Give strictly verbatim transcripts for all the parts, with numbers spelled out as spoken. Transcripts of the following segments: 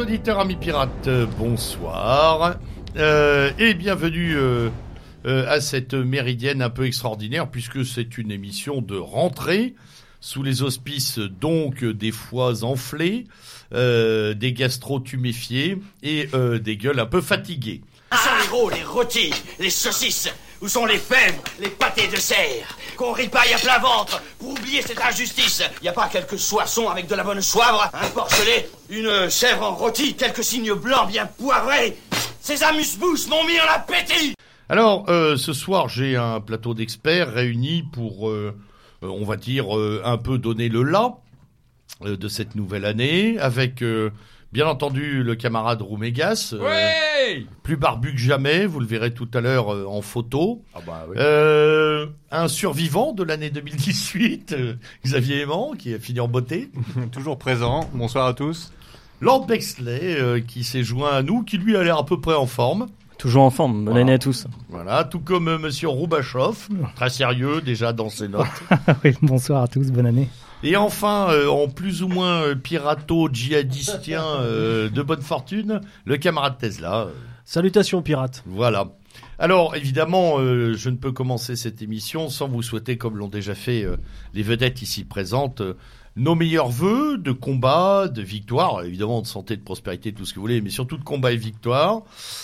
auditeurs, amis pirates, euh, bonsoir euh, et bienvenue euh, euh, à cette méridienne un peu extraordinaire puisque c'est une émission de rentrée sous les auspices donc des foies enflées, euh, des gastro tuméfiés et euh, des gueules un peu fatiguées. Où sont les rôles, les rôtis, les saucisses? Où sont les fèves, les pâtés de cerf? Qu'on ripaille à plein ventre pour oublier cette injustice. Y a pas quelques soissons avec de la bonne soivre, un porcelet, une chèvre en rôti, quelques cygnes blancs bien poivrés? Ces amuse-bouches m'ont mis en appétit. Alors, euh, ce soir, j'ai un plateau d'experts réunis pour, euh, euh, on va dire, euh, un peu donner le là euh, de cette nouvelle année, avec, euh, bien entendu, le camarade Roumégas, euh, ouais plus barbu que jamais, vous le verrez tout à l'heure euh, en photo. Ah bah oui. Euh, un survivant de l'année deux mille dix-huit, euh, Xavier Aimant, qui a fini en beauté. Toujours présent. Bonsoir à tous. Lord Bexley, euh, qui s'est joint à nous, qui lui a l'air à peu près en forme. Toujours en forme, bonne Voilà. année à tous. Voilà, tout comme euh, Monsieur Roubachoff, très sérieux déjà dans ses notes. Oui, bonsoir à tous, bonne année. Et enfin, euh, en plus ou moins euh, pirato-djihadistien euh, de bonne fortune, le camarade Tesla. Euh, Salutations pirates. voilà. Alors, évidemment, euh, je ne peux commencer cette émission sans vous souhaiter, comme l'ont déjà fait euh, les vedettes ici présentes, euh, nos meilleurs vœux de combat, de victoire, évidemment de santé, de prospérité, tout ce que vous voulez, mais surtout de combat et victoire.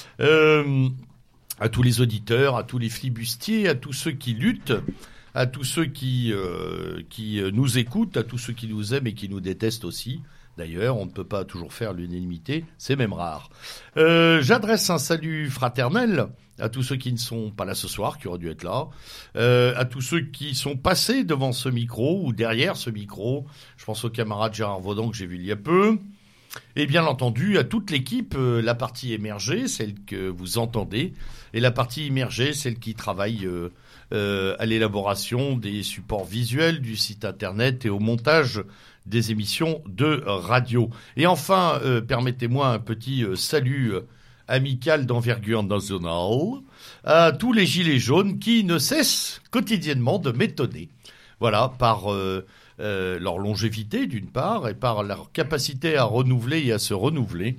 Euh, à tous les auditeurs, à tous les flibustiers, à tous ceux qui luttent, à tous ceux qui, euh, qui nous écoutent, à tous ceux qui nous aiment et qui nous détestent aussi. D'ailleurs, on ne peut pas toujours faire l'unanimité, c'est même rare. Euh, j'adresse un salut fraternel à tous ceux qui ne sont pas là ce soir, qui auraient dû être là, euh, à tous ceux qui sont passés devant ce micro ou derrière ce micro. Je pense au camarade Gérard Vaudan que j'ai vu il y a peu. Et bien entendu, à toute l'équipe, euh, la partie émergée, celle que vous entendez, et la partie immergée, celle qui travaille euh, euh, à l'élaboration des supports visuels du site internet et au montage des émissions de radio. Et enfin, euh, permettez-moi un petit euh, salut euh, amical d'envergure nationale à tous les gilets jaunes qui ne cessent quotidiennement de m'étonner. Voilà, par euh, euh, leur longévité d'une part et par leur capacité à renouveler et à se renouveler.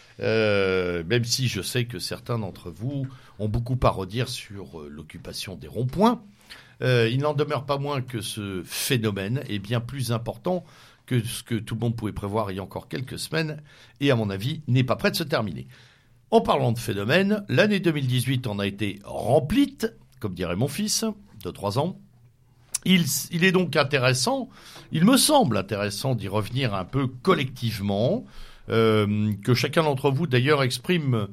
Euh, même si je sais que certains d'entre vous ont beaucoup à redire sur euh, l'occupation des ronds-points, euh, il n'en demeure pas moins que ce phénomène est bien plus important que ce que tout le monde pouvait prévoir il y a encore quelques semaines, et à mon avis, n'est pas prêt de se terminer. En parlant de phénomène, l'année deux mille dix-huit en a été remplie, comme dirait mon fils, de trois ans. Il, il est donc intéressant, il me semble intéressant d'y revenir un peu collectivement, euh, que chacun d'entre vous d'ailleurs exprime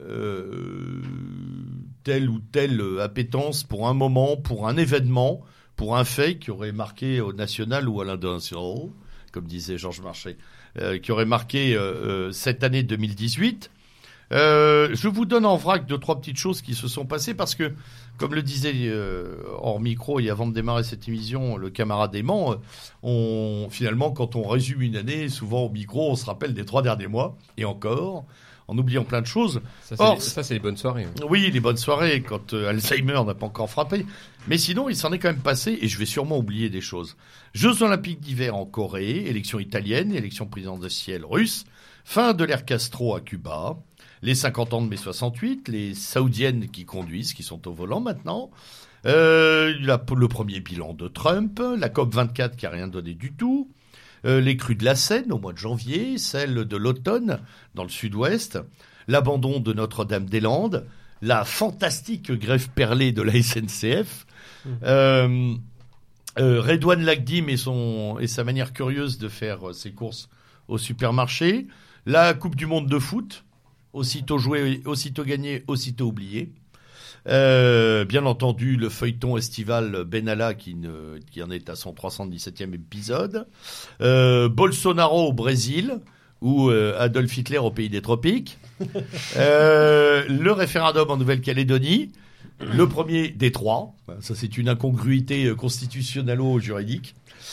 euh, telle ou telle appétence pour un moment, pour un événement, pour un fait qui aurait marqué au national ou à l'international, comme disait Georges Marchais, euh, qui aurait marqué euh, euh, cette année deux mille dix-huit. Euh, je vous donne en vrac deux, trois petites choses qui se sont passées parce que, comme le disait euh, hors micro et avant de démarrer cette émission, le camarade Aimant, on, finalement, quand on résume une année, souvent au micro, on se rappelle des trois derniers mois, et encore, en oubliant plein de choses. Ça, c'est, Or, les, ça, c'est les bonnes soirées. Oui, oui les bonnes soirées, quand euh, Alzheimer n'a pas encore frappé. Mais sinon, il s'en est quand même passé, et je vais sûrement oublier des choses. Jeux Olympiques d'hiver en Corée, élection italienne, élection présidentielle russe, fin de l'ère Castro à Cuba, les cinquante ans de mai soixante-huit, les Saoudiennes qui conduisent, qui sont au volant maintenant, euh, la, le premier bilan de Trump, la COP vingt-quatre qui n'a rien donné du tout, euh, les crues de la Seine au mois de janvier, celles de l'automne dans le sud-ouest, l'abandon de Notre-Dame-des-Landes, la fantastique grève perlée de la S N C F, mmh. euh, euh, Redouane Lagdim et, son, et sa manière curieuse de faire ses courses au supermarché, la Coupe du Monde de foot, aussitôt joué, aussitôt gagné, aussitôt oublié. Euh, bien entendu, le feuilleton estival Benalla qui, ne, qui en est à son trois cent dix-septième épisode. Euh, Bolsonaro au Brésil ou euh, Adolf Hitler au pays des tropiques. Euh, le référendum en Nouvelle-Calédonie. Le premier des trois. Ça, c'est une incongruité constitutionnalo-juridique.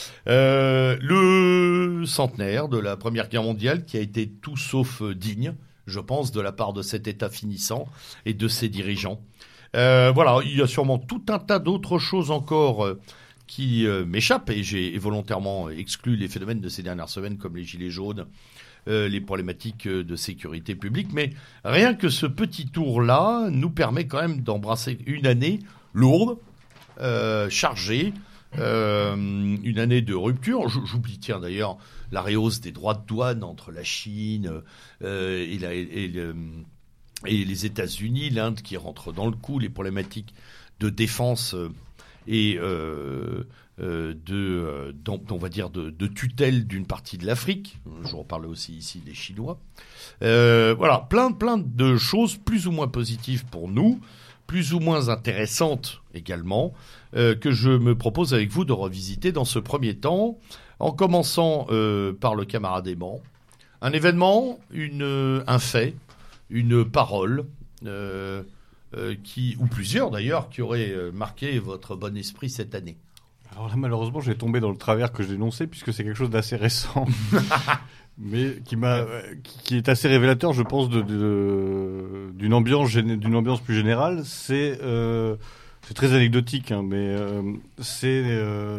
Euh, le centenaire de la Première Guerre mondiale qui a été tout sauf digne, je pense, de la part de cet État finissant et de ses dirigeants. Euh, voilà, il y a sûrement tout un tas d'autres choses encore euh, qui euh, m'échappent et j'ai volontairement exclu les phénomènes de ces dernières semaines comme les gilets jaunes, euh, les problématiques de sécurité publique. Mais rien que ce petit tour-là nous permet quand même d'embrasser une année lourde, euh, chargée, euh, une année de rupture. J'oublie, tiens, d'ailleurs, la rehausse des droits de douane entre la Chine euh, et, la, et, et, le, et les États-Unis, l'Inde qui rentre dans le coup, les problématiques de défense euh, et euh, euh, de, euh, on va dire de, de tutelle d'une partie de l'Afrique. Je reparle aussi ici des Chinois. Euh, voilà, plein, plein de choses plus ou moins positives pour nous, plus ou moins intéressantes également, euh, que je me propose avec vous de revisiter dans ce premier temps, en commençant euh, par le camarade aimant. Un événement, une, un fait, une parole, euh, euh, qui, ou plusieurs d'ailleurs, qui auraient euh, marqué votre bon esprit cette année. Alors là, malheureusement, j'ai tombé dans le travers que je dénonçais, puisque c'est quelque chose d'assez récent. Mais qui m'a, qui est assez révélateur, je pense, de, de d'une ambiance, d'une ambiance plus générale. C'est, euh, c'est très anecdotique, hein, mais euh, c'est euh,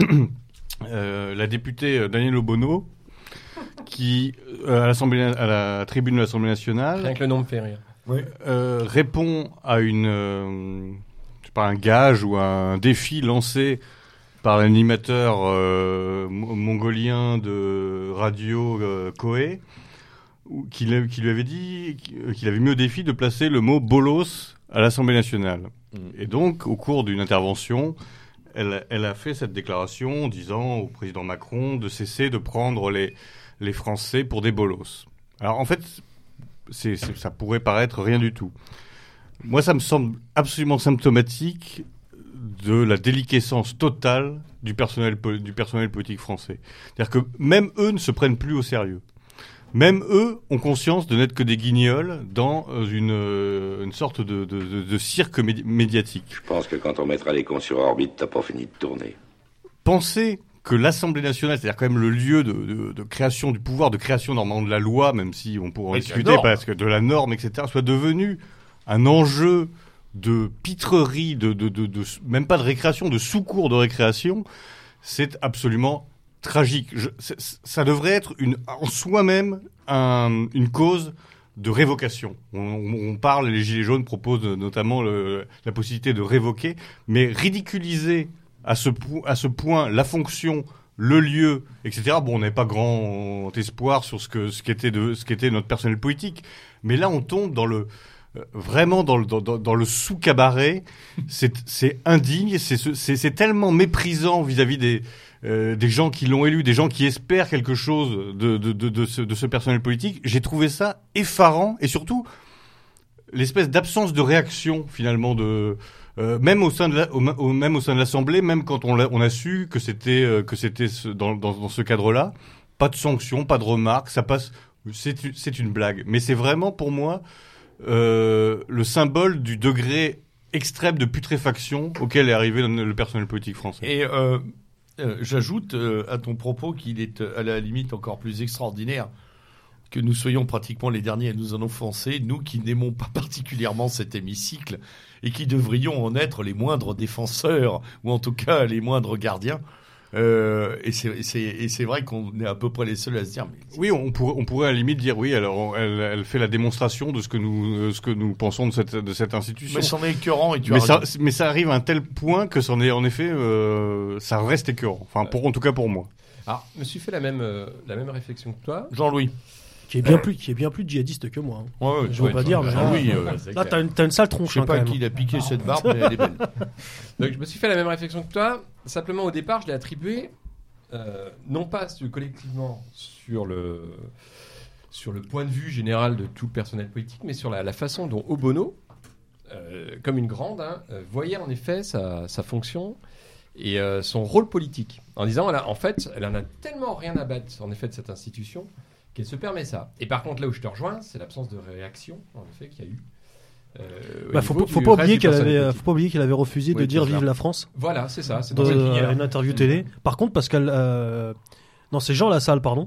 euh, la députée Danielle Obono qui, euh, à l'Assemblée, à la tribune de l'Assemblée nationale, rien que le nom me fait rire. Oui. Euh, répond à une, euh, je sais pas, un gage ou un défi lancé par l'animateur euh, mongolien de radio euh, Koé, qui, qui lui avait dit qu'il avait mis au défi de placer le mot bolos à l'Assemblée nationale. Mmh. Et donc, au cours d'une intervention, elle, elle a fait cette déclaration en disant au président Macron de cesser de prendre les, les Français pour des bolos. Alors, en fait, c'est, c'est, ça pourrait paraître rien du tout. Moi, ça me semble absolument symptomatique de la déliquescence totale du personnel, du personnel politique français. C'est-à-dire que même eux ne se prennent plus au sérieux. Même eux ont conscience de n'être que des guignols dans une, une sorte de, de, de, de cirque médi- médiatique. Je pense que quand on mettra les cons sur orbite, t'as pas fini de tourner. Penser que l'Assemblée nationale, c'est-à-dire quand même le lieu de, de, de création du pouvoir, de création normalement de la loi, même si on pourrait en discuter parce que de la norme, et cetera, soit devenu un enjeu de pitrerie, de, de, de, de, même pas de récréation, de sous-cours de récréation, c'est absolument tragique. Je, ça devrait être une, en soi-même un, une cause de révocation. On, on parle, les Gilets jaunes proposent notamment le, la possibilité de révoquer, mais ridiculiser à ce, à ce point la fonction, le lieu, et cetera. Bon, on n'avait pas grand espoir sur ce que ce qu'était de ce qu'était notre personnel politique, mais là on tombe dans le vraiment dans le, dans, dans le sous-cabaret, c'est, c'est indigne, c'est, c'est, c'est tellement méprisant vis-à-vis des, euh, des gens qui l'ont élu, des gens qui espèrent quelque chose de, de, de, de, ce, de ce personnel politique. J'ai trouvé ça effarant et surtout l'espèce d'absence de réaction finalement de euh, même au sein de la, au, au, même au sein de l'Assemblée, même quand on, l'a, on a su que c'était euh, que c'était ce, dans, dans, dans ce cadre-là, pas de sanctions, pas de remarques, ça passe, c'est, c'est une blague. Mais c'est vraiment pour moi Euh, le symbole du degré extrême de putréfaction auquel est arrivé le personnel politique français. Et euh, euh, j'ajoute euh, à ton propos qu'il est euh, à la limite encore plus extraordinaire que nous soyons pratiquement les derniers à nous en offenser, nous qui n'aimons pas particulièrement cet hémicycle et qui devrions en être les moindres défenseurs, ou en tout cas les moindres gardiens. Euh, et, c'est, et, c'est, et c'est vrai qu'on est à peu près les seuls à se dire. Mais... Oui, on pourrait, on pourrait à la limite dire oui. Alors, elle, elle fait la démonstration de ce que nous, euh, ce que nous pensons de cette, de cette institution. Mais c'en est écœurant et tu mais as ça, raison. mais ça arrive à un tel point que c'en est en effet, euh, ça reste écœurant. Enfin, pour, en tout cas pour moi. Alors, je me suis fait la même, euh, la même réflexion que toi. Jean-Louis. Qui est bien plus, qui est bien plus djihadiste que moi. Hein. Ouais, ouais, je veux ouais, pas ouais, dire, ouais, mais là, là, oui, euh, là t'as, une, t'as une sale tronche. Je sais hein, pas quand qui même. l'a piqué cette barbe, mais elle est belle. Donc, je me suis fait la même réflexion que toi. Simplement, au départ, je l'ai attribué, euh, non pas collectivement sur le, sur le point de vue général de tout le personnel politique, mais sur la, la façon dont Obono, euh, comme une grande, hein, euh, voyait en effet sa, sa fonction et euh, son rôle politique. En disant, elle a, en fait, elle en a tellement rien à battre, en effet, de cette institution, qu'elle se permet ça. Et par contre, là où je te rejoins, c'est l'absence de réaction, en effet, qu'il y a eu. Euh, bah, faut, faut, pas oublier qu'elle avait, faut pas oublier qu'elle avait refusé oui, de dire vive la France. Voilà, c'est ça. C'est dans dans cette euh, lignée-là. une interview télé. Par contre, parce qu'elle, euh, non, c'est Jean Lassalle, pardon,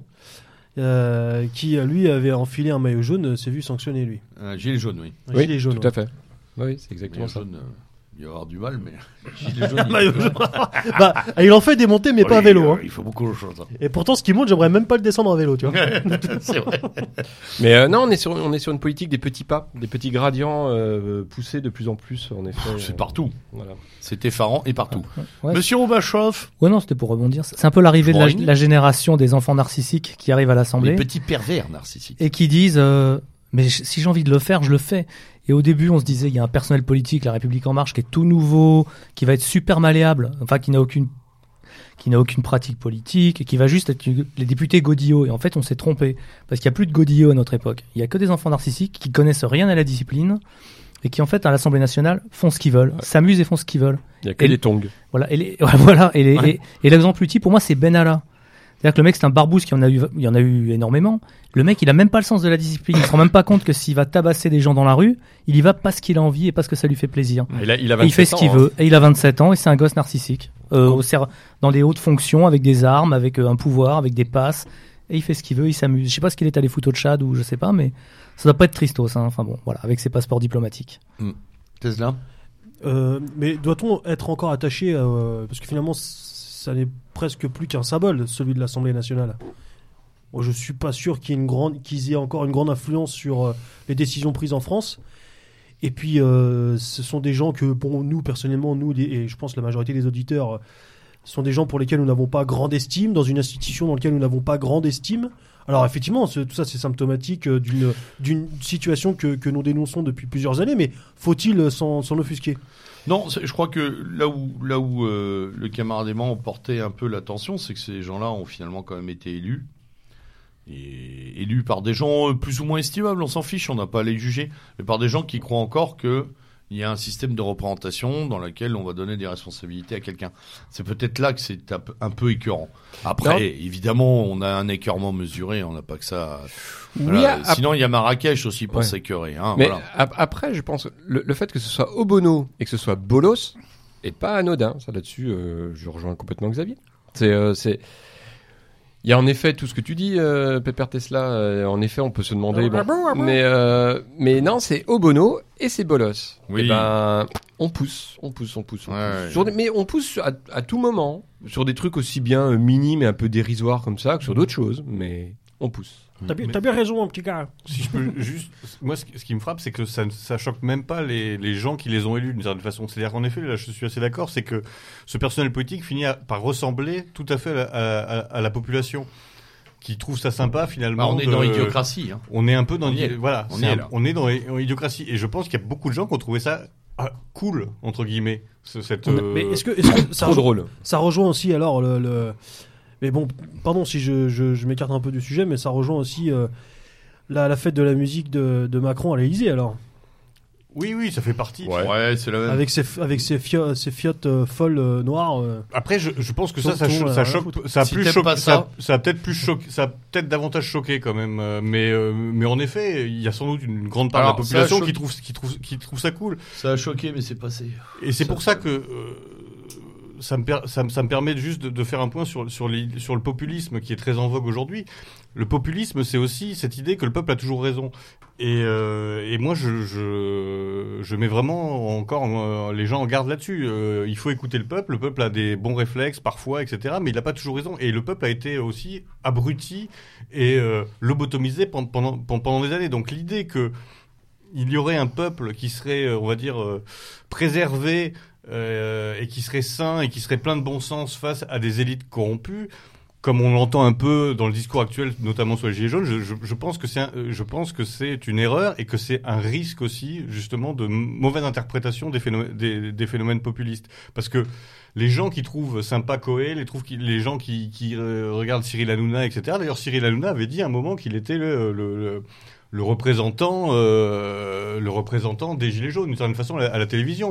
euh, qui lui avait enfilé un maillot jaune, s'est vu sanctionner lui. Un gilet jaune, oui. Un oui, gilet jaune. tout à fait. Oui, c'est exactement ça. Jaune, euh, Il va y avoir du mal, mais gilet jaune. Maillot jaune. Bah, il en fait démonter, mais pas à vélo. Hein. Il faut beaucoup de choses. Hein. Et pourtant, ce qui monte, j'aimerais même pas le descendre à vélo, tu vois. C'est vrai. Mais euh, non, on est sur on est sur une politique des petits pas, des petits gradients euh, poussés de plus en plus en effet. C'est euh, partout. Voilà. C'est effarant et partout. Ouais. Monsieur Robachoff, Ouais, non, c'était pour rebondir. C'est un peu l'arrivée de la, Brune. la génération des enfants narcissiques qui arrivent à les l'Assemblée petits pervers narcissiques. et qui disent euh, mais j- si j'ai envie de le faire, je le fais. Et au début, on se disait il y a un personnel politique, La République en marche, qui est tout nouveau, qui va être super malléable, enfin qui n'a aucune qui n'a aucune pratique politique et qui va juste être les députés godillots. Et en fait, on s'est trompé parce qu'il y a plus de godillots à notre époque. Il y a que des enfants narcissiques qui connaissent rien à la discipline et qui en fait à l'Assemblée nationale font ce qu'ils veulent, ouais. s'amusent et font ce qu'ils veulent. Il y a que Et- les tongs. Voilà. Et les, ouais, voilà. Et, les, Ouais. et, et l'exemple ultime pour moi, c'est Benalla. C'est-à-dire que le mec, c'est un barbouze qui en a eu, il y en a eu énormément. Le mec, il a même pas le sens de la discipline. Il se rend même pas compte que s'il va tabasser des gens dans la rue, il y va parce qu'il a envie et parce que ça lui fait plaisir. Il a, il a Et il fait ce vingt-sept qu'il ans, hein. veut. Et il a vingt-sept ans et c'est un gosse narcissique. Euh, au ser- dans des hautes fonctions, avec des armes, avec euh, un pouvoir, avec des passes. Et il fait ce qu'il veut, il s'amuse. Je sais pas ce qu'il est allé foutre au Tchad ou je sais pas, mais ça doit pas être tristos, hein. Enfin bon, voilà, avec ses passeports diplomatiques. Tesla. Euh, mais doit-on être encore attaché euh, parce que finalement, ça n'est presque plus qu'un symbole, celui de l'Assemblée nationale. Moi, je suis pas sûr qu'il y ait une grande, qu'ils aient encore une grande influence sur euh, les décisions prises en France. Et puis, euh, ce sont des gens que, pour nous, personnellement, nous, et je pense la majorité des auditeurs, euh, sont des gens pour lesquels nous n'avons pas grande estime, dans une institution dans laquelle nous n'avons pas grande estime. Alors, effectivement, ce- tout ça, c'est symptomatique euh, d'une, d'une situation que, que nous dénonçons depuis plusieurs années, mais faut-il s'en, s'en offusquer ? Non, c'est- je crois que là où, là où euh, le camarade Aimant portait un peu l'attention, c'est que ces gens-là ont finalement quand même été élus. Et élus par des gens euh, plus ou moins estimables, on s'en fiche, on n'a pas à les juger. Mais par des gens qui croient encore que il y a un système de représentation dans lequel on va donner des responsabilités à quelqu'un. C'est peut-être là que c'est un peu, un peu écœurant. Après, Non. évidemment, on a un écœurement mesuré, on n'a pas que ça. Oui, Voilà. ap- Sinon, il y a Marrakech aussi pour Ouais. s'écœurer. Hein, Mais voilà. ap- après, je pense le, le fait que ce soit Obono et que ce soit Bolos est pas anodin. Ça là-dessus, euh, je rejoins complètement Xavier. C'est, euh, c'est, il y a en effet tout ce que tu dis, euh, Pepper Tesla. euh, en effet, on peut se demander. Bon, mais euh, mais non, c'est Obono et c'est Bolos. Oui. Et ben, on pousse, on pousse, on pousse. On Ouais, pousse. ouais. Sur des- mais on pousse sur- à, à tout moment sur des trucs aussi bien euh, minimes et un peu dérisoires comme ça que sur d'autres choses. Mais on pousse. T'as bien, Mais- t'as bien raison, mon petit gars. Si je peux juste, moi, ce qui, ce qui me frappe, c'est que ça, ça choque même pas les, les gens qui les ont élus d'une certaine façon. C'est-à-dire qu'en effet, là, je suis assez d'accord, c'est que ce personnel politique finit à- par ressembler tout à fait à, la- à- à- à la population, qui trouve ça sympa finalement. Bah, on est de- dans l'idiocratie. Hein. On est un peu dans, On y est. voilà, On c'est y est un- là. on est dans l'idiocratie. Et je pense qu'il y a beaucoup de gens qui ont trouvé ça ah, cool entre guillemets. ce- Cette, euh, Mais est-ce que, est-ce que ça, Trop rejoint, drôle. ça rejoint aussi alors le, le- Mais bon, pardon si je, je, je m'écarte un peu du sujet, mais ça rejoint aussi euh, la, la fête de la musique de, de Macron à l'Élysée alors. Oui, oui, ça fait partie. Ouais. Ouais, c'est la même. Avec ses, avec ses, fio- ses fiottes euh, folles euh, noires. euh. Après, je, je pense que ça, Ton- ça, ton, cho- euh, ça rien à choque, foutre. ça a Si plus t'aimes choqué, pas ça, ça. ça a peut-être plus choqué, ça a peut-être davantage choqué quand même. euh, Mais, euh, mais en effet, il y a sans doute une grande part Alors, de la ça a population choqué. qui trouve, qui trouve, qui trouve ça cool. Ça a choqué, mais c'est passé. Et c'est Ça, pour ça ça- que euh, ça, me per- ça, me- ça me permet juste de, de faire un point sur, sur, les, sur le populisme qui est très en vogue aujourd'hui. Le populisme, c'est aussi cette idée que le peuple a toujours raison. Et, euh, et moi, je, je, je mets vraiment encore euh, les gens en garde là-dessus. Euh, il faut écouter le peuple. Le peuple a des bons réflexes parfois, et cetera. Mais il n'a pas toujours raison. Et le peuple a été aussi abruti et euh, lobotomisé pendant, pendant, pendant des années. Donc l'idée que il y aurait un peuple qui serait, euh, on va dire, euh, préservé euh, et qui serait sain et qui serait plein de bon sens face à des élites corrompues, comme on l'entend un peu dans le discours actuel, notamment sur les Gilets jaunes, je, je, je pense que c'est un- je pense que c'est une erreur et que c'est un risque aussi, justement, de m- mauvaise interprétation des phénomènes, des, des phénomènes populistes. Parce que les gens qui trouvent sympa Coé, les, trouvent qui, les gens qui, qui euh, regardent Cyril Hanouna, et cetera. D'ailleurs, Cyril Hanouna avait dit à un moment qu'il était le, le, le le représentant, euh, le représentant des Gilets jaunes, d'une certaine façon, à la, à la télévision.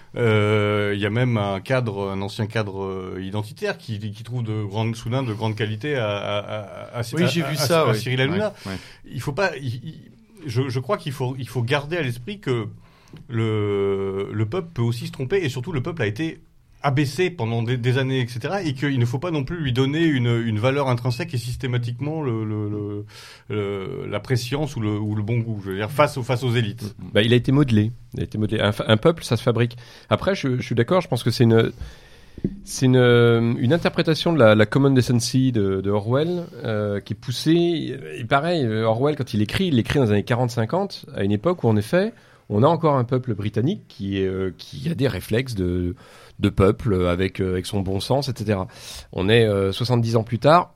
Euh, Il y a même un cadre, un ancien cadre euh, identitaire qui, qui trouve de grandes, soudain de grande qualité à, à, à, à, Oui, à- j'ai à- vu à- ça. à ouais. Cyril Hanouna. Ouais, ouais. Il faut pas. il- il- je, je crois qu'il faut, il faut garder à l'esprit que le, le peuple peut aussi se tromper et surtout le peuple a été abaissé pendant des, des années, et cetera, et qu'il ne faut pas non plus lui donner une, une valeur intrinsèque et systématiquement le, le, le, le, la préscience ou le, ou le bon goût, je veux dire, face, aux, face aux élites. Bah, il a été modelé. Il a été modelé. Un, un peuple, ça se fabrique. Après, je, je suis d'accord, je pense que c'est une, c'est une, une interprétation de la, la common decency de, de Orwell euh, qui est poussée. Et pareil, Orwell, quand il écrit, il l'écrit dans les années quarante cinquante, à une époque où, en effet, on a encore un peuple britannique qui, est, euh, qui a des réflexes de... de peuple avec euh, avec son bon sens, et cetera. On est euh, soixante-dix ans plus tard,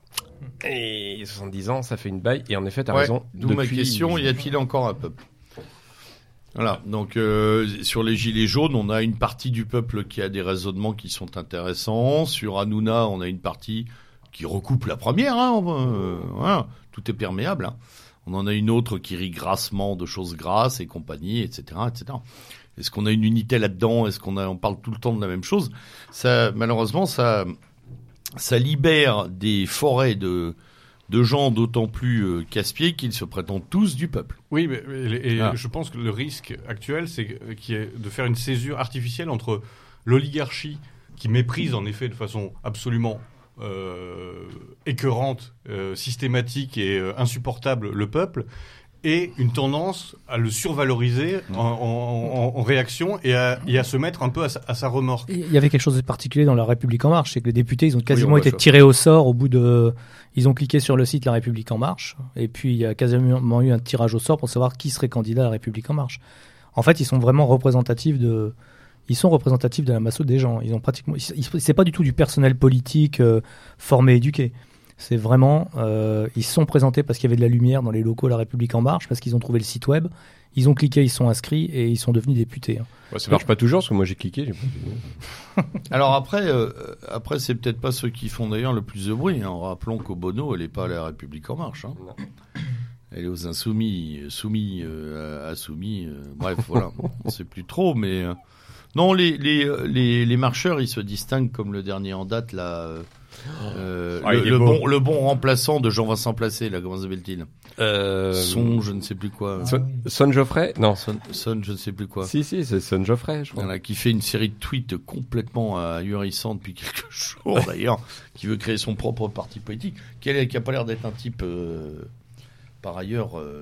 et soixante-dix ans, ça fait une baille. Et en effet, t'as ouais, raison. D'où depuis... ma question, y a-t-il encore un peuple ? Voilà, donc euh, sur les gilets jaunes, on a une partie du peuple qui a des raisonnements qui sont intéressants. Sur Hanouna, on a une partie qui recoupe la première. Hein, euh, voilà, tout est perméable. Hein. On en a une autre qui rit grassement de choses grasses et compagnie, et cetera, et cetera. Est-ce qu'on a une unité là-dedans ? Est-ce qu'on a, on parle tout le temps de la même chose ? Ça, malheureusement, ça, ça libère des forêts de, de gens d'autant plus euh, casse-pieds qu'ils se prétendent tous du peuple. Oui, mais, et, et ah. je pense que le risque actuel, c'est qui est de faire une césure artificielle entre l'oligarchie qui méprise en effet de façon absolument euh, écœurante, euh, systématique et euh, insupportable le peuple, et une tendance à le survaloriser en, en, en, en réaction et à, et à se mettre un peu à sa, à sa remorque. Il y avait quelque chose de particulier dans La République En Marche, c'est que les députés, ils ont quasiment oui, été tirés au sort au bout de... Ils ont cliqué sur le site La République En Marche, et puis il y a quasiment eu un tirage au sort pour savoir qui serait candidat à La République En Marche. En fait, ils sont vraiment représentatifs de... Ils sont représentatifs de la masse des gens. Ils ont pratiquement... C'est pas du tout du personnel politique euh, formé, éduqué. C'est vraiment, euh, ils se sont présentés parce qu'il y avait de la lumière dans les locaux La République En Marche, parce qu'ils ont trouvé le site web, ils ont cliqué, ils sont inscrits et ils sont devenus députés. Hein. Ouais, ça marche pas toujours, parce que moi j'ai cliqué. J'ai pas... Alors après, euh, après c'est peut-être pas ceux qui font d'ailleurs le plus de bruit. Hein. Rappelons qu'Obono, elle est pas à La République En Marche. Hein. Elle est aux Insoumis, soumis, euh, à Soumis. Euh, bref, voilà, on sait plus trop, mais euh, non, les, les les les marcheurs, ils se distinguent comme le dernier en date là. Euh, Euh, ah, le, le, bon. bon, le bon remplaçant de Jean-Vincent Placé, là, comment s'appelle-t-il euh... Son, je ne sais plus quoi. Son, Son Geoffrey Non. Son, Son, je ne sais plus quoi. Si, si, c'est Son Geoffrey, je crois. Voilà, qui fait une série de tweets complètement ahurissants depuis quelques jours, d'ailleurs, qui veut créer son propre parti politique, qui n'a pas l'air d'être un type, euh, par ailleurs, euh,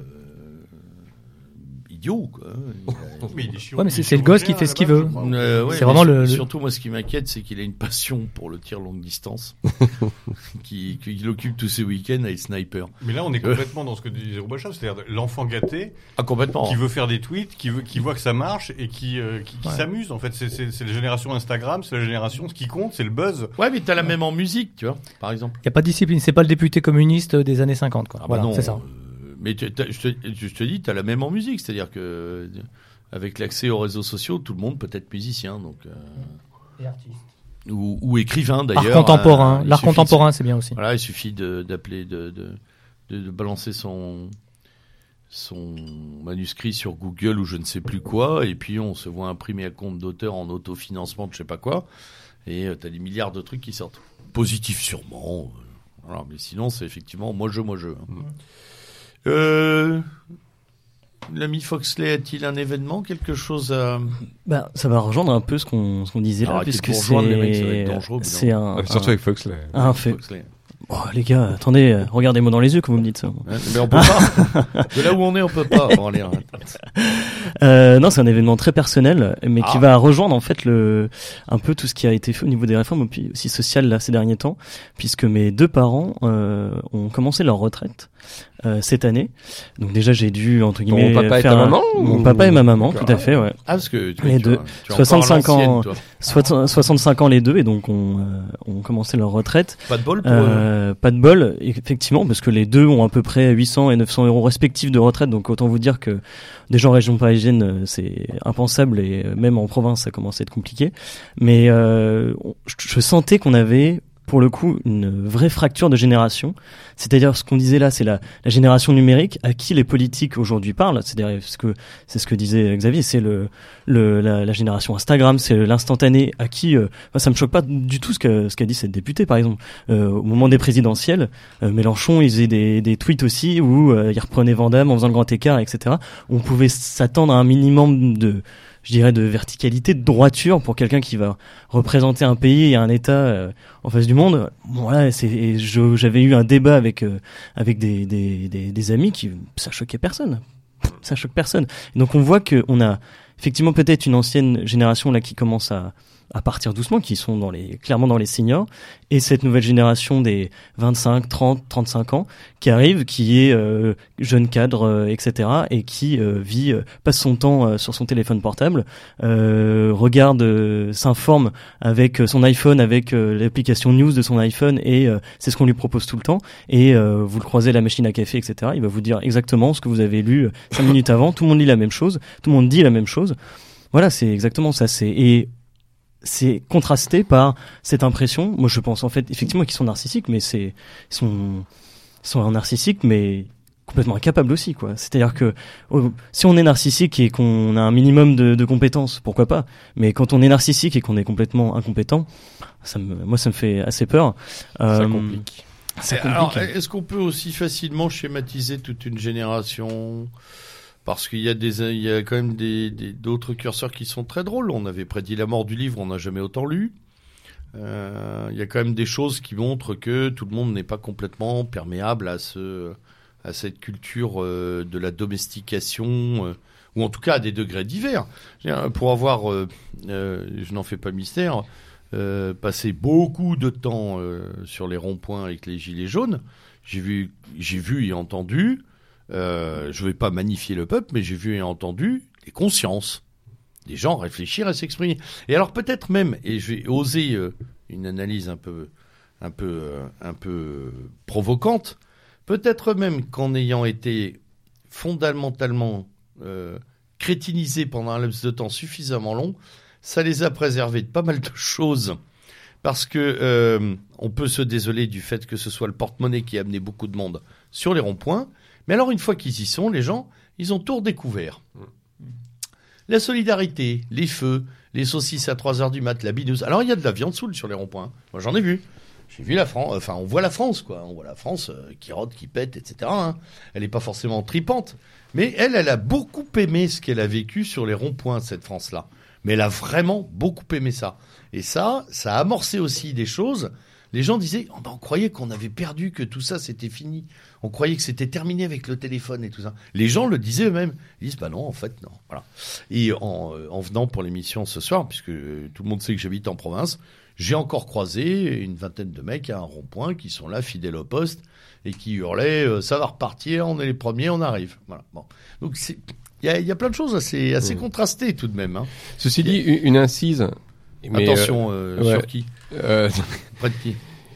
idiot, quoi. Mais il est chiant, ouais, mais c'est, c'est le gosse qui fait ce qu'il veut. Euh, ouais, c'est vraiment sur, le, surtout, moi, ce qui m'inquiète, c'est qu'il a une passion pour le tir longue distance, qui, qu'il occupe tous ses week-ends avec sniper. Mais là, on est complètement dans ce que disait Roubachov, c'est-à-dire l'enfant gâté, ah, complètement. qui veut faire des tweets, qui veut, qui voit que ça marche et qui, euh, qui, qui ouais. s'amuse. En fait, c'est, c'est, c'est la génération Instagram, c'est la génération, ce qui compte, c'est le buzz. Ouais, mais t'as la même en musique, tu vois, par exemple. Il y a pas de discipline, c'est pas le député communiste des années cinquante, quoi. Ah, voilà, bah non, c'est ça. Euh... Mais je te, je te dis, tu as la même en musique, c'est-à-dire que avec l'accès aux réseaux sociaux, tout le monde peut être musicien, donc euh, et artiste ou, ou écrivain d'ailleurs. L'art contemporain, euh, l'art contemporain, c'est bien aussi. Voilà, il suffit de, d'appeler, de, de, de, de balancer son son manuscrit sur Google ou je ne sais plus quoi, et puis on se voit imprimer à compte d'auteur en autofinancement de je sais pas quoi, et euh, t'as des milliards de trucs qui sortent. Positif sûrement. Euh, voilà, mais sinon c'est effectivement moi je moi je. Hein. Mmh. Euh, l'ami Foxley a-t-il un événement, quelque chose à... Bah, ça va rejoindre un peu ce qu'on, ce qu'on disait là, puisque c'est, les mecs, ça va être dangereux, c'est un, un, surtout avec Foxley. Un fait. Foxley. Oh, les gars, attendez, regardez-moi dans les yeux quand vous me dites ça. Ouais, mais on peut pas. De là où on est, on peut pas. Bon, allez, euh, non, c'est un événement très personnel, mais ah. qui va rejoindre en fait le un peu tout ce qui a été fait au niveau des réformes aussi sociales là ces derniers temps, puisque mes deux parents euh, ont commencé leur retraite euh, cette année. Donc déjà, j'ai dû entre guillemets Ton papa faire et ta maman un... mon papa et ma maman, tout à fait, ouais. Ah parce que tu, les tu, deux, tu soixante-cinq ans, toi. soixante-cinq ans les deux, et donc on euh, ont commencé leur retraite. Pas de bol pour euh, pas de bol, effectivement, parce que les deux ont à peu près huit cents et neuf cents euros respectifs de retraite, donc autant vous dire que déjà en région parisienne, c'est impensable, et même en province, ça commence à être compliqué. Mais euh, je sentais qu'on avait, pour le coup, une vraie fracture de génération. C'est-à-dire, ce qu'on disait là, c'est la, la génération numérique à qui les politiques aujourd'hui parlent. C'est-à-dire, ce que, c'est ce que disait Xavier, c'est le, le, la, la génération Instagram, c'est l'instantané à qui, euh, enfin, ça me choque pas du tout ce que, ce qu'a dit cette députée, par exemple. Euh, au moment des présidentielles, euh, Mélenchon, il faisait des, des tweets aussi où, euh, il reprenait Van Damme en faisant le grand écart, et cetera. On pouvait s'attendre à un minimum de, je dirais, de verticalité, de droiture pour quelqu'un qui va représenter un pays et un État euh, en face du monde. Bon, voilà, c'est, je, j'avais eu un débat avec euh, avec des, des, des, des amis qui, ça choquait personne. Ça choque personne. Et donc on voit que on a effectivement peut-être une ancienne génération là qui commence à à partir doucement, qui sont dans les, clairement dans les seniors, et cette nouvelle génération des vingt-cinq, trente, trente-cinq ans qui arrive, qui est euh, jeune cadre, euh, et cetera, et qui euh, vit, euh, passe son temps euh, sur son téléphone portable, euh, regarde, euh, s'informe avec son iPhone, avec euh, l'application News de son iPhone, et euh, c'est ce qu'on lui propose tout le temps, et euh, vous le croisez à la machine à café, et cetera, il va vous dire exactement ce que vous avez lu cinq minutes avant, tout le monde lit la même chose, tout le monde dit la même chose. Voilà, c'est exactement ça, c'est... Et c'est contrasté par cette impression. Moi, je pense en fait effectivement qu'ils sont narcissiques, mais c'est ils sont ils sont narcissiques, mais complètement incapables aussi, quoi. C'est-à-dire que oh, si on est narcissique et qu'on a un minimum de, de compétences, pourquoi pas. Mais quand on est narcissique et qu'on est complètement incompétent, ça me, moi, ça me fait assez peur. Euh, ça complique. Ça complique. Alors, est-ce qu'on peut aussi facilement schématiser toute une génération? Parce qu'il y a des, il y a quand même des, des, d'autres curseurs qui sont très drôles. On avait prédit la mort du livre, on n'a jamais autant lu. Euh, il y a quand même des choses qui montrent que tout le monde n'est pas complètement perméable à ce, à cette culture euh, de la domestication, euh, ou en tout cas à des degrés divers. Pour avoir, euh, euh, je n'en fais pas mystère, euh, passé beaucoup de temps euh, sur les ronds-points avec les gilets jaunes, j'ai vu, j'ai vu et entendu. Euh, je ne vais pas magnifier le peuple, mais j'ai vu et entendu des consciences, des gens réfléchir et s'exprimer. Et alors peut-être même, et je vais oser euh, une analyse un peu, un peu, euh, un peu provocante, peut-être même qu'en ayant été fondamentalement euh, crétinisés pendant un laps de temps suffisamment long, ça les a préservés de pas mal de choses. Parce que euh, on peut se désoler du fait que ce soit le porte-monnaie qui a amené beaucoup de monde sur les ronds-points. Mais alors, une fois qu'ils y sont, les gens, ils ont tout redécouvert. La solidarité, les feux, les saucisses à trois heures du mat, la binouse. Alors, il y a de la viande saoule sur les ronds-points. Moi, j'en ai vu. J'ai vu la France. Enfin, on voit la France, quoi. On voit la France euh, qui rôde, qui pète, et cetera. Hein. Elle n'est pas forcément tripante. Mais elle, elle a beaucoup aimé ce qu'elle a vécu sur les ronds-points, cette France-là. Mais elle a vraiment beaucoup aimé ça. Et ça, ça a amorcé aussi des choses. Les gens disaient, oh ben on croyait qu'on avait perdu, que tout ça c'était fini. On croyait que c'était terminé avec le téléphone et tout ça. Les gens le disaient eux-mêmes. Ils disent, bah non, en fait, non. Voilà. Et en, en venant pour l'émission ce soir, puisque tout le monde sait que j'habite en province, j'ai encore croisé une vingtaine de mecs à un rond-point qui sont là, fidèles au poste, et qui hurlaient, ça va repartir, on est les premiers, on arrive. Voilà. Bon. Donc c'est, il y a, y a plein de choses assez, assez mmh. contrastées tout de même. Hein. Ceci dit, une, une incise. Mais Attention, euh, euh, ouais. sur qui euh... Près de qui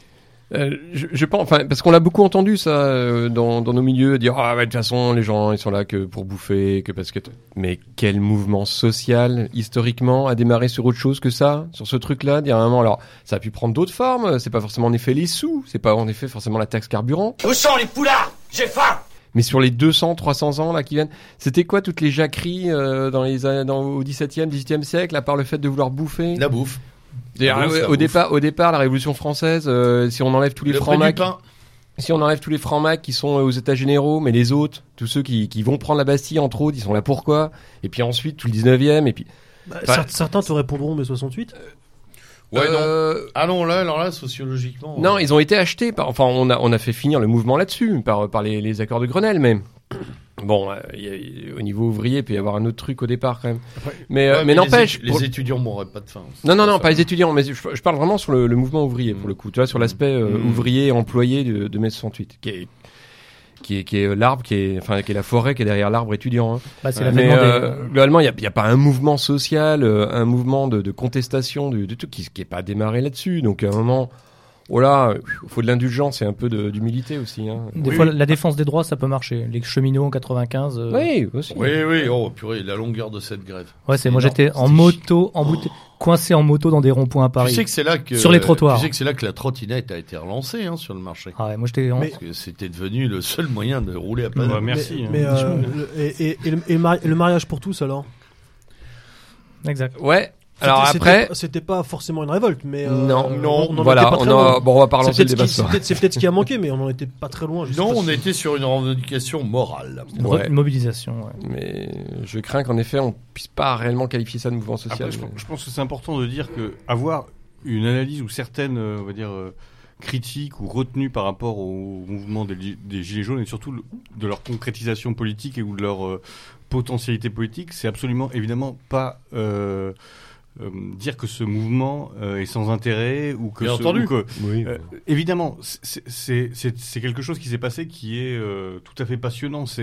Euh, je, je pense, enfin, parce qu'on l'a beaucoup entendu ça euh, dans, dans nos milieux, dire ah bah, de toute façon les gens ils sont là que pour bouffer, que parce que. T... Mais quel mouvement social historiquement a démarré sur autre chose que ça, sur ce truc-là, dire à un moment, alors ça a pu prendre d'autres formes, c'est pas forcément en effet les sous, c'est pas en effet forcément la taxe carburant. Où sont les poulards? J'ai faim. Mais sur les deux cents, trois cents ans là qui viennent, c'était quoi toutes les jacqueries euh, dans les dans au dix-septième, dix-huitième siècle, à part le fait de vouloir bouffer? La bouffe. La bouffe, au, départ, au départ, la Révolution française, euh, si on enlève tous les francs-macs, si on enlève tous les francs-macs qui sont aux États généraux, mais les autres, tous ceux qui, qui vont prendre la Bastille entre autres, ils sont là pourquoi? Et puis ensuite tout le dix-neuvième, et puis. Bah, enfin, certains te répondront mai soixante-huit. Euh, Ouais, euh... non. Ah non, là, alors là, sociologiquement. Non, ouais. ils ont été achetés par, enfin, on a, on a fait finir le mouvement là-dessus, par, par les, les accords de Grenelle, même. Bon, euh, y a, au niveau ouvrier, il peut y avoir un autre truc au départ, quand même. Après, mais, euh, ouais, mais, mais n'empêche. Les, les étudiants mourraient pas de faim. Non, non, non, pas les étudiants, mais je, je parle vraiment sur le, le mouvement ouvrier, pour le coup. Tu vois, sur l'aspect euh, mmh. ouvrier, employé de, de mai soixante-huit, qui est, qui est, qui est l'arbre, qui est, enfin, qui est la forêt qui est derrière l'arbre étudiant. Hein. Bah, c'est euh, mais euh, globalement, il y a, y a pas un mouvement social, euh, un mouvement de, de contestation de, de tout qui, qui est pas démarré là-dessus. Donc à un moment, oh là, il faut de l'indulgence et un peu de, d'humilité aussi. Hein. Des oui. fois, la défense des droits, ça peut marcher. Les cheminots en quatre-vingt-quinze. Euh... Oui, aussi. Oui, oui. Oh purée, la longueur de cette grève. Ouais, c'est, c'est moi, énorme. J'étais en moto, en bout. Coincé en moto dans des ronds-points à Paris. Tu sais que c'est là que sur les trottoirs. Tu sais que c'est là que la trottinette a été relancée hein, sur le marché. Ah ouais, moi j'étais. Parce que c'était devenu le seul moyen de rouler à pas. Ouais, merci. Mais, hein. mais euh, le, et, et, et, le, et le mariage pour tous alors. Exact. Ouais. Alors C'était- après, c'était, c'était pas forcément une révolte, mais euh, non, non, on en voilà, était pas on très a, loin. bon, on va pas relancer C'est le peut-être, débat ce qui, sur c'est, peut-être, c'est peut-être ce qui a manqué, mais on en était pas très loin. Je sais Non, pas on si- était sur une revendication morale. Une Ouais. re- une mobilisation. Ouais. Mais je crains qu'en effet, on puisse pas réellement qualifier ça de mouvement social. Après, je, mais- je pense que c'est important de dire que avoir une analyse ou certaines, euh, on va dire, euh, critiques ou retenues par rapport au mouvement des, gi- des Gilets jaunes et surtout le- de leur concrétisation politique et ou de leur euh, potentialité politique, c'est absolument évidemment pas euh, euh, dire que ce mouvement euh, est sans intérêt ou que Bien ce, entendu. ou que- Oui. euh, évidemment, c'est- c'est c'est- c'est quelque chose qui s'est passé qui est euh, tout à fait passionnant, c'est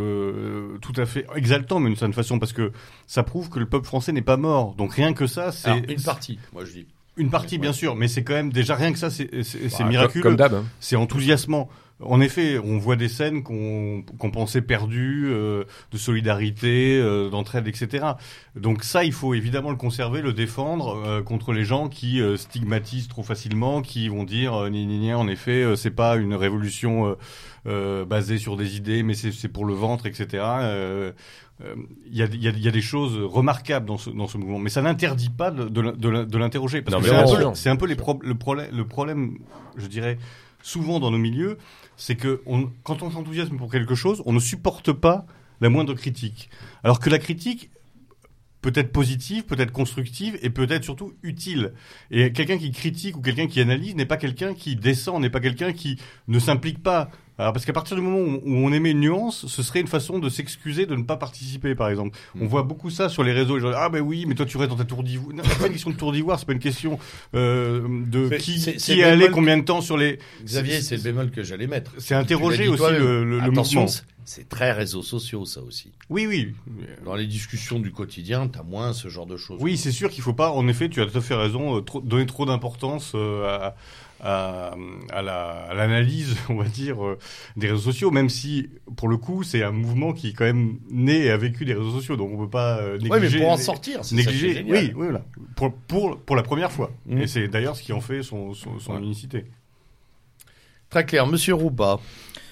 euh, tout à fait exaltant, mais d'une certaine façon, parce que ça prouve que le peuple français n'est pas mort. Donc rien que ça, c'est Alors, une partie, moi je dis. une partie, bien sûr, mais c'est quand même déjà rien que ça, c'est c'est- c'est Bah, miraculeux, Comme d'hab. hein. c'est enthousiasmant. En effet, on voit des scènes qu'on qu'on pensait perdues, euh, de solidarité, euh, d'entraide, et cetera. Donc ça, il faut évidemment le conserver, le défendre euh, contre les gens qui euh, stigmatisent trop facilement, qui vont dire euh, ni ni ni. En effet, euh, c'est pas une révolution euh, euh, basée sur des idées, mais c'est c'est pour le ventre, et cetera. Euh, euh, Il y, a, il y, a, il y a des choses remarquables dans ce, dans ce mouvement, mais ça n'interdit pas de, de, de, de l'interroger. Parce Non, que mais c'est un, bien peu, sûr. c'est un peu les pro- le, problème, le problème, je dirais, souvent dans nos milieux, c'est que on, quand on s'enthousiasme pour quelque chose, on ne supporte pas la moindre critique. Alors que la critique peut être positive, peut être constructive et peut être surtout utile. Et quelqu'un qui critique ou quelqu'un qui analyse n'est pas quelqu'un qui descend, n'est pas quelqu'un qui ne s'implique pas. Alors parce qu'à partir du moment où où on émet une nuance, ce serait une façon de s'excuser de ne pas participer, par exemple. On voit beaucoup ça sur les réseaux. Les gens disent, ah ben oui, mais toi tu restes dans ta tour d'ivoire. Non, c'est pas une question de tour d'ivoire, c'est pas une question euh, de C'est- qui, c'est- qui c'est est allé bémol combien de temps sur les. Xavier, c'est le bémol que j'allais mettre. C'est interroger Tu l'as dit aussi toi-même. le, le, le Attention, mouvement. c'est- c'est très réseaux sociaux, ça aussi. Oui, oui. Dans les discussions du quotidien, t'as moins ce genre de choses. Oui, c'est sûr qu'il faut pas, en effet, tu as tout à fait raison, euh, trop, donner trop d'importance euh, à, à, à la- à l'analyse, on va dire, euh, des réseaux sociaux, même si, pour le coup, c'est un mouvement qui, quand même, naît et a vécu des réseaux sociaux, donc on peut pas euh, négliger... Oui, mais pour en sortir, c'est ça qui est négliger, génial. oui, oui, voilà. Pour, pour, pour la première fois. Mmh. Et c'est d'ailleurs ce qui en fait son, son, son Ouais. unicité. Très clair. Monsieur Rouba.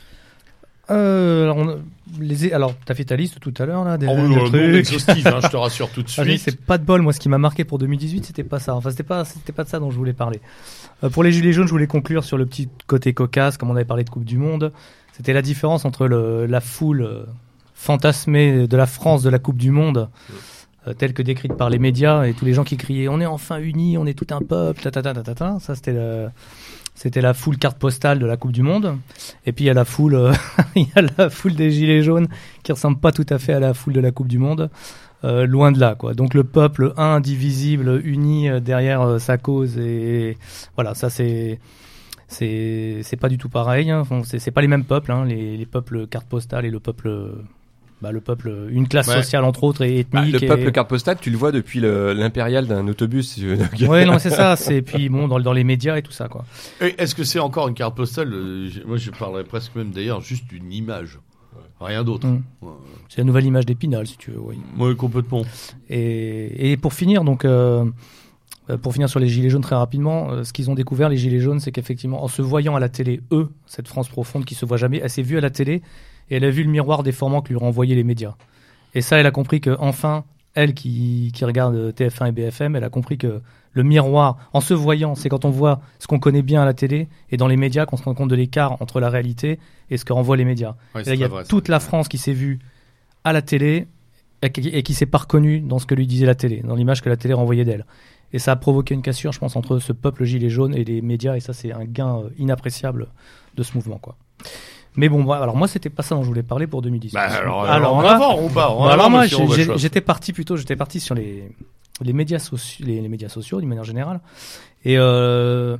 Euh, alors, on a- les, alors, t'as fait ta liste tout à l'heure, là, des, Oh, des euh, non trucs. exhaustive, hein, je te rassure tout de Ah, mais suite. c'est pas de bol. Moi, ce qui m'a marqué pour deux mille dix-huit, c'était pas ça. Enfin, c'était pas, c'était pas de ça dont je voulais parler. Euh, pour les Gilets jaunes, je voulais conclure sur le petit côté cocasse, comme on avait parlé de Coupe du Monde. C'était la différence entre le, la foule euh, fantasmée de la France de la Coupe du Monde, euh, telle que décrite par les médias, et tous les gens qui criaient "On est enfin unis, on est tout un peuple", ta ta ta ta ta ta. Ça, c'était le, c'était la foule carte postale de la Coupe du Monde. Et puis il y a la foule, euh, il y a la foule des Gilets jaunes qui ressemble pas tout à fait à la foule de la Coupe du Monde. Euh, loin de là, quoi. Donc le peuple indivisible, uni euh, derrière euh, sa cause, et, et voilà, ça c'est c'est c'est pas du tout pareil. Hein. Bon, c'est c'est pas les mêmes peuples, hein. les, les peuples carte postale et le peuple, bah, le peuple, une classe Ouais. sociale entre autres et Bah, ethnique. le et... peuple carte postale, tu le vois depuis le- l'impérial d'un autobus. Ouais, non, c'est ça. C'est puis bon dans, dans les médias et tout ça, quoi. Et Est-ce que c'est encore une carte postale euh, j'ai- Moi, je parlerais presque même d'ailleurs juste d'une image. Rien d'autre. Mm. Ouais. C'est la nouvelle image d'Épinal, si tu veux. Oui. Ouais, complètement. Et, et pour finir, donc, euh, euh, pour finir sur les Gilets jaunes très rapidement, euh, ce qu'ils ont découvert, les Gilets jaunes, c'est qu'effectivement, en se voyant à la télé, eux, cette France profonde qui se voit jamais, elle s'est vue à la télé et elle a vu le miroir déformant que lui renvoyaient les médias. Et ça, elle a compris que, enfin, elle qui, qui regarde T F un et B F M, elle a compris que le miroir, en se voyant, c'est quand on voit ce qu'on connaît bien à la télé et dans les médias qu'on se rend compte de l'écart entre la réalité et ce que renvoient les médias. Ouais, Et c'est là, il y a très vrai, ça. toute la France qui s'est vue à la télé et qui, et qui s'est pas reconnue dans ce que lui disait la télé, dans l'image que la télé renvoyait d'elle. Et ça a provoqué une cassure, je pense, entre ce peuple gilet jaune et les médias, et ça, c'est un gain euh, inappréciable de ce mouvement, quoi. Mais bon, voilà, alors moi, c'était pas ça dont je voulais parler pour deux mille dix. Bah, alors, Alors, alors, en là- avant, Rouba. en Bah, avant, alors moi, monsieur j'ai- j'ai- Roubachois. j'étais parti plutôt, j'étais parti sur les les médias sociaux, les, les médias sociaux d'une manière générale, et euh,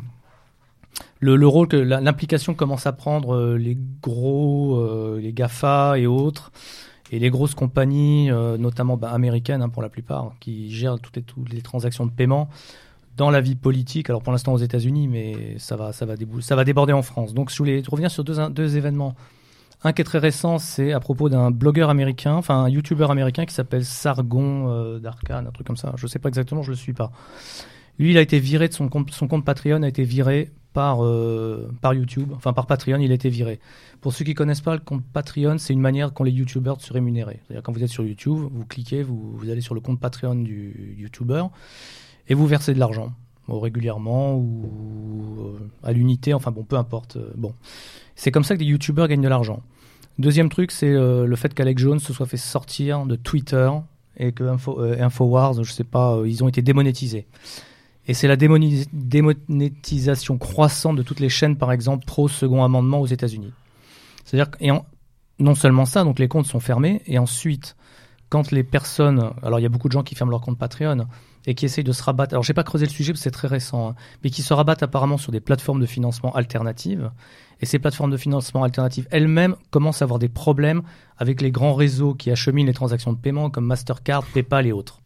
le, le rôle que la- l'implication que commencent à prendre euh, les gros, euh, les GAFA et autres, et les grosses compagnies, euh, notamment bah, américaines hein, pour la plupart, qui gèrent toutes les, toutes les transactions de paiement dans la vie politique. Alors pour l'instant aux États-Unis, mais ça va, ça va débou- ça va déborder en France. Donc je voulais revenir sur deux, deux événements. Un qui est très récent, c'est à propos d'un blogueur américain, enfin un youtubeur américain qui s'appelle Sargon euh, d'Arcane, un truc comme ça. Je sais pas exactement, je le suis pas. Lui, il a été viré de son compte, son compte Patreon a été viré par, euh, par YouTube, enfin par Patreon, il a été viré. Pour ceux qui ne connaissent pas, le compte Patreon, c'est une manière qu'ont les YouTubers de se rémunérer. C'est-à-dire quand vous êtes sur YouTube, vous cliquez, vous, vous allez sur le compte Patreon du YouTuber et vous versez de l'argent, bon, régulièrement ou euh, à l'unité, enfin bon, peu importe. Euh, bon. C'est comme ça que des YouTubers gagnent de l'argent. Deuxième truc, c'est euh, le fait qu'Alex Jones se soit fait sortir de Twitter et que Info, euh, Infowars, je sais pas, euh, ils ont été démonétisés. Et c'est la démonétis- démonétisation croissante de toutes les chaînes, par exemple, pro-second amendement aux États-Unis. C'est-à-dire que, et en, non seulement ça, donc les comptes sont fermés, et ensuite, quand les personnes, alors il y a beaucoup de gens qui ferment leur compte Patreon et qui essayent de se rabattre, alors j'ai pas creusé le sujet parce que c'est très récent, hein, mais qui se rabattent apparemment sur des plateformes de financement alternatives, et ces plateformes de financement alternatives elles-mêmes commencent à avoir des problèmes avec les grands réseaux qui acheminent les transactions de paiement comme Mastercard, PayPal et autres.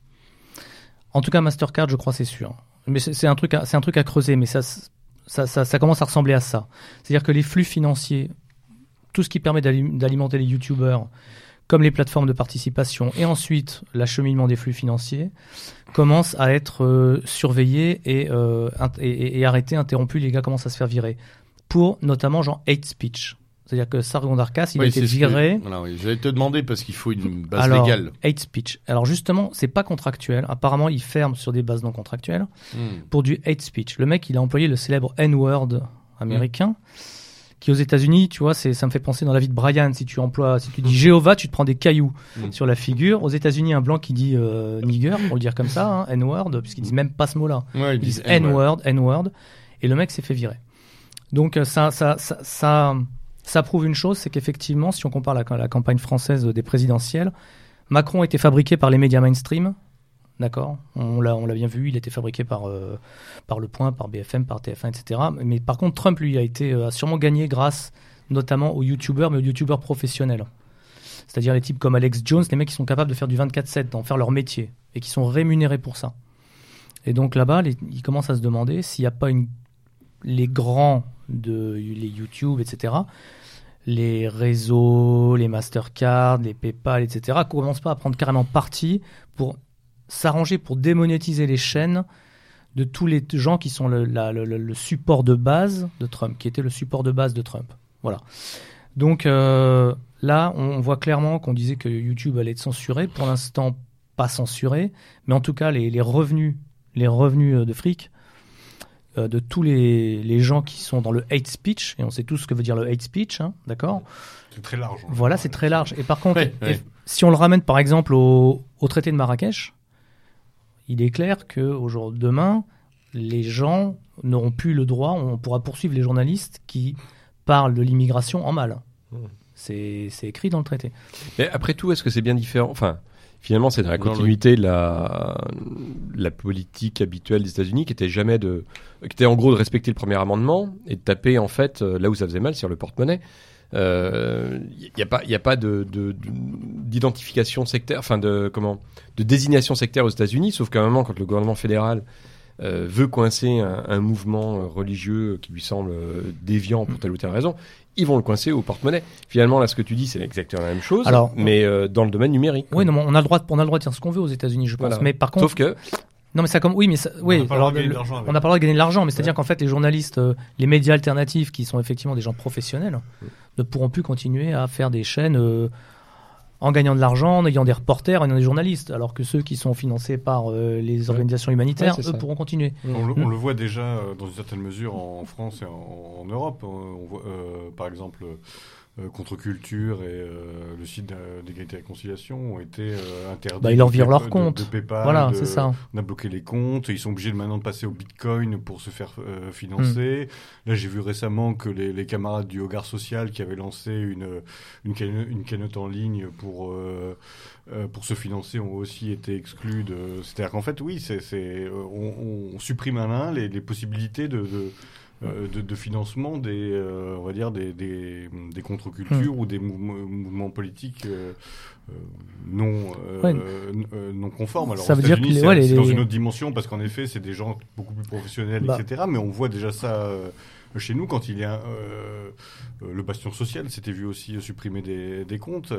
En tout cas, Mastercard, je crois, c'est sûr. Mais c'est, c'est, un, truc à, c'est un truc à creuser, mais ça, ça, ça, ça commence à ressembler à ça. C'est-à-dire que les flux financiers, tout ce qui permet d'alim- d'alimenter les YouTubers, comme les plateformes de participation, et ensuite l'acheminement des flux financiers, commence à être euh, surveillé et, euh, et, et, et arrêté, interrompu. Les gars commencent à se faire virer. Pour notamment genre hate speech. C'est-à-dire que Sargon d'Arcas, il oui, a été viré. Que, voilà, oui. J'allais te demander parce qu'il faut une base Alors, légale. Hate speech. Alors justement, c'est pas contractuel. Apparemment, il ferme sur des bases non contractuelles Hmm. pour du hate speech. Le mec, il a employé le célèbre N-word américain, hmm. qui aux États-Unis, tu vois, c'est, ça me fait penser dans la vie de Brian. Si tu emploies, si tu dis Jéhovah, tu te prends des cailloux hmm. sur la figure. Aux États-Unis, un blanc qui dit euh, nigger, pour le dire comme ça, hein, N-word, puisqu'ils disent même pas ce mot-là. Ouais, ils, ils disent disent N-word, N-word, et le mec s'est fait virer. Donc ça, ça, ça, ça, ça prouve une chose, c'est qu'effectivement, si on compare la, la campagne française des présidentielles, Macron a été fabriqué par les médias mainstream, d'accord, on l'a, on l'a bien vu, il a été fabriqué par, euh, par Le Point, par B F M, par T F un, et cetera. Mais par contre, Trump, lui, a, été, a sûrement gagné grâce notamment aux youtubeurs, mais aux youtubeurs professionnels. C'est-à-dire les types comme Alex Jones, les mecs qui sont capables de faire du vingt-quatre sept, d'en faire leur métier, et qui sont rémunérés pour ça. Et donc là-bas, les, ils commencent à se demander s'il n'y a pas une... les grands de les YouTube, et cetera, les réseaux, les Mastercard, les PayPal, et cetera, commencent pas à prendre carrément parti pour s'arranger pour démonétiser les chaînes de tous les gens qui sont le, la, le, le support de base de Trump, qui était le support de base de Trump. Voilà. Donc euh, là, on voit clairement qu'on disait que YouTube allait être censuré. Pour l'instant, pas censuré, mais en tout cas, les, les revenus, les revenus de fric de tous les, les gens qui sont dans le hate speech, et on sait tous ce que veut dire le hate speech, hein, d'accord ? C'est très large. Voilà, c'est très large. Et par contre, ouais, ouais. Et, si on le ramène par exemple au, au traité de Marrakech, il est clair qu'au jour de demain, les gens n'auront plus le droit, on pourra poursuivre les journalistes qui parlent de l'immigration en mal. Mmh. C'est, c'est écrit dans le traité. Mais après tout, est-ce que c'est bien différent ? Enfin, finalement, c'est dans la continuité de la, la politique habituelle des États-Unis, qui était jamais de, qui était en gros de respecter le premier amendement et de taper en fait là où ça faisait mal, sur le porte-monnaie. Il euh, n'y a pas, il y a pas de, de, de d'identification sectaire, enfin de comment, de désignation sectaire aux États-Unis, sauf qu'à un moment, quand le gouvernement fédéral euh, veut coincer un, un mouvement religieux qui lui semble déviant pour telle ou telle raison, ils vont le coincer au porte-monnaie. Finalement, là, ce que tu dis, c'est exactement la même chose, Alors, mais euh, dans le domaine numérique. Oui, non, on a le droit, de, on a le droit de dire ce qu'on veut aux États-Unis, je pense. Voilà. Mais par contre, sauf que. Non, mais ça comme oui, mais ça, oui. On Alors, n'a pas le on n'a pas le droit de gagner de l'argent, mais c'est-à-dire ouais. qu'en fait, les journalistes, euh, les médias alternatifs, qui sont effectivement des gens professionnels, ouais. ne pourront plus continuer à faire des chaînes euh, en gagnant de l'argent, en ayant des reporters, en ayant des journalistes, alors que ceux qui sont financés par euh, les organisations humanitaires, ouais, eux, ça. pourront continuer. On, le, on le voit déjà euh, dans une certaine mesure en France et en, en Europe. On voit, euh, par exemple. Euh, Contre-Culture et euh, le site d'égalité et réconciliation ont été euh, interdits. Bah, ils leur virent de, leurs de, comptes. De, de PayPal, voilà, de, c'est ça. On a bloqué les comptes. Ils sont obligés de maintenant de passer au Bitcoin pour se faire euh, financer. Mm. Là, j'ai vu récemment que les, les camarades du Hogar Social qui avaient lancé une, une, cagnotte, une cagnotte en ligne pour, euh, euh, pour se financer ont aussi été exclus. De... C'est-à-dire qu'en fait, oui, c'est, c'est, on, on supprime à l'un les, les possibilités de... de Euh, de, de financement des, euh, on va dire des, des, des contre-cultures mmh. ou des mouvements, mouvements politiques euh, euh, non, euh, ouais. euh, non conformes. Alors ça aux veut dire que les, c'est, ouais, c'est les, dans les... une autre dimension parce qu'en effet, c'est des gens beaucoup plus professionnels, bah. et cetera. Mais on voit déjà ça. Euh, Chez nous, quand il y a euh, euh, le bastion social, c'était vu aussi euh, supprimer des, des comptes. Mmh.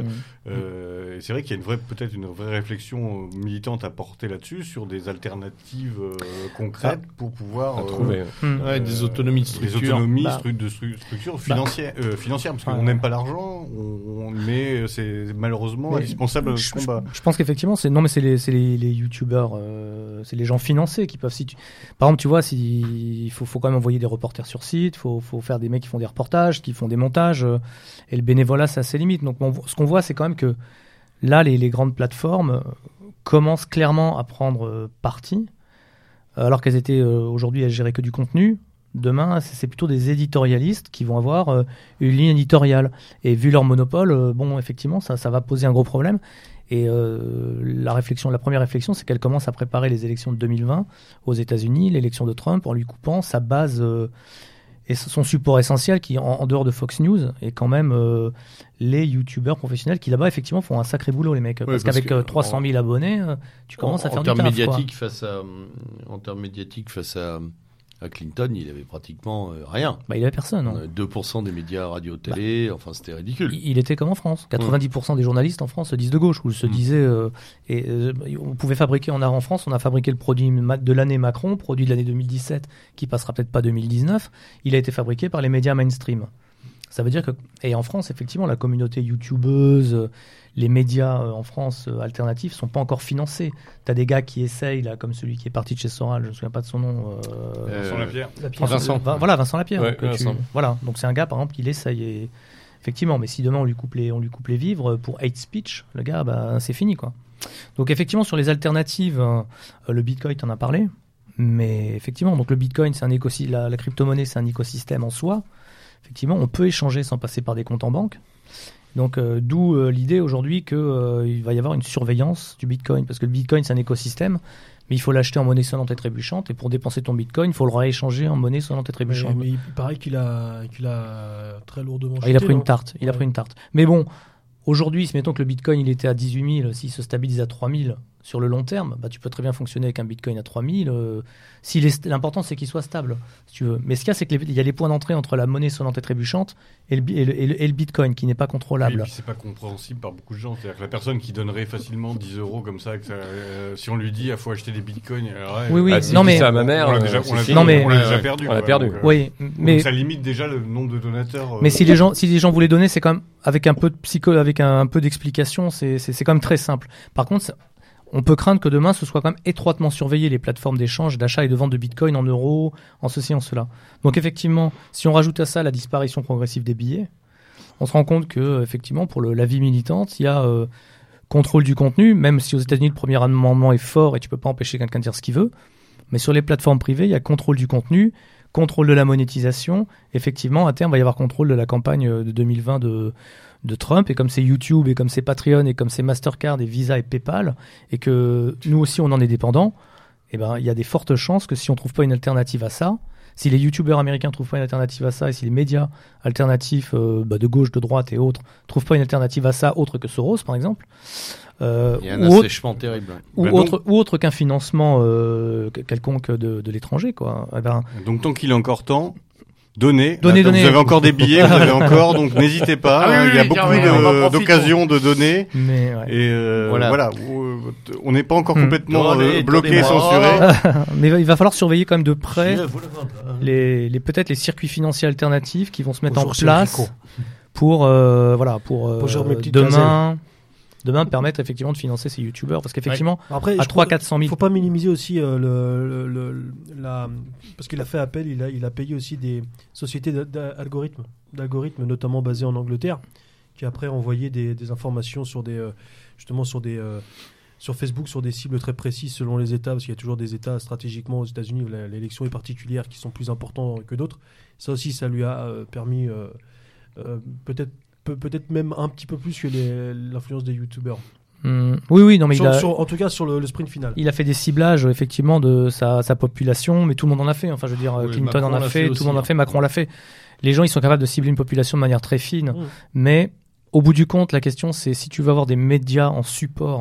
Euh, et c'est vrai qu'il y a une vraie, peut-être une vraie réflexion militante à porter là-dessus sur des alternatives euh, concrètes ah. pour pouvoir euh, trouver euh, ouais, des autonomies de structure, des autonomies bah. stru- de stru- structure financière, bah. euh, financière parce qu'on ouais. n'aime pas l'argent, on, on, mais c'est malheureusement mais indispensable à ce combat. Je, je pense qu'effectivement, c'est non, mais c'est les, c'est les, les youtubeurs, euh, c'est les gens financés qui peuvent. Si tu, par exemple, tu vois, si il faut, faut quand même envoyer des reporters sur site. Il faut, faut faire des mecs qui font des reportages, qui font des montages, euh, et le bénévolat, ça a ses limites. Donc, bon, ce qu'on voit, c'est quand même que là, les, les grandes plateformes euh, commencent clairement à prendre euh, parti, euh, alors qu'elles étaient euh, aujourd'hui à gérer que du contenu. Demain, c'est, c'est plutôt des éditorialistes qui vont avoir euh, une ligne éditoriale. Et vu leur monopole, euh, bon, effectivement, ça, ça va poser un gros problème. Et euh, la réflexion, la première réflexion, c'est qu'elle commence à préparer les élections de deux mille vingt aux États-Unis, l'élection de Trump, en lui coupant sa base. Euh, Et son support essentiel, qui en, en dehors de Fox News, est quand même euh, les youtubeurs professionnels qui là-bas effectivement font un sacré boulot, les mecs. Oui, parce, parce qu'avec euh, trois cent mille abonnés, euh, tu commences en, à faire en du taf. Médiatique face à, en termes médiatiques face à, à Clinton, il avait pratiquement euh, rien. Bah, il avait personne. Hein. deux pour cent des médias radio-télé, bah, enfin c'était ridicule. Il, il était comme en France. quatre-vingt-dix pour cent mmh. des journalistes en France se disent de gauche, ou se mmh. disaient. Euh, et, euh, on pouvait fabriquer, en, en France, on a fabriqué le produit de l'année Macron, produit de l'année deux mille dix-sept, qui passera peut-être pas deux mille dix-neuf. Il a été fabriqué par les médias mainstream. Ça veut dire que. Et en France, effectivement, la communauté youtubeuse. Les médias euh, en France euh, alternatifs sont pas encore financés. T'as des gars qui essayent, là, comme celui qui est parti de chez Soral, je me souviens pas de son nom. Euh... Vincent Lapierre. Lapierre. Vincent. Va, voilà, Vincent Lapierre. Ouais, donc, Vincent. Tu, voilà, donc c'est un gars, par exemple, qui l'essaye. Et, effectivement, mais si demain on lui coupe les, on lui coupe les vivres pour hate speech, le gars, bah, c'est fini, quoi. Donc effectivement, sur les alternatives, euh, le Bitcoin, t'en as parlé, mais effectivement, donc le Bitcoin, c'est un écosystème, la, la crypto-monnaie, c'est un écosystème en soi. Effectivement, on peut échanger sans passer par des comptes en banque. Donc, euh, d'où euh, l'idée aujourd'hui qu'il euh, va y avoir une surveillance du Bitcoin. Parce que le Bitcoin, c'est un écosystème, mais il faut l'acheter en monnaie sonnante et trébuchante. Et pour dépenser ton Bitcoin, il faut le rééchanger en monnaie sonnante et trébuchante. Mais, mais il paraît qu'il a, qu'il a très lourdement chuté. Ah, il a pris non une tarte. Il ouais. a pris une tarte. Mais bon, aujourd'hui, si mettons que le Bitcoin il était à dix-huit mille, s'il se stabilise à trois mille sur le long terme, bah, tu peux très bien fonctionner avec un Bitcoin à trois mille. Euh, s'il est, l'important, c'est qu'il soit stable, si tu veux. Mais ce qu'il y a, c'est qu'il y a les points d'entrée entre la monnaie sonnante et trébuchante et le, et le, et le, et le Bitcoin qui n'est pas contrôlable. Et puis, c'est pas compréhensible par beaucoup de gens. C'est-à-dire que la personne qui donnerait facilement dix euros comme ça, que ça euh, si on lui dit, il faut acheter des Bitcoins. Alors, ouais, oui, oui. Ah, si non, mais. ça à ma mère, on l'a déjà, on l'a, non, mais, on l'a déjà perdu. On l'a perdu. Donc, oui, euh, mais. Donc, ça limite déjà le nombre de donateurs. Euh, mais si les gens, si les gens voulaient donner, c'est quand même, avec un peu de psycho, avec un, un peu d'explication, c'est, c'est, c'est quand même très simple. Par contre, ça, on peut craindre que demain, ce soit quand même étroitement surveillé, les plateformes d'échange, d'achat et de vente de Bitcoin en euros, en ceci, en cela. Donc effectivement, si on rajoute à ça la disparition progressive des billets, on se rend compte que, effectivement, pour le, la vie militante, il y a euh, contrôle du contenu, même si aux États-Unis, le premier amendement est fort et tu peux pas empêcher quelqu'un de dire ce qu'il veut. Mais sur les plateformes privées, il y a contrôle du contenu, contrôle de la monétisation. Effectivement, à terme, il va y avoir contrôle de la campagne de deux mille vingt de... de Trump, et comme c'est YouTube, et comme c'est Patreon, et comme c'est Mastercard, et Visa, et PayPal, et que nous aussi on en est dépendants, eh ben, il y a des fortes chances que si on trouve pas une alternative à ça, si les youtubeurs américains trouvent pas une alternative à ça, et si les médias alternatifs euh, bah, de gauche, de droite et autres trouvent pas une alternative à ça, autre que Soros par exemple, euh, il y a un ou assèchement autre, terrible. Ou, bah autre, ou autre qu'un financement euh, quelconque de, de l'étranger, quoi. Eh ben, donc tant qu'il est encore temps, Donnez, donnez, donnez. Vous avez encore des billets, vous avez encore, donc n'hésitez pas. Ah oui, hein, oui, il y a oui, beaucoup oui, de, d'occasions de donner. Mais ouais. Et euh, voilà. voilà, on n'est pas encore Hmm. complètement Donnez, euh, bloqué, donnez-moi. censuré. Mais il va falloir surveiller quand même de près Je vous le vends pas. les, les peut-être les circuits financiers alternatifs qui vont se mettre Bonjour, en c'est place Enrico. pour euh, voilà pour euh, Bonjour, mes petites demain demain permettre effectivement de financer ces youtubeurs, parce qu'effectivement Après, à je trois crois- quatre cent mille faut pas minimiser aussi euh, le, le, le- la parce qu'il a fait appel, il a, il a payé aussi des sociétés d'a- d'algorithmes, d'algorithmes notamment basées en Angleterre, qui après envoyaient des, des informations sur des euh, justement sur des euh, sur Facebook sur des cibles très précises selon les États, parce qu'il y a toujours des États stratégiquement aux États-Unis où la- l'élection est particulière qui sont plus importants que d'autres. Ça aussi, ça lui a euh, permis euh, euh, peut-être peut- peut-être même un petit peu plus que les- l'influence des youtubeurs. Hum, oui oui non mais Sur- il a sur- en tout cas sur le, le sprint final. il a fait des ciblages effectivement de sa, sa population, mais tout le monde en a fait. Enfin, je veux dire, Oui, Clinton Macron en a l'a fait, fait tout aussi, le monde en a hein. fait, Macron l'a fait. Les gens, ils sont capables de cibler une population de manière très fine, Mmh. mais au bout du compte, la question, c'est si tu veux avoir des médias en support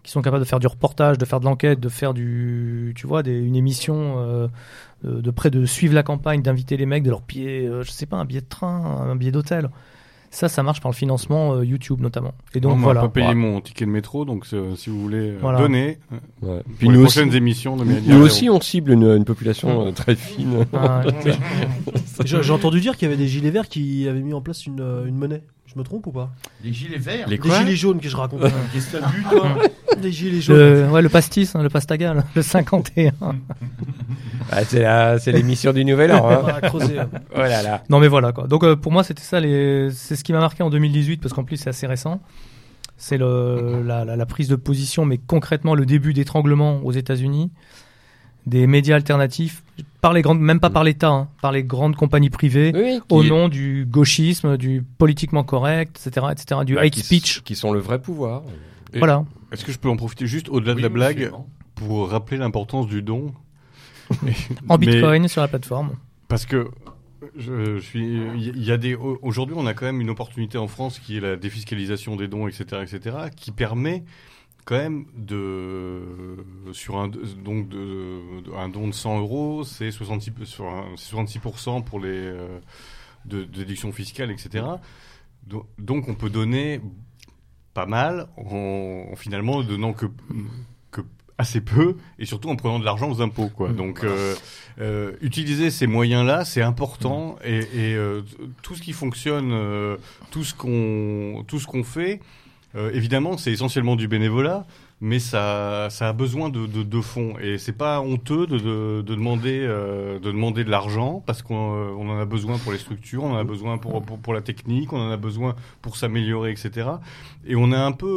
qui sont capables de faire du reportage, de faire de l'enquête, de faire du, tu vois, des, une émission euh, de, de près, de suivre la campagne, d'inviter les mecs, de leur payer, euh, je sais pas, un billet de train, un billet d'hôtel. Ça, ça marche par le financement euh, YouTube notamment. Et donc non, voilà. On va pas payer voilà. mon ticket de métro, donc euh, si vous voulez euh, Voilà. donner. Ouais. Puis Puis pour nous les aussi, prochaines émissions de nous, Média nous aussi, on cible une, une population euh, très fine. Ah, ouais. J'ai j'ai entendu dire qu'il y avait des gilets verts qui avaient mis en place une, euh, une monnaie. Je me trompe ou pas? Les gilets verts. Les Des quoi gilets jaunes que je raconte. Qu'est-ce que t'as vu, toi? Des gilets jaunes. Le, ouais, le pastis, hein, le pastaga, le, le cinquante et un. Ah, c'est la, c'est l'émission du Nouvel An. Hein. On va creuser. Oh là là. Non mais voilà quoi. Donc euh, pour moi c'était ça, les... c'est ce qui m'a marqué en deux mille dix-huit parce qu'en plus c'est assez récent. C'est le, la, la, la prise de position, mais concrètement le début d'étranglement aux États-Unis des médias alternatifs, par les grandes, même pas par l'État, hein, par les grandes compagnies privées, Oui, au qui- nom du gauchisme, du politiquement correct, et cetera, et cetera, du bah, hate qui, speech. qui sont le vrai pouvoir. Et- Voilà. Est-ce que je peux en profiter juste au-delà Oui, de la blague absolument. pour rappeler l'importance du don? En Mais- Bitcoin sur la plateforme. Parce que je, je suis, il y a des, aujourd'hui, on a quand même une opportunité en France qui est la défiscalisation des dons, et cetera, et cetera, qui permet quand même de, sur un, donc de, de- un don de cent euros, c'est soixante-six, sur un- c'est soixante-six pour cent pour les, euh, de, de déduction fiscale, et cetera. Do- Donc, on peut donner pas mal en, en finalement donnant que, que assez peu et surtout en prenant de l'argent aux impôts, quoi. Donc, euh, euh, utiliser ces moyens-là, c'est important et, et euh, tout ce qui fonctionne, euh, tout ce qu'on, tout ce qu'on fait, euh, évidemment, c'est essentiellement du bénévolat, mais ça, ça a besoin de, de, de fonds et c'est pas honteux de, de, de demander, euh, de demander de l'argent parce qu'on euh, on en a besoin pour les structures, on en a besoin pour, pour, pour la technique, on en a besoin pour s'améliorer, et cetera. Et on a un peu,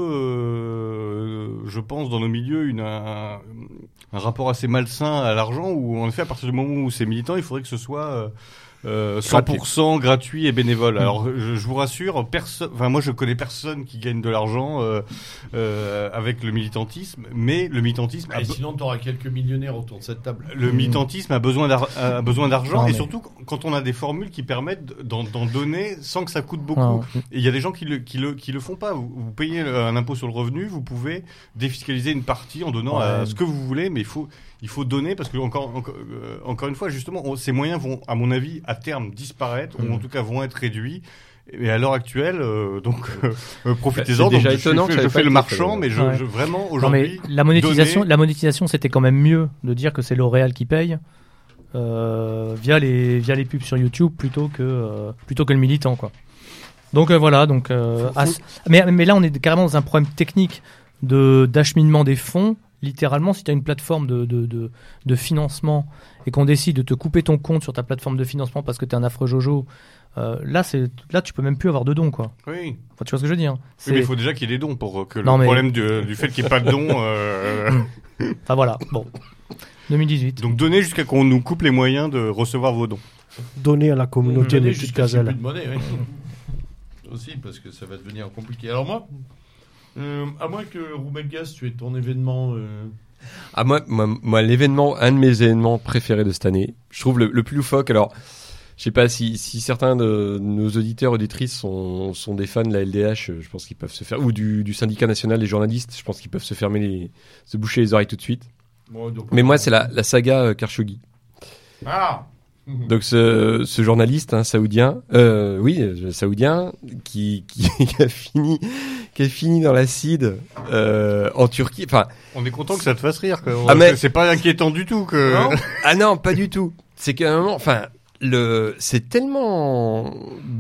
euh, je pense, dans nos milieux, une, un, un rapport assez malsain à l'argent où, en effet, à partir du moment où c'est militant, il faudrait que ce soit euh, euh, cent pour cent gratuit et bénévole. Alors, je, je vous rassure, personne, enfin, moi, je connais personne qui gagne de l'argent euh, euh, avec le militantisme, mais le militantisme a Et be- sinon, t'auras quelques millionnaires autour de cette table. le militantisme a besoin d'ar- a besoin d'argent Non, et mais- surtout quand on a des formules qui permettent d'en d'en donner sans que ça coûte beaucoup. Non. Et il y a des gens qui le, qui le, qui le font pas. Vous, vous payez le- un impôt sur le revenu, vous pouvez défiscaliser une partie en donnant Ouais. à ce que vous voulez, mais il faut, il faut donner parce que encore, encore, euh, encore une fois, justement, on- ces moyens vont, à mon avis, à terme disparaître ou en tout cas vont être réduits. Et à l'heure actuelle, euh, donc euh, euh, profitez-en. C'est déjà Donc, je, étonnant je que fais, ça je ait fais pas le été marchand, fait, mais je, ouais. je vraiment Non, mais aujourd'hui. la monétisation, donner- la monétisation, c'était quand même mieux de dire que c'est L'Oréal qui paye euh, via les via les pubs sur YouTube plutôt que euh, plutôt que le militant, quoi. Donc euh, voilà, donc euh, Faut- à ce- mais mais là on est carrément dans un problème technique de d'acheminement des fonds. Littéralement, si tu as une plateforme de, de, de, de financement et qu'on décide de te couper ton compte sur ta plateforme de financement parce que tu es un affreux Jojo, euh, là, c'est, là, tu peux même plus avoir de dons, quoi. Oui. Enfin, tu vois ce que je veux dire? Oui, C'est- mais il faut déjà qu'il y ait des dons pour euh, que Non, le mais- problème du, du fait qu'il n'y ait pas de dons. euh, Enfin voilà, bon. deux mille dix-huit. Donc donnez jusqu'à qu'on nous coupe les moyens de recevoir vos dons. Donner à la communauté Donner des petites jusqu'à ce qu'il y ait gazelles. plus de monnaie, oui. Aussi, parce que ça va devenir compliqué. Alors moi, euh, à moins que Roumelgas, tu aies ton événement... euh, Ah, moi, moi, moi, l'événement, un de mes événements préférés de cette année, je trouve le, le plus loufoque. Alors, je sais pas si, si certains de nos auditeurs auditrices sont, sont des fans de la L D H, je pense qu'ils peuvent se faire, ou du, du syndicat national des journalistes, je pense qu'ils peuvent se fermer les, se boucher les oreilles tout de suite. bon, donc- Mais moi, c'est la, la saga euh, Khashoggi. Ah Donc ce, ce journaliste hein, saoudien, euh, oui, euh, saoudien, qui, qui, qui a fini, qui a fini dans l'acide euh, en Turquie. Enfin, On est content que ça te fasse rire. Quoi. Ah, mais- C'est pas inquiétant du tout que. Non ah non, pas du tout. C'est qu'à un moment, enfin, le, c'est tellement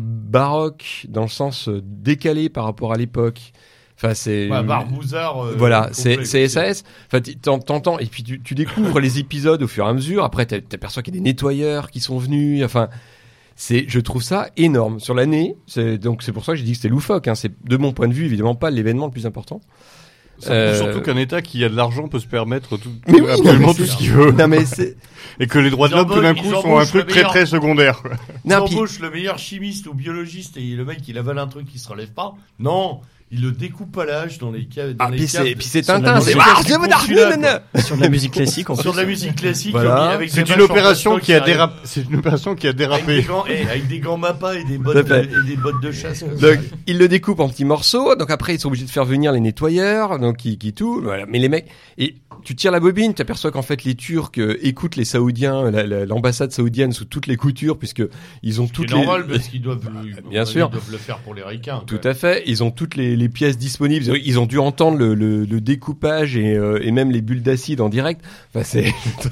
baroque dans le sens euh, décalé par rapport à l'époque. Enfin, c'est. bah, Barbouzard... euh, Voilà, complet, c'est c'est quoi. S A S. Enfin, tu- t'en- t'entends et puis tu, tu découvres les épisodes au fur et à mesure. Après, t'a- t'aperçois qu'il y a des nettoyeurs qui sont venus. Enfin, c'est, je trouve ça énorme sur l'année. C'est donc c'est pour ça que j'ai dit que c'était loufoque. Hein. C'est de mon point de vue évidemment pas l'événement le plus important. Ça prouve Euh, surtout qu'un État qui a de l'argent peut se permettre tout, Mais oui, absolument non, mais tout c'est- ce qu'il veut. Non mais c'est Et que les droits de Ils l'homme tout d'un embauchent- coup ils sont un embauchent truc le très meilleur. très secondaire. quoi. non Tu puis embauches le meilleur chimiste ou biologiste et le mec il avale un truc qui se relève pas. Non, il le découpe à l'âge dans les caves. Dans ah, les puis caves c'est puis c'est sur la Tintin. C'est musique. ah, je me Consulat, non, non, non. Sur de la musique classique, en sur plus. de la musique classique. Voilà. avec des C'est vaches une en opération plastoc qui a arrivent. dérapé. C'est une opération qui a Avec des dérapé. gants, et avec des gants Mappa et des Tout bottes à de, fait. et des bottes de chasse. comme Donc ça. ils le découpent en petits morceaux. Donc après ils sont obligés de faire venir les nettoyeurs. Donc donc qui, qui tout. Voilà. Mais les mecs, et tu tires la bobine, tu aperçois qu'en fait les Turcs euh, écoutent les Saoudiens, la, la, l'ambassade saoudienne sous toutes les coutures, puisque ils ont toutes c'est les. normal parce qu'ils doivent, le, bien sûr, ils doivent le faire pour les ricains. Tout à fait. Ils ont toutes les, les pièces disponibles. Ils ont dû entendre le, le, le découpage et, euh, et même les bulles d'acide en direct. Enfin, c'est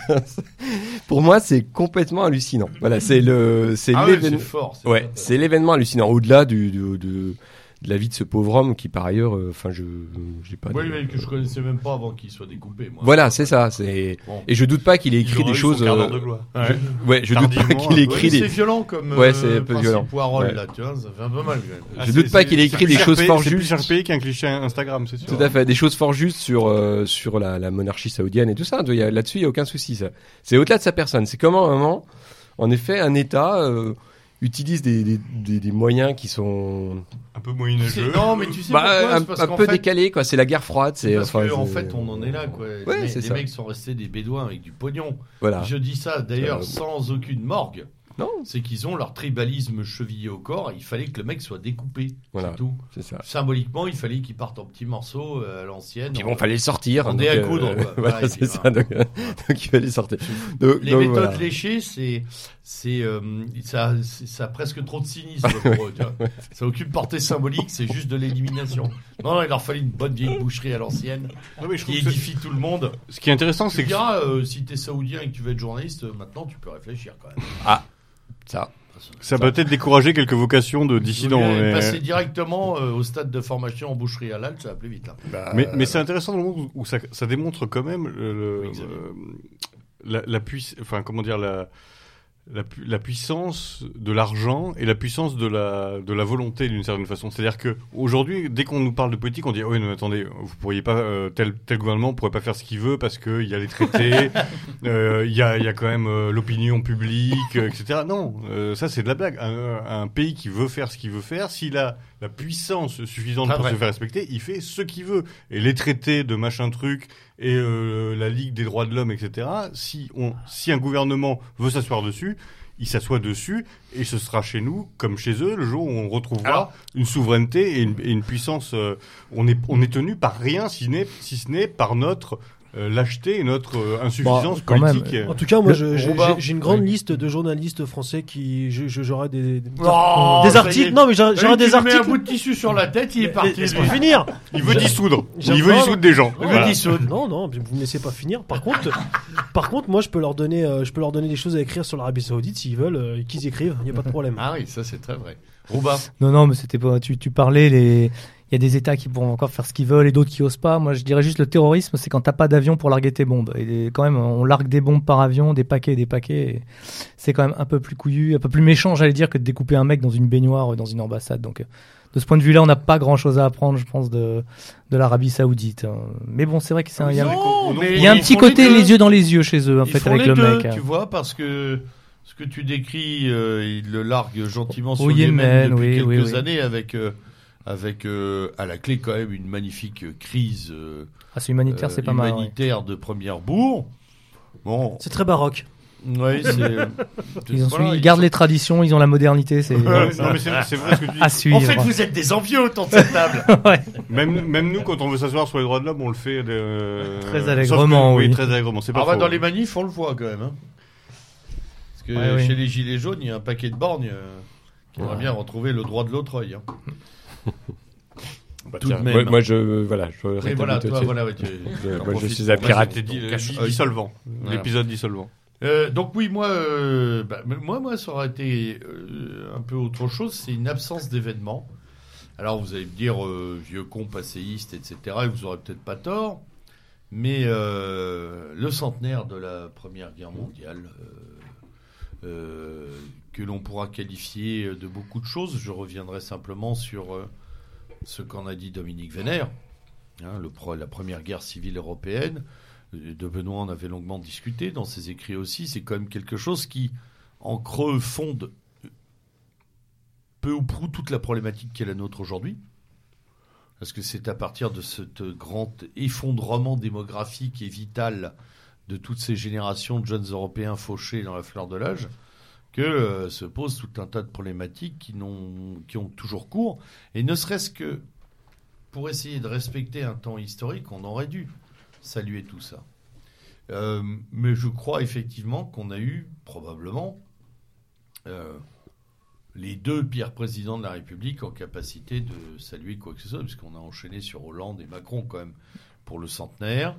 pour moi, c'est complètement hallucinant. Voilà, c'est le, c'est ah l'événement. Ouais, c'est fort. C'est ouais, fort. c'est l'événement hallucinant. Au-delà du, du de de la vie de ce pauvre homme qui par ailleurs enfin euh, je j'ai pas oui de... mais que je connaissais même pas avant qu'il soit découpé moi. Voilà, c'est ça, c'est bon. Et je doute pas qu'il ait écrit des choses euh... de gloire. Je... ouais, je doute pas qu'il ait écrit ouais, des c'est violent comme ouais, c'est un peu violent. Poirol ouais. Là, tu vois, ça fait un peu mal. Ah, je doute pas qu'il ait écrit des choses fort justes. C'est plus cher payé qu'un cliché Instagram, c'est sûr. Tout à fait, des choses fort justes sur euh, sur la, la monarchie saoudienne et tout ça. Il y a, là-dessus, il y a aucun souci. Ça, c'est au-delà de sa personne. C'est comment, à un moment, en effet, un État euh, utilise des, des, des, des moyens qui sont un peu moyenâgeux. Non, mais tu sais bah, pourquoi, un, un peu fait, décalé, quoi. C'est la guerre froide. C'est parce enfin, que, en fait, on en est là, quoi. Ouais, les c'est les ça. mecs sont restés des bédouins avec du pognon. Voilà. Je dis ça d'ailleurs euh... sans aucune morgue. Non, c'est qu'ils ont leur tribalisme chevillé au corps. Et il fallait que le mec soit découpé. Voilà, c'est tout. C'est ça. Symboliquement, il fallait qu'il parte en petits morceaux euh, à l'ancienne. Puis bon, il fallait le sortir. On est à coudre. Euh, voilà, voilà c'est ça. Donc, euh, donc il fallait sortir. Donc, les donc, méthodes voilà. léchées, c'est, c'est, euh, ça, c'est, ça a presque trop de cynisme pour eux. Tu vois. Ça occupe portée symbolique, c'est juste de l'élimination. Non, non, il leur fallait une bonne vieille boucherie à l'ancienne non, mais je qui édifie tout le monde. Ce qui est intéressant, tu c'est que diras, euh, si t'es saoudien et que tu veux être journaliste, maintenant tu peux réfléchir quand même. Ah, ça. Ça peut peut-être décourager quelques vocations de dissidents. Mais... Passer directement euh, au stade de formation en boucherie à l'Alt, ça va plus vite. Là. Bah, mais, mais c'est intéressant dans le monde où ça, ça démontre quand même le, oui, euh, la, la puissance, enfin comment dire la, la, pu- la puissance de l'argent et la puissance de la de la volonté d'une certaine façon. C'est-à-dire que aujourd'hui, dès qu'on nous parle de politique, on dit oh, oui, non, attendez, vous pourriez pas euh, tel tel gouvernement pourrait pas faire ce qu'il veut parce que il y a les traités, il euh, y a il y a quand même euh, l'opinion publique, euh, et cetera. Non, euh, ça c'est de la blague. Un, un pays qui veut faire ce qu'il veut faire, s'il a la puissance suffisante ah, pour vrai. se faire respecter, il fait ce qu'il veut. Et les traités de machin truc et euh, la Ligue des droits de l'homme, et cetera. Si on, si un gouvernement veut s'asseoir dessus, il s'assoit dessus et ce sera chez nous comme chez eux le jour où on retrouvera Alors, une souveraineté et une, et une puissance. Euh, on est on est tenu par rien si, n'est, si ce n'est par notre Euh, lâcheté et notre euh, insuffisance bah, politique. Même. En tout cas, moi, je, j'ai, j'ai, j'ai une grande oui. liste de journalistes français qui, je, je, j'aurais des, des, oh, des articles. Non, mais j'aurais, j'aurais des articles. Il met un bout de tissu sur la tête, il est parti. Laisse-moi finir. Il veut dissoudre. Il veut dissoudre des gens. Il veut dissoudre. Non, non, vous me laissez pas finir. Par contre, par contre, moi, je peux leur donner, euh, je peux leur donner des choses à écrire sur l'Arabie Saoudite s'ils veulent, euh, qu'ils écrivent. Il y a pas de problème. Ah oui, ça c'est très vrai. Rouba. Non, non, mais c'était pas. Tu, tu parlais les. Il y a des États qui pourront encore faire ce qu'ils veulent et d'autres qui osent pas. Moi, je dirais juste le terrorisme, c'est quand t'as pas d'avion pour larguer tes bombes. Et quand même, on largue des bombes par avion, des paquets et des paquets. Et c'est quand même un peu plus couillu, un peu plus méchant, j'allais dire, que de découper un mec dans une baignoire dans une ambassade. Donc, de ce point de vue-là, on n'a pas grand-chose à apprendre, je pense, de de l'Arabie Saoudite. Mais bon, c'est vrai que c'est un. Il y a, non, il y a un petit côté les, les yeux dans les yeux chez eux, en ils fait, font avec les le deux, mec. Tu vois, parce que ce que tu décris, euh, il le largue gentiment sur Au Yémen depuis oui, quelques oui, oui. années avec. Euh, avec euh, à la clé quand même une magnifique crise euh, ah, c'est humanitaire, c'est pas mal, humanitaire ouais. de première bourg. Bon, c'est très baroque. Oui, c'est, ils, ont voilà, suivi, ils gardent sont... les traditions, ils ont la modernité, c'est, ouais, non, mais c'est, c'est vrai ce que tu dis. À suivre. En fait, vous êtes des envieux autour de cette table. Ouais. Même même nous quand on veut s'asseoir sur les droits de l'homme, on le fait euh, très allègrement, que, oui. oui, très allègrement, c'est pas ah bah, faux. Dans les manifs, on le voit quand même hein. Parce que ouais, chez oui. les gilets jaunes, il y a un paquet de borgnes euh, qui ouais. aimerait bien retrouver le droit de l'autre œil hein. Bah, tout tiens, de même. Moi, moi, je voilà, je oui, voilà, toi, voilà, ouais, tu, je, moi, je suis un pirate di- dissolvant. Voilà. L'épisode dissolvant. Euh, donc oui, moi, euh, bah, moi, moi, ça aurait été euh, un peu autre chose. C'est une absence d'événements. Alors vous allez me dire euh, vieux con passéiste, et cetera. Et vous aurez peut-être pas tort, mais euh, le centenaire de la Première Guerre mondiale. Euh, euh, que l'on pourra qualifier de beaucoup de choses. Je reviendrai simplement sur euh, ce qu'en a dit Dominique Vénère, hein, le pro, la première guerre civile européenne. De Benoît, on avait longuement discuté dans ses écrits aussi. C'est quand même quelque chose qui, en creux, fonde peu ou prou toute la problématique qui est la nôtre aujourd'hui. Parce que c'est à partir de ce grand effondrement démographique et vital de toutes ces générations de jeunes Européens fauchés dans la fleur de l'âge que euh, se posent tout un tas de problématiques qui, n'ont, qui ont toujours cours. Et ne serait-ce que pour essayer de respecter un temps historique, on aurait dû saluer tout ça. Euh, mais je crois effectivement qu'on a eu probablement euh, les deux pires présidents de la République en capacité de saluer quoi que ce soit, puisqu'on a enchaîné sur Hollande et Macron quand même pour le centenaire,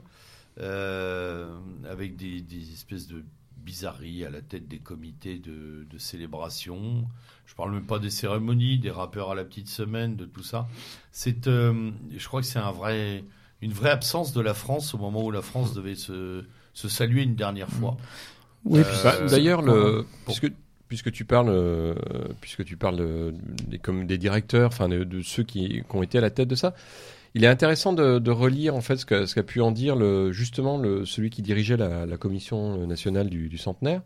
euh, avec des, des espèces de bizarreries à la tête des comités de, de célébration. Je parle même pas des cérémonies, des rappeurs à la petite semaine, de tout ça. C'est, euh, je crois que c'est un vrai... une vraie absence de la France au moment où la France devait se, se saluer une dernière fois. Oui, euh, bah, d'ailleurs, le, puisque, puisque tu parles, euh, puisque tu parles de, des, comme des directeurs, enfin de, de ceux qui, qui ont été à la tête de ça, il est intéressant de, de relire en fait ce qu'a, ce qu'a pu en dire le, justement le, celui qui dirigeait la, la commission nationale du, du centenaire.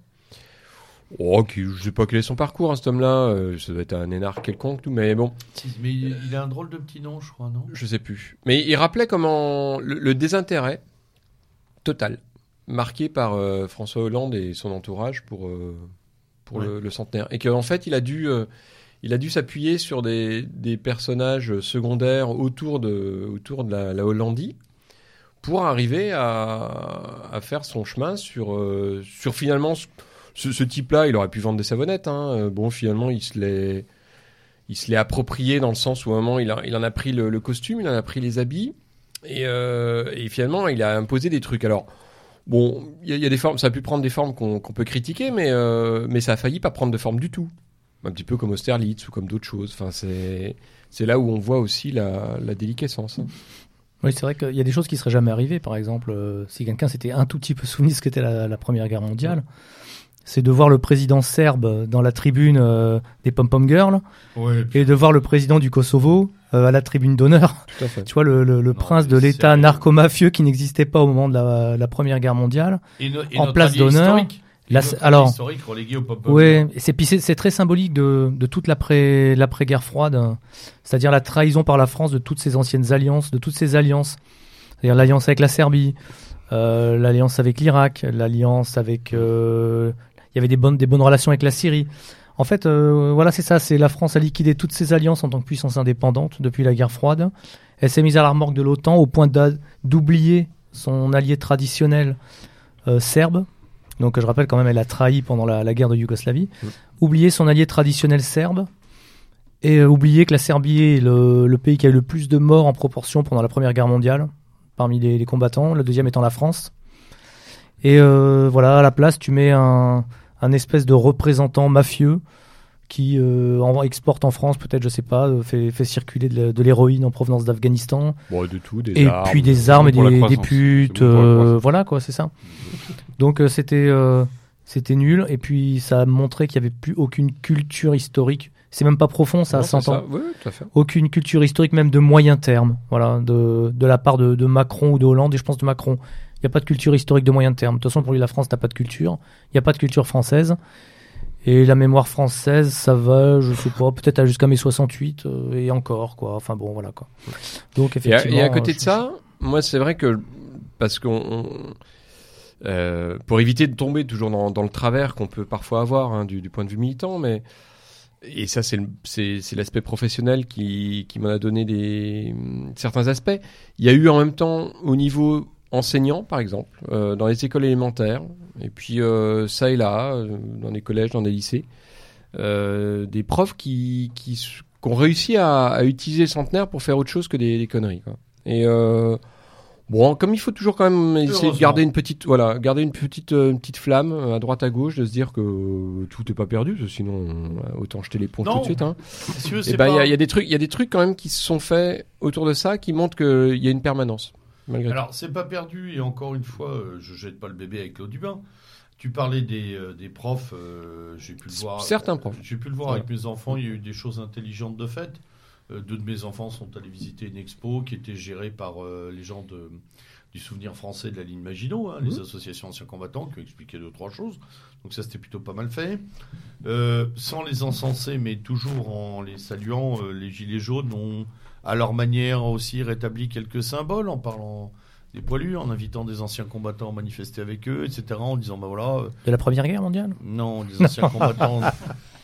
Oh, qui, je sais pas quel est son parcours, hein, cet homme-là. Euh, ça doit être un énarque quelconque, tout, mais bon. Mais il, il a un drôle de petit nom, je crois, non ? Je sais plus. Mais il rappelait comment le, le désintérêt total marqué par euh, François Hollande et son entourage pour euh, pour ouais. le, le centenaire, et qu'en fait il a dû euh, il a dû s'appuyer sur des, des personnages secondaires autour de autour de la, la Hollandie pour arriver à, à faire son chemin sur euh, sur finalement Ce, ce type-là, il aurait pu vendre des savonnettes. Hein. Bon, finalement, il se l'est, il se l'est approprié dans le sens où à un moment, il, a, il en a pris le, le costume, il en a pris les habits, et, euh, et finalement, il a imposé des trucs. Alors, bon, il y, y a des formes, ça a pu prendre des formes qu'on, qu'on peut critiquer, mais, euh, mais ça a failli pas prendre de forme du tout. Un petit peu comme Austerlitz ou comme d'autres choses. Enfin, c'est, c'est là où on voit aussi la, la déliquescence. Hein. Oui, c'est vrai qu'il y a des choses qui seraient jamais arrivées. Par exemple, euh, si quelqu'un s'était un tout petit peu souvenu de ce qu'était la, la Première Guerre mondiale. Ouais. C'est de voir le président serbe dans la tribune euh, des pom-pom girls, ouais, et de voir le président du Kosovo euh, à la tribune d'honneur. Tout à fait. Tu vois, le, le, le non, prince de l'État narco-mafieux qui n'existait pas au moment de la, la Première Guerre mondiale, et no, et en place d'honneur. Là, alors, historique relégué au pop-pom. Ouais, et c'est, puis c'est, c'est très symbolique de, de toute l'après, l'après-guerre froide, hein. C'est-à-dire la trahison par la France de toutes ces anciennes alliances, de toutes ces alliances. C'est-à-dire l'alliance avec la Serbie, euh, l'alliance avec l'Irak, l'alliance avec... Euh, il y avait des bonnes, des bonnes relations avec la Syrie. En fait, euh, voilà, c'est ça. C'est la France a liquidé toutes ses alliances en tant que puissance indépendante depuis la guerre froide. Elle s'est mise à la remorque de l'OTAN au point d'oublier son allié traditionnel euh, serbe. Donc, je rappelle quand même, elle a trahi pendant la, la guerre de Yougoslavie. Mmh. Oublier son allié traditionnel serbe et euh, oublier que la Serbie est le, le pays qui a eu le plus de morts en proportion pendant la Première Guerre mondiale parmi les, les combattants. Le deuxième étant la France. Et euh, voilà, à la place, tu mets un, un espèce de représentant mafieux qui euh, en, exporte en France, peut-être, je sais pas, fait, fait circuler de, de l'héroïne en provenance d'Afghanistan. Bon, de tout, des et armes. Et puis des armes et des, des putes. Euh, voilà, quoi, c'est ça. Donc, euh, c'était, euh, c'était nul. Et puis, ça a montré qu'il n'y avait plus aucune culture historique. C'est même pas profond, ça, non, s'entend. Oui, tout à fait. Aucune culture historique, même de moyen terme, voilà, de, de la part de, de Macron ou de Hollande, et je pense de Macron. Il n'y a pas de culture historique de moyen terme. De toute façon, pour lui, la France n'a pas de culture. Il n'y a pas de culture française. Et la mémoire française, ça va, je sais pas, peut-être jusqu'à mai soixante-huit, euh, et encore, quoi. Enfin bon, voilà, quoi. Donc, effectivement. Et à, et à côté euh, de je... ça, moi, c'est vrai que, parce qu'on, on, euh, pour éviter de tomber toujours dans, dans le travers qu'on peut parfois avoir, hein, du, du point de vue militant, mais, et ça, c'est, le, c'est, c'est l'aspect professionnel qui, qui m'en a donné des, certains aspects. Il y a eu en même temps, au niveau enseignants, par exemple, euh, dans les écoles élémentaires, et puis euh, ça et là, euh, dans des collèges, dans des lycées, euh, des profs qui, qui, qui ont réussi à, à utiliser le centenaire pour faire autre chose que des, des conneries, quoi. Et euh, bon, comme il faut toujours quand même essayer de garder une petite, voilà, garder une petite, euh, une petite flamme à droite à gauche, de se dire que euh, tout n'est pas perdu, parce que sinon euh, autant jeter l'éponge tout de suite. Hein. Et ben il y a, y a des trucs, il y a des trucs quand même qui se sont faits autour de ça qui montrent qu'il y a une permanence. Alors, tout. C'est pas perdu, et encore une fois, euh, je jette pas le bébé avec l'eau du bain. Tu parlais des, euh, des profs, euh, j'ai pu le voir. Certains profs. J'ai pu le voir voilà. Avec mes enfants, il y a eu des choses intelligentes de fait. Euh, deux de mes enfants sont allés visiter une expo qui était gérée par euh, les gens de, du Souvenir français de la ligne Maginot, hein, mmh. les associations anciens combattants qui ont expliqué deux, trois choses. Donc ça, c'était plutôt pas mal fait. Euh, sans les encenser, mais toujours en les saluant, euh, les Gilets jaunes ont, à leur manière, aussi rétabli quelques symboles en parlant des poilus, en invitant des anciens combattants à manifester avec eux, et cetera, en disant, bah voilà... Euh, de la Première Guerre mondiale ? Non, des anciens combattants...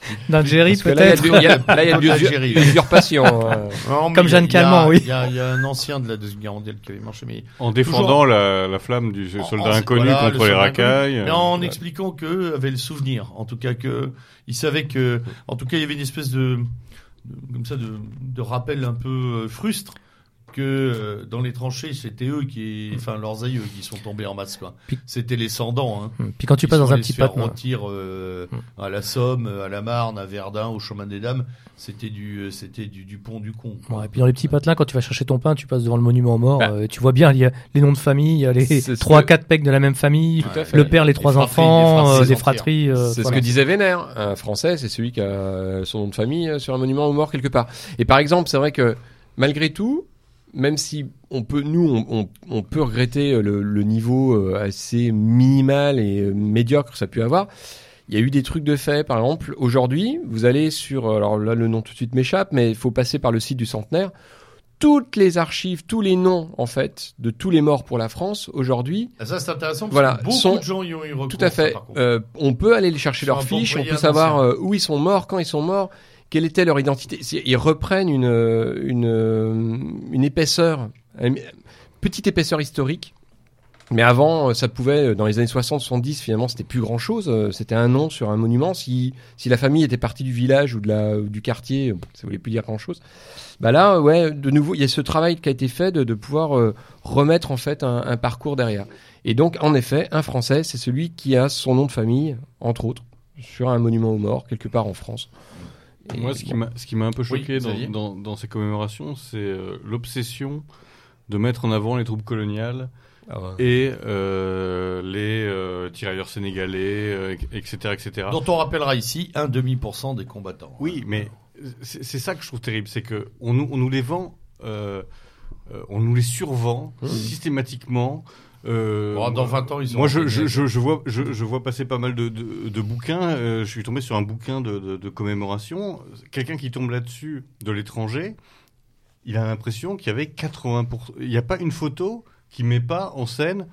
D'Algérie, Parce que là, il y peut-être. a du- il y a- là, il y a de D'Algérie. l'usurpation. euh. Non, mais Comme il y a- Jeanne il y a- Calment, oui. Il y, a, il y a un ancien de la Deuxième Guerre mondiale qui avait marché, mais En défendant Toujours- la, la flamme du en- soldat en- inconnu voilà, le contre les soldat racailles. inconnu. Mais en expliquant qu'eux avaient le souvenir, en tout cas que ils savaient que, en tout cas, il y avait une espèce de, de- comme ça, de, de rappel un peu euh, frustre que euh, dans les tranchées, c'était eux qui, enfin leurs aïeux qui sont tombés en masse, quoi. Puis- C'était les Cendants, hein. Hum. Puis quand tu Ils passes sont dans un allés petit se faire patelin, rôtir, euh, à la Somme, à la Marne, à Verdun, au Chemin des Dames, c'était du, euh, c'était du, du pont du con. quoi. ouais, et puis dans les petits patelins, quand tu vas chercher ton pain, tu passes devant le monument aux morts, Bah. euh, tu vois bien, il y a les noms de famille, il y a les C'est ce trois, que- quatre pecs de la même famille, Tout à fait. le père, les trois fratries, enfants, des euh, fratries des entières. fratries. euh, C'est voilà. ce que disait Vénère. Un Français, c'est celui qui a son nom de famille euh, sur un monument aux morts quelque part. Et par exemple, c'est vrai que malgré tout, même si on peut, nous, on, on, on peut regretter le, le niveau euh, assez minimal et euh, médiocre que ça a pu avoir, il y a eu des trucs de fait. Par exemple, aujourd'hui, vous allez sur, alors là, le nom tout de suite m'échappe, mais il faut passer par le site du Centenaire. Toutes les archives, tous les noms, en fait, de tous les morts pour la France, aujourd'hui, Ah, ça, c'est intéressant parce Voilà, que beaucoup sont- de gens y ont eu recours. tout à fait. ça, par contre. Euh, on peut aller les chercher Sur leurs un fiches, on portfolio peut savoir ancien. euh, où ils sont morts, quand ils sont morts, quelle était leur identité. C'est- Ils reprennent une, euh, une, euh, une épaisseur, une petite épaisseur historique. Mais avant, euh, ça pouvait, euh, dans les années soixante, soixante-dix, finalement, c'était plus grand chose. Euh, C'était un nom sur un monument. Si, si la famille était partie du village ou de la, ou du quartier, euh, ça voulait plus dire grand chose. Bah là, ouais, de nouveau, il y a ce travail qui a été fait de, de pouvoir euh, remettre, en fait, un, un parcours derrière. Et donc, en effet, un Français, c'est celui qui a son nom de famille, entre autres, sur un monument aux morts, quelque part en France. Et Moi, ce qui bon. m'a ce qui m'a un peu choqué dans, Xavier. dans, dans ces commémorations, c'est euh, l'obsession de mettre en avant les troupes coloniales Ah ouais. et euh, les euh, tirailleurs sénégalais, euh, et cetera, et cetera. Dont on rappellera ici un demi pour cent des combattants. Oui, mais c'est c'est ça que je trouve terrible, c'est que on nous, on nous les vend, euh, euh, on nous les survend systématiquement. Euh, Bon, dans vingt ans, ils Moi, auront je, des je, mecs. je, je vois, je, je vois passer pas mal de, de, de bouquins. Euh, je suis tombé sur un bouquin de, de, de commémoration. Quelqu'un qui tombe là-dessus de l'étranger, il a l'impression qu'il y avait quatre-vingts pour cent. Il n'y a pas une photo qui met pas en scène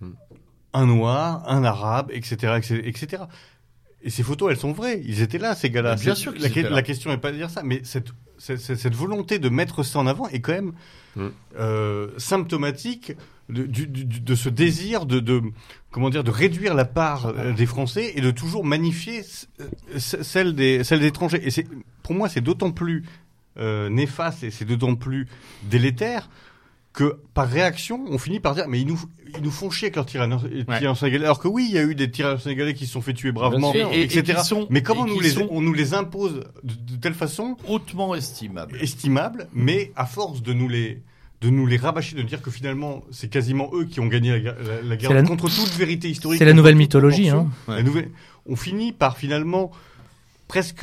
un noir, un arabe, et cetera, et cetera. Et ces photos, elles sont vraies. Ils étaient là, ces gars-là. Mais bien C'est- sûr qu'ils la, étaient là. la question n'est pas de dire ça, mais cette, cette, cette, cette volonté de mettre ça en avant est quand même Mm. euh, symptomatique de, du, du, de ce désir de, de comment dire de réduire la part euh, des Français et de toujours magnifier c- c- celle des celle des étrangers. Et c'est pour moi c'est d'autant plus euh, néfaste et c'est d'autant plus délétère que par réaction, on finit par dire mais ils nous ils nous font chier avec leurs tirailleurs tirailleurs sénégalais. Alors que oui, il y a eu des tirailleurs sénégalais qui se sont fait tuer bravement, Bien sûr. Et- et- et cetera. et qui sont- mais comment et on nous qui les sont- on nous les impose de, de telle façon Hautement estimable. estimables, mais à force de nous les de nous les rabâcher, de dire que finalement c'est quasiment eux qui ont gagné la, guerre- la, la guerre C'est la- contre toute vérité historique. c'est la contre nouvelle toute mythologie, proportion. hein. La nouvelle- on finit par finalement presque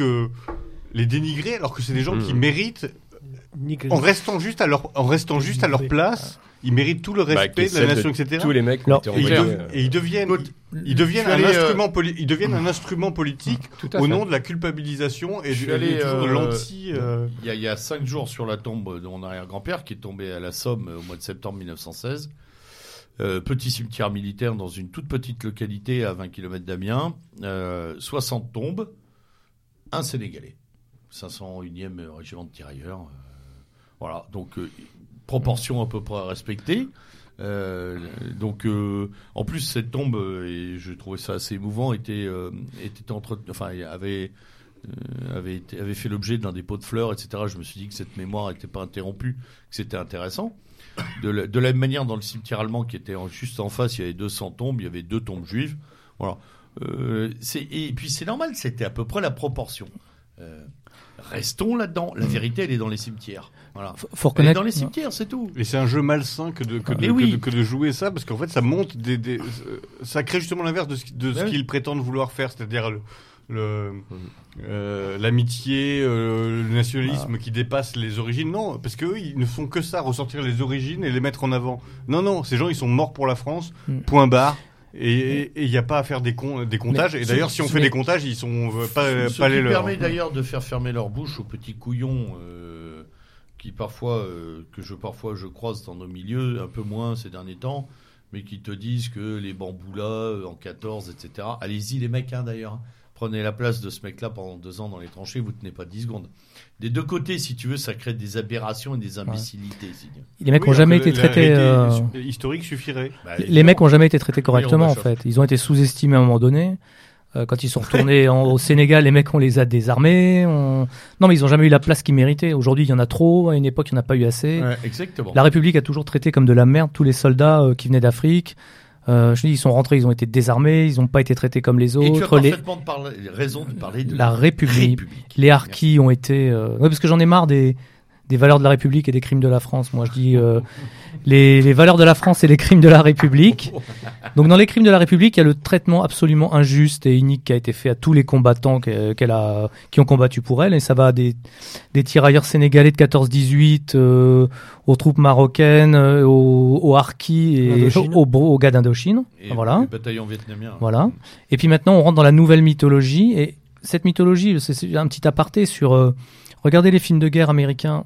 les dénigrer alors que c'est des gens qui Mmh. méritent Nickel. en restant juste à leur en restant juste à leur place, ils méritent tout le Bah, respect qui est de la celle nation, de et cetera. Tous les mecs qui ont Alors, été Et ils, envoyés, dev- euh, et ils deviennent, Écoute, ils deviennent je suis un allé, euh, instrument poli- ils deviennent un instrument politique Tout à au fait. nom de la culpabilisation et Je suis du, allé, et toujours de euh, l'anti. euh, Il y, a, il y a cinq jours sur la tombe de mon arrière-grand-père qui est tombé à la Somme euh, au mois de septembre mille neuf cent seize. Euh, petit cimetière militaire dans une toute petite localité à vingt kilomètres d'Amiens. Euh, soixante tombes, un Sénégalais. cinq cent unième régiment de tirailleurs. Euh, voilà, donc euh, proportion à peu près respectée. Euh, donc, euh, en plus, cette tombe, euh, et je trouvais ça assez émouvant, était, euh, était entre, enfin, avait, euh, avait, été, avait fait l'objet d'un dépôt de fleurs, et cetera. Je me suis dit que cette mémoire n'était pas interrompue, que c'était intéressant. De la, de la même manière, dans le cimetière allemand qui était en, juste en face, il y avait deux cents tombes, il y avait deux tombes juives. Voilà. Euh, c'est, et puis c'est normal, c'était à peu près la proportion. Euh, restons là-dedans. La vérité, elle est dans les cimetières. Voilà. Faut, faut Elle est reconnaître. dans les cimetières, c'est tout. Et c'est un jeu malsain que de, que de, Mais que oui. de, que de jouer ça, parce qu'en fait, ça monte des, des, euh, ça crée justement l'inverse de ce, de ce Ouais. qu'ils prétendent vouloir faire, c'est-à-dire le, le, euh, l'amitié, euh, le nationalisme qui dépasse les origines. Non, parce qu'eux, ils ne font que ça, ressortir les origines et les mettre en avant. Non, non, ces gens, ils sont morts pour la France, Mm. point barre. Et il n'y a pas à faire des, con, des comptages. Mais et ce- d'ailleurs, si on ce- fait mais- des comptages, ils sont euh, pas, Ce pas qui les leurs. permet d'ailleurs de faire fermer leur bouche aux petits couillons euh, qui parfois, euh, que je parfois je croise dans nos milieux, un peu moins ces derniers temps, mais qui te disent que les bambous là, euh, en quatorze, et cetera. Allez-y les mecs, hein, d'ailleurs. prenez la place de ce mec-là pendant deux ans dans les tranchées, vous tenez pas dix secondes. Des deux côtés, si tu veux, ça crée des aberrations et des imbécilités. Ouais. Les mecs n'ont oui, jamais été traités. Euh... Historique suffirait. Bah, les mecs n'ont jamais été traités correctement, oui, en fait. Ils ont été sous-estimés à un moment donné. Euh, quand ils sont retournés en, au Sénégal, les mecs, on les a désarmés. On... Non, mais ils n'ont jamais eu la place qu'ils méritaient. Aujourd'hui, il y en a trop. À une époque, il n'y en a pas eu assez. Ouais, exactement. La République a toujours traité comme de la merde tous les soldats euh, qui venaient d'Afrique. Euh, je dis, ils sont rentrés, ils ont été désarmés, ils n'ont pas été traités comme les autres. Et tu as les... parfaitement de parler, raison de parler de la République. République. Les harkis ont été... Euh... Ouais, parce que j'en ai marre des, des valeurs de la République et des crimes de la France. Moi, je dis euh, les, les valeurs de la France et les crimes de la République. Donc, dans les crimes de la République, il y a le traitement absolument injuste et inique qui a été fait à tous les combattants qu'elle a, qui ont combattu pour elle. Et ça va des, des tirailleurs sénégalais de quatorze dix-huit euh, aux troupes marocaines, euh, aux, aux harkis et aux, aux, aux gars d'Indochine. Et voilà. les bataillons vietnamiens. Voilà. Et puis maintenant, on rentre dans la nouvelle mythologie. Et cette mythologie, c'est un petit aparté sur... Euh, regardez les films de guerre américains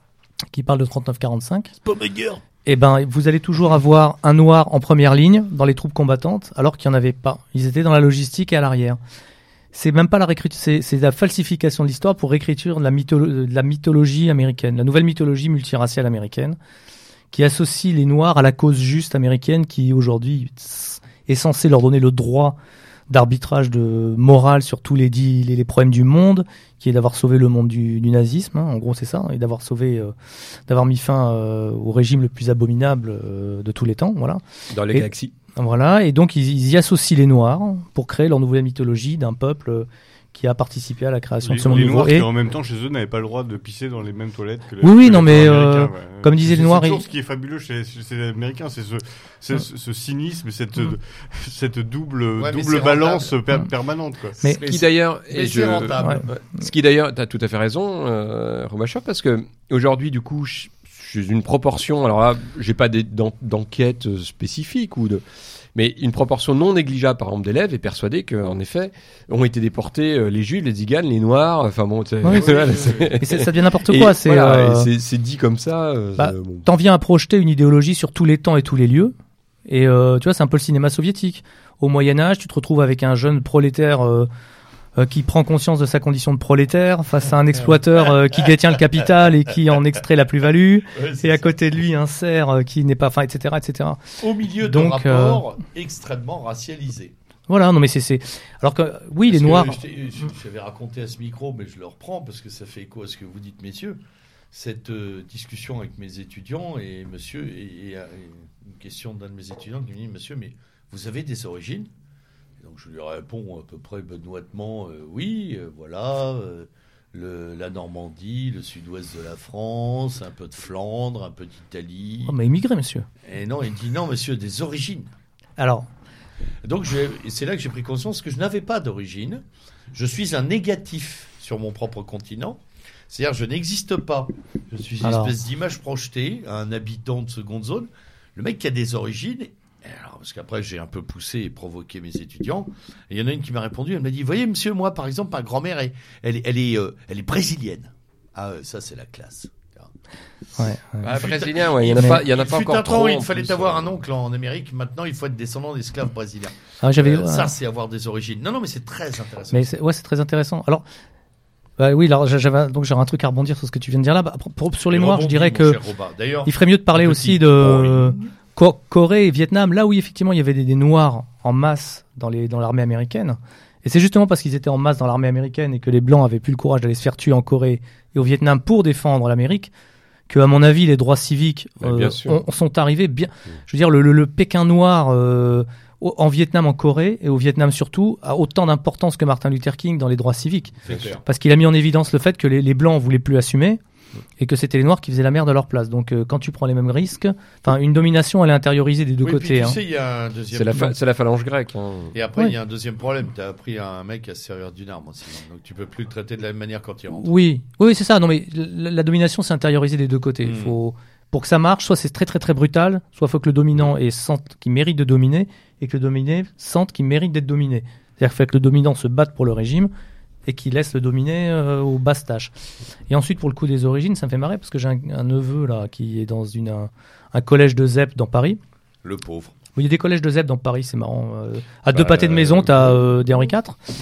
qui parlent de trente-neuf quarante-cinq. C'est pas ma guerre. Eh ben, vous allez toujours avoir un noir en première ligne dans les troupes combattantes, alors qu'il n'y en avait pas. Ils étaient dans la logistique et à l'arrière. C'est même pas la réécriture, c'est, c'est la falsification de l'histoire pour réécriture de la, mytholo- de la mythologie américaine, la nouvelle mythologie multiraciale américaine, qui associe les noirs à la cause juste américaine, qui aujourd'hui est censée leur donner le droit d'arbitrage de morale sur tous les, dix, les, les problèmes du monde, qui est d'avoir sauvé le monde du, du nazisme, hein, en gros c'est ça, et d'avoir sauvé, euh, d'avoir mis fin euh, au régime le plus abominable euh, de tous les temps, voilà. Dans les et, galaxies. Voilà, et donc ils, ils y associent les Noirs pour créer leur nouvelle mythologie d'un peuple euh, qui a participé à la création les, de ce monde les nouveau. Noirs Et... qui en même temps chez eux n'avaient pas le droit de pisser dans les mêmes toilettes que les, oui, oui, que non, les mais euh, ouais. Comme disaient les Noirs, c'est et... toujours ce qui est fabuleux chez, chez les Américains, c'est ce, c'est ce, ce cynisme, cette, mmh. cette double, ouais, double balance per, mmh. permanente, quoi. Mais, ce qui d'ailleurs, et je, rentable. Ouais. Ce qui d'ailleurs, t'as tout à fait raison, euh, Romachoff, parce que aujourd'hui, du coup, je suis une proportion. Alors là, j'ai pas d'enquête spécifique ou de. Mais une proportion non négligeable, par exemple, d'élèves est persuadée qu'en effet, ont été déportés euh, les Juifs, les Tziganes, les Noirs, enfin bon... Oui, oui, c'est... ça devient n'importe quoi. Et c'est, voilà, euh... c'est, c'est dit comme ça. Euh, bah, bon. T'en viens à projeter une idéologie sur tous les temps et tous les lieux. Et euh, tu vois, c'est un peu le cinéma soviétique. Au Moyen-Âge, tu te retrouves avec un jeune prolétaire... Euh, Euh, qui prend conscience de sa condition de prolétaire face à un exploiteur euh, qui détient le capital et qui en extrait la plus-value, ouais, et à côté de lui un cerf euh, qui n'est pas, enfin, et cetera, et cetera. Au milieu de rapports euh... extrêmement racialisés. Voilà, non mais c'est, c'est... alors que oui, parce les Noirs. J'avais raconté à ce micro, mais je le reprends parce que ça fait écho à ce que vous dites, messieurs. Cette euh, discussion avec mes étudiants et monsieur et, et, et une question d'un de mes étudiants qui me dit, monsieur, mais vous avez des origines? Donc je lui réponds à peu près benoîtement, euh, oui, euh, voilà, euh, le, la Normandie, le sud-ouest de la France, un peu de Flandre, un peu d'Italie. Oh, mais immigré, monsieur. Et non, il dit non, monsieur, des origines. Alors. Donc je, c'est là que j'ai pris conscience que je n'avais pas d'origine. Je suis un négatif sur mon propre continent. C'est-à-dire, je n'existe pas. Je suis une Alors. espèce d'image projetée à un habitant de seconde zone. Le mec qui a des origines. Alors, parce qu'après, j'ai un peu poussé et provoqué mes étudiants. Et il y en a une qui m'a répondu. Elle m'a dit, voyez, monsieur, moi, par exemple, ma grand-mère, elle, elle, elle, est, euh, elle est brésilienne. Ah, euh, ça, c'est la classe. Ouais, ouais. Ah, brésilien, ouais. Il y en a mais... pas, il y en a pas encore un trop. Il fallait plus, avoir euh... un oncle en Amérique. Maintenant, il faut être descendant d'esclaves brésiliens. Ah, j'avais... Euh, ça, c'est avoir des origines. Non, non, mais c'est très intéressant. Mais c'est... ouais, c'est très intéressant. Alors, bah, oui, alors j'avais donc j'aurais un truc à rebondir sur ce que tu viens de dire là. Bah, pour, pour, sur les Noirs, je dirais que il ferait mieux de parler aussi de Co- Corée et Vietnam, là où effectivement il y avait des, des Noirs en masse dans les dans l'armée américaine. Et c'est justement parce qu'ils étaient en masse dans l'armée américaine et que les Blancs avaient plus le courage d'aller se faire tuer en Corée et au Vietnam pour défendre l'Amérique que, à mon avis, les droits civiques euh, ont, sont arrivés bien. Je veux dire, le, le, le Pékin noir euh, en Vietnam, en Corée et au Vietnam surtout a autant d'importance que Martin Luther King dans les droits civiques, parce qu'il a mis en évidence le fait que les, les Blancs voulaient plus assumer et que c'était les Noirs qui faisaient la merde à leur place. Donc euh, quand tu prends les mêmes risques, enfin une domination elle est intériorisée des deux oui, côtés. Puis, tu hein. sais, il y a un deuxième. C'est la, fa- c'est la phalange grecque. Hein. Et après il oui. y a un deuxième problème. T'as appris à un mec à se servir d'une arme aussi. Donc tu peux plus le traiter de la même manière quand il rentre. Oui, oui c'est ça. Non mais la, la domination c'est intériorisée des deux côtés. Mm. Faut pour que ça marche, soit c'est très très très brutal, soit faut que le dominant ait sente qu'il mérite de dominer et que le dominé sente qu'il mérite d'être dominé. C'est-à-dire qu'il faut que le dominant se batte pour le régime et qui laisse le dominer euh, aux basses tâches. Et ensuite, pour le coup des origines, ça me fait marrer parce que j'ai un, un neveu là qui est dans une, un, un collège de Z E P dans Paris. Le pauvre. Oui, il y a des collèges de Z E P dans Paris, c'est marrant. Euh, à bah, deux pâtés de maison, t'as euh, des Henri quatre.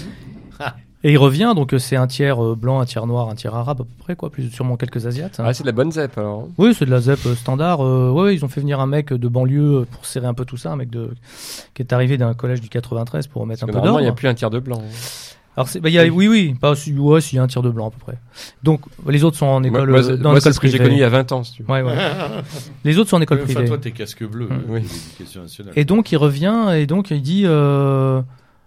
Et il revient, donc euh, c'est un tiers euh, blanc, un tiers noir, un tiers arabe à peu près, quoi, plus sûrement quelques asiates. Ah, c'est de la bonne zep alors. Oui, c'est de la Z E P euh, standard. Euh, ouais, ils ont fait venir un mec de banlieue euh, pour serrer un peu tout ça, un mec de qui est arrivé d'un collège du quatre-vingt-treize pour remettre Parce un que peu normalement, d'ordre. il n'y a plus un tiers de blanc. Alors c'est, bah, il y a, oui, oui, pas, si- ouais, s'il y a un tiers de blanc à peu près. Donc les autres sont en Moi, école, moi, euh, c'est- dans moi, c'est l'école ce que j'ai privée. connu il y a vingt ans, si tu veux. Ouais, ouais. Les autres sont en école Enfin, privée. toi, t'es casque bleu, Mm. euh, Oui. l'éducation nationale. Et donc il revient et donc il dit euh,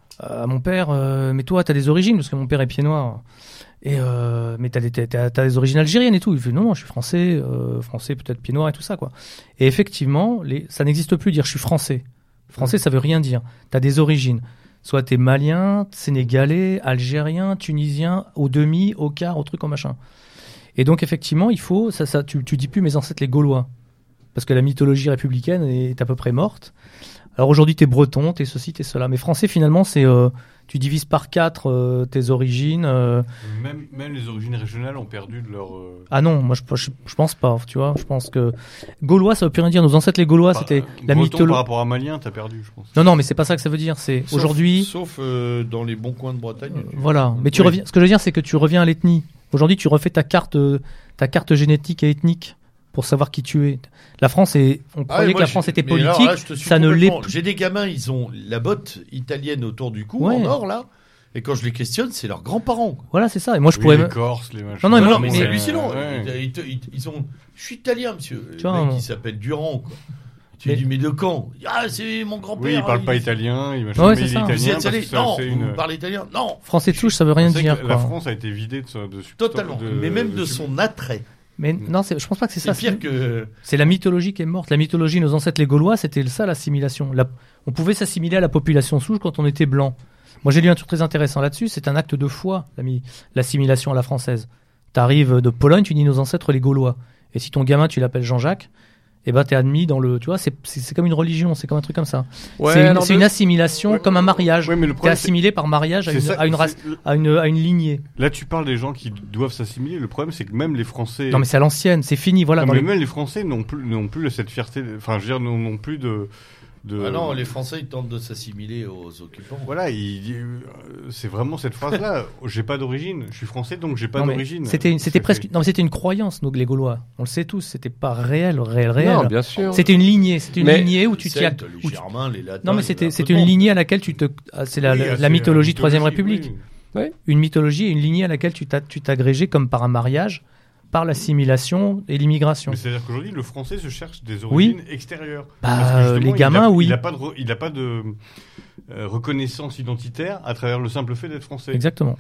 à mon père, euh, mais toi t'as des origines parce que mon père est pied noir. Et euh, mais t'as des, t'as, t'as des origines algériennes et tout. Il fait non, non, je suis français, euh, français peut-être pied noir et tout ça quoi. Et effectivement, les, ça n'existe plus dire je suis français. Français, ça veut rien dire. T'as des origines. Soit t'es malien, sénégalais, algérien, tunisien, au demi, au quart, au truc, au machin. Et donc effectivement, il faut, ça, ça, tu, tu dis plus mes ancêtres les Gaulois, parce que la mythologie républicaine est à peu près morte. Alors aujourd'hui, t'es breton, t'es ceci, t'es cela. Mais français, finalement, c'est euh, tu divises par quatre euh, tes origines. euh, Même, même les origines régionales ont perdu de leur. euh, Ah non, moi je, je, je pense pas, tu vois. Je pense que Gaulois, ça veut plus rien dire. Nos ancêtres les Gaulois, par- c'était euh, la breton mythologie. Par rapport à malien, t'as perdu, je pense. Non, non, mais c'est pas ça que ça veut dire. C'est Sauf- aujourd'hui. Sauf euh, dans les bons coins de Bretagne. Euh, tu- Voilà. Mais tu Oui. reviens. Ce que je veux dire, c'est que tu reviens à l'ethnie. Aujourd'hui, tu refais ta carte, euh, ta carte génétique et ethnique pour savoir qui tu es. La France est. On Ah, croyait et que moi, la France j'ai- était mais politique. alors là, je te suis Ça ne l'est complètement. plus. J'ai des gamins, ils ont la botte italienne autour du cou, Ouais. en or, là. Et quand je les questionne, c'est leurs grands-parents. quoi. Voilà, c'est ça. Et moi, je Oui, pourrais. les me- Corses, les machins. Non, non, mais Non, moi, non, mais mais- c'est hallucinant. Ouais. Ils, ils te- ils- ils ont. Je suis italien, monsieur. Tu Le vois, mec, on- il s'appelle Durand, quoi. Tu Mais- lui dis, mais de quand? Ah, c'est mon grand-père. Oui, il parle pas il- italien, il machin, Ouais, mais c'est il est ça. Vous y italien êtes parce allé? que ça, Non, c'est vous une. parlez italien? Non. Français de souche, ça veut rien C'est dire. que la quoi. France a été vidée de, ce- de ce- Totalement. de- mais même de, de- son attrait. Mais non, c'est- je pense pas que c'est C'est ça. pire que. C'est la mythologie qui est morte. La mythologie, nos ancêtres les Gaulois, c'était ça l'assimilation. La- On pouvait s'assimiler à la population souche quand on était blanc. Moi, j'ai lu un truc très intéressant là-dessus. C'est un acte de foi, l'ami- l'assimilation à la française. T'arrives de Pologne, tu dis nos ancêtres les Gaulois. Et si ton gamin, tu l'appelles Jean-Jacques, eh ben t'es admis dans le. Tu vois, c'est c'est- c'est comme une religion, c'est comme un truc comme ça. Ouais, c'est une, alors c'est de- une assimilation Ouais, comme un mariage. Ouais, mais le T'es problème, c'est- assimilé par mariage à c'est une, ça, à une race, c'est- à une, à une lignée. Là, tu parles des gens qui doivent s'assimiler. Le problème, c'est que même les Français. Non, mais c'est à l'ancienne, c'est fini. Voilà. Non, dans mais les- même les Français n'ont plus, n'ont plus cette fierté. Enfin, je veux dire, n'ont n'ont plus de. de Ah non, les Français, ils tentent de s'assimiler aux occupants. Voilà, il- euh, c'est vraiment cette phrase-là. J'ai pas d'origine. Je suis français, donc j'ai pas Non, mais d'origine. C'était, une- c'était Ça presque, fait- non, mais c'était une croyance, nous, les Gaulois. On le sait tous. C'était pas réel, réel, réel. Non, bien sûr. C'était une lignée, c'était une Mais- lignée où tu t'y Celtes, ac- les où tu- Germains, les Latins. Non, mais il y c'était, avait un peu c'était de une monde. lignée à laquelle tu te, ah, c'est la, Oui, la, c'est la la mythologie Troisième mythologie, République. oui. Une mythologie, une lignée à laquelle tu t'as, tu t'agrégais comme par un mariage, par l'assimilation et l'immigration. Mais c'est-à-dire qu'aujourd'hui, le français se cherche des Oui. origines extérieures. Bah, Parce que justement, les il gamins, a- oui. Il n'a pas de, re- il a pas de euh, reconnaissance identitaire à travers le simple fait d'être français. Exactement.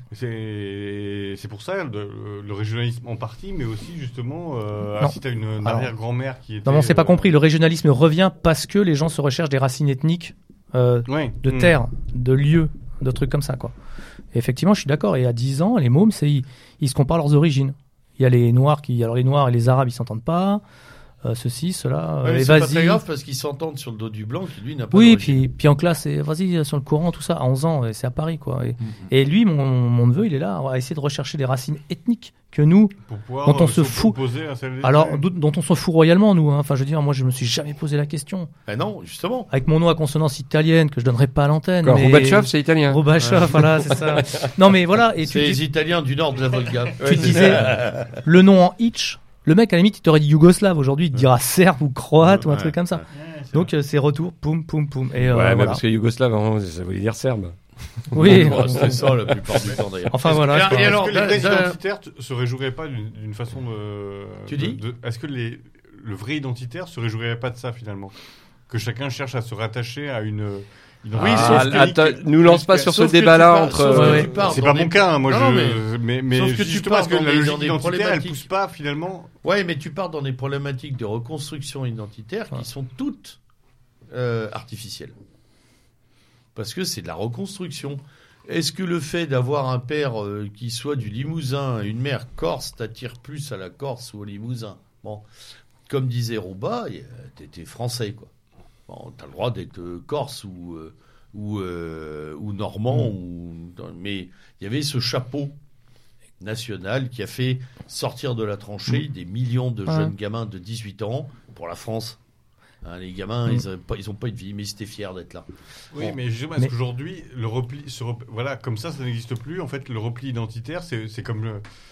C'est c'est pour ça le, le régionalisme en partie, mais aussi justement, euh, Non. si tu as une, une Alors- arrière-grand-mère qui était. Non, mais on s'est pas euh, compris. Le régionalisme revient parce que les gens se recherchent des racines ethniques euh, ouais. de Mm. terre, de lieux, de trucs comme ça, quoi. Et effectivement, je suis d'accord. Et à dix ans, les mômes, c'est, ils, ils se comparent leurs origines. Il y a les noirs qui, alors les noirs et les arabes, ils s'entendent pas. Euh, ceci, cela. Ouais, euh, mais et c'est pas vas-y. très grave parce qu'ils s'entendent sur le dos du blanc qui lui n'a pas Oui, d'origine. puis, puis en classe, c'est, vas-y, sur le courant, tout ça, à onze ans, et c'est à Paris, quoi. Et, Mhm. et lui, mon, mon neveu, il est là à essayer de rechercher des racines ethniques que nous, Pour pouvoir, dont on euh, se fout. s'opposer à celle des- alors, Ouais. d'o- dont on s'en fout royalement, nous. Hein. Enfin, je veux dire, moi, je me suis jamais posé la question. Ah non, justement. Avec mon nom à consonance italienne, que je donnerai pas à l'antenne. Quoi, mais... Gorbatchev, c'est italien. Gorbatchev, voilà, c'est ça. Non, mais voilà, et tu C'est dis, les Italiens du nord de la Volga. tu disais le nom en itch. Le mec, à la limite, il t'aurait dit yougoslave. Aujourd'hui, il te dira serbe ou croate ou un Ouais. truc comme ça. Ouais, c'est Donc, euh, c'est retour, poum, poum, poum. Et, euh, Ouais, mais voilà. parce que yougoslave, avant, ça voulait dire serbe. Oui. Bon, c'est ça la plupart du temps d'ailleurs. Enfin, Est-ce- voilà, Et, je et pense. alors, Est-ce que les d'un- vrais d'un- identitaires t- se réjouiraient pas d'une d'une façon de. Tu de- dis de- Est-ce que les, le vrai identitaire se réjouirait pas de ça finalement? Que chacun cherche à se rattacher à une. une Oui, identité sauf Ah, unique. attends, nous lance pas sur ce Sauf que tu débat-là pars- entre. sauf que Ouais, tu ouais. pars C'est dans pas des- mon cas, hein, moi Non, je. non, mais mais, mais sauf que tu justement, pars parce que dans la des- logique dans des identitaire, elle problématiques. pousse pas finalement. Ouais, mais tu pars dans des problématiques de reconstruction identitaire qui sont toutes euh, artificielles. Parce que c'est de la reconstruction. Est-ce que le fait d'avoir un père euh, qui soit du Limousin et une mère corse t'attire plus à la Corse ou au Limousin? Bon, comme disait Rouba, y- t'étais français, quoi. Bon, t'as le droit d'être euh, corse ou, euh, ou, euh, ou normand, ou, mais il y avait ce chapeau national qui a fait sortir de la tranchée des millions de Ouais. jeunes gamins de dix-huit ans pour la France. Hein, les gamins, Mm. ils n'ont pas, ils ont pas de vie, mais ils étaient fiers d'être là. Oui, Bon. mais justement, parce Mais- qu'aujourd'hui, le repli, ce rep- voilà, comme ça, ça n'existe plus. En fait, le repli identitaire, c'est, c'est comme le.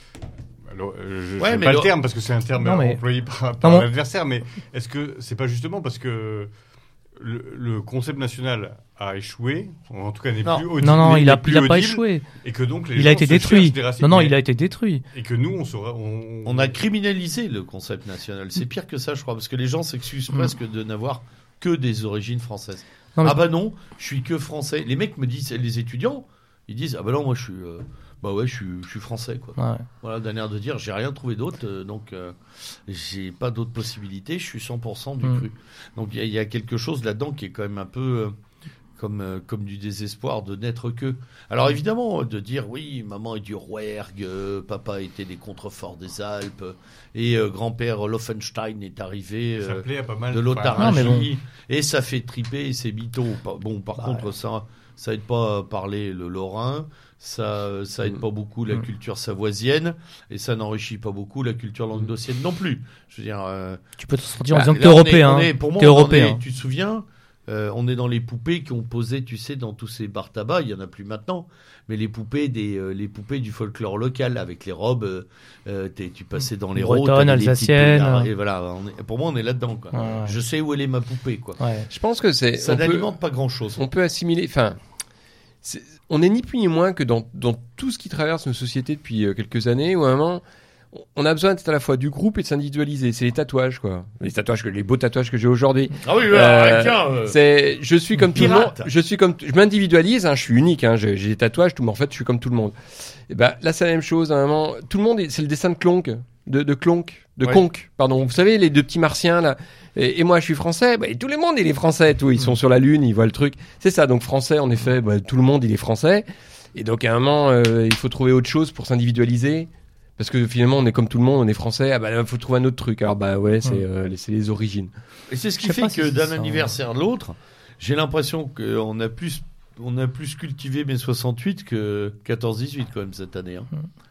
Alors, euh, je ne Ouais, sais mais pas le- le terme parce que c'est un terme Non, mais- employé par, par Non, mais- l'adversaire, mais est-ce que c'est pas justement parce que le, le concept national a échoué, en tout cas n'est Non. plus audible, Non, non, n'est- il a, n'est plus il a pas audible, échoué. et que donc les Il gens a été se détruit. cherchent des racines, Non, non, mais- il a été détruit. et que nous, on sera, on, On a criminalisé le concept national. C'est pire que ça, je crois, parce que les gens s'excusent Mm. presque de n'avoir que des origines françaises. Non, mais- Ah bah non, je suis que français. Les mecs me disent, les étudiants, ils disent ah bah non, moi je suis, euh, bah ouais, je suis, je suis français quoi. Ouais. Voilà, d'un air de dire, j'ai rien trouvé d'autre, euh, donc euh, j'ai pas d'autres possibilités, je suis cent pour cent du Mm. cru. Donc il y, a- il y a quelque chose là-dedans qui est quand même un peu euh, comme, euh, comme du désespoir de n'être que. Alors évidemment, de dire oui, maman est du Rouergue, euh, papa était des contreforts des Alpes, et euh, grand-père Loffenstein est arrivé ça euh, plaît à pas mal de enfin, l'Otharingie, Non, mais bon. et ça fait triper ses mythos. Bon, par Bah, contre, ça, ça aide pas à parler le lorrain. Ça, ça aide Mm. pas beaucoup la Mm. culture savoisienne et ça n'enrichit pas beaucoup la culture languedocienne non plus. Je veux dire, euh, Tu peux te sortir en bah, disant que là, t'es on est- européen. on est- pour moi, T'es on en européen. est- tu te souviens, euh, on est dans les poupées qui ont posé, tu sais, dans tous ces bars tabac. Il y en a plus maintenant, mais les poupées des, euh, les poupées du folklore local avec les robes. euh, euh, t'es- tu passais dans les rôles, Bretonne, alsacienne. et voilà. on est- pour moi, on est là-dedans. Quoi. Ouais, ouais. Je sais où elle est ma poupée, quoi. Ouais. Je pense que c'est. Ça on peut- n'alimente pas grand-chose. On peut assimiler. Enfin, c'est- on est ni plus ni moins que dans, dans tout ce qui traverse nos sociétés depuis euh, quelques années, où à un moment, on a besoin d'être à la fois du groupe et de s'individualiser. C'est les tatouages, quoi. Les tatouages, que- les beaux tatouages que j'ai aujourd'hui. Ah oui, Euh, tiens. euh, C'est, je suis comme tout le monde. pirate. Je suis comme, je m'individualise. Hein, je suis unique. Hein, j'ai j'ai des tatouages. Tout, mais en fait, je suis comme tout le monde. Et ben là, c'est la même chose. À un moment, tout le monde, est- c'est le dessin de Clonk, de, de Clonk, de Ouais. Conk. Pardon. Vous savez, les deux petits martiens là. Et, et moi, je suis français. Bah, et tout le monde, il est français. Tout, ils sont sur la lune, ils voient le truc. C'est ça. Donc français, en effet, bah, tout le monde, il est français. Et donc à un moment, euh, il faut trouver autre chose pour s'individualiser. Parce que finalement, on est comme tout le monde, on est français. Ah bah, il faut trouver un autre truc. Alors bah ouais, c'est Ouais. euh, les- c'est les origines. Et c'est ce qui Je sais fait pas si que c'est d'un ça, anniversaire à l'autre, j'ai l'impression qu'on a plus, on a plus cultivé mai soixante-huit que quatorze dix-huit quand même cette année. hein.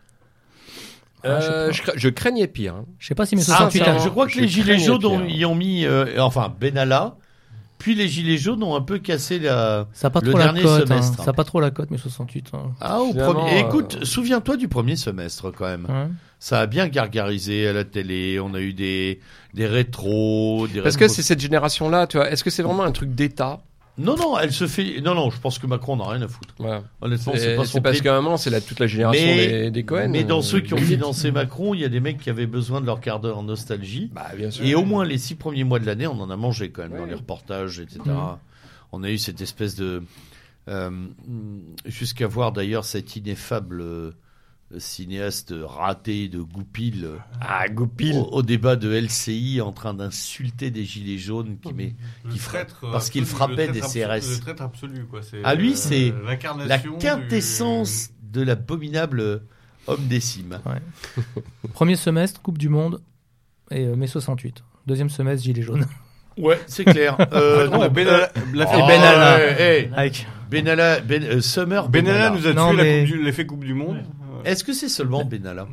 Ah, je sais Euh, pas. je, cra- je craignais pire. hein. Je sais pas si mes Ah, soixante-huit. sincèrement, je crois que je les gilets craignais jaunes ont, pire. y ont mis, euh, enfin Benalla, puis les gilets jaunes ont un peu cassé la. Ça a pas le trop la dernier cote. hein. semestre. Ça a pas trop la cote, mes soixante-huit. hein. Ah, au Finalement, premier. euh, Écoute, souviens-toi du premier semestre quand même. Ouais. Ça a bien gargarisé à la télé. On a eu des des rétros, des Parce que rétros- c'est cette génération-là, tu vois. Est-ce que c'est vraiment un truc d'État? Non, non, elle se fait. Non, non, je pense que Macron n'a rien à foutre. Voilà. Honnêtement, c'est C'est pas c'est son parce trip. qu'à un moment, c'est la, toute la génération Mais- des, des Cohen. Mais dans euh, ceux qui ont limite. financé Macron, il y a des mecs qui avaient besoin de leur quart d'heure en nostalgie. Bah, bien sûr. Et au moins les six premiers mois de l'année, on en a mangé quand même Ouais. dans les reportages, et cetera. On a eu cette espèce de... euh, jusqu'à voir d'ailleurs cet ineffable euh, cinéaste raté de Goupil, euh, Ah, Goupil. au, au débat de L C I en train d'insulter des gilets jaunes qui, mais, Le qui fra- traître parce qu'il absolu, frappait le des traître C R S. absolu- Le traître absolu, quoi. C'est, Ah, lui, euh, c'est l'incarnation la du- quintessence de l'abominable homme des cimes. Premier semestre, Coupe du Monde et euh, mai soixante-huit. Deuxième semestre, Gilets jaunes. Ouais, c'est clair. Euh, On a non, Benalla- l'affaire Oh, Benalla. ouais, hey, Avec... Benalla, Ben- euh, Summer Benalla Benalla. nous a Non, tué la mais- coupe du- l'effet Coupe du Monde. Est-ce que c'est seulement Benalla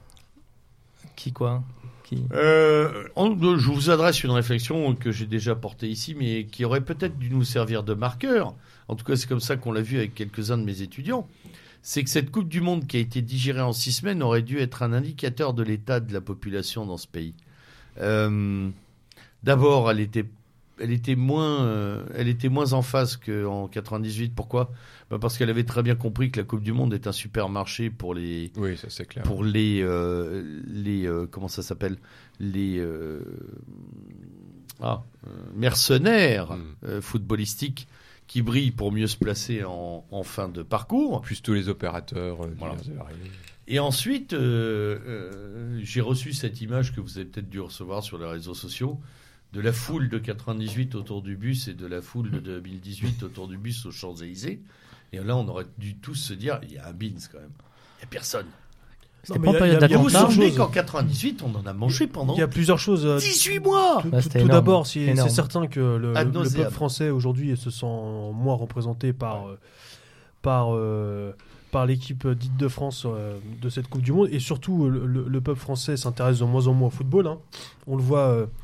Qui quoi Qui euh, on- Je vous adresse une réflexion que j'ai déjà portée ici, mais qui aurait peut-être dû nous servir de marqueur. En tout cas, c'est comme ça qu'on l'a vu avec quelques-uns de mes étudiants. C'est que cette Coupe du Monde qui a été digérée en six semaines aurait dû être un indicateur de l'état de la population dans ce pays. Euh, D'abord, elle était, elle était moins, euh, elle était moins en phase qu'en quatre-vingt-dix-huit. Pourquoi ? Bah parce qu'elle avait très bien compris que la Coupe du Monde est un supermarché pour les, Oui, ça c'est clair. pour les, euh, les euh, comment ça s'appelle, les euh, ah, euh, mercenaires Mm. euh, footballistiques qui brillent pour mieux se placer en, en fin de parcours. Plus tous les opérateurs. euh, Voilà. divers et variés. Et ensuite, euh, euh, j'ai reçu cette image que vous avez peut-être dû recevoir sur les réseaux sociaux de la foule de quatre-vingt-dix-huit autour du bus et de la foule de deux mille dix-huit autour du bus aux Champs-Élysées. Et là, on aurait dû tous se dire, il y a un bins quand même. Il n'y a personne. C'était Non, pas mais en il y a- période il y a Et vous vous plusieurs souvenez choses. qu'en quatre-vingt-dix-huit, on en a mangé pendant Il y a plusieurs choses. euh, dix-huit mois Tout, Bah, tout- c'était tout énorme. d'abord, c'est Énorme. c'est certain que le, Ad le- le nauseam. peuple français aujourd'hui se sent moins représenté par, euh, par, euh, par l'équipe dite de France euh, de cette Coupe du Monde. Et surtout, le, le- le peuple français s'intéresse de moins en moins au football. hein. On le voit euh,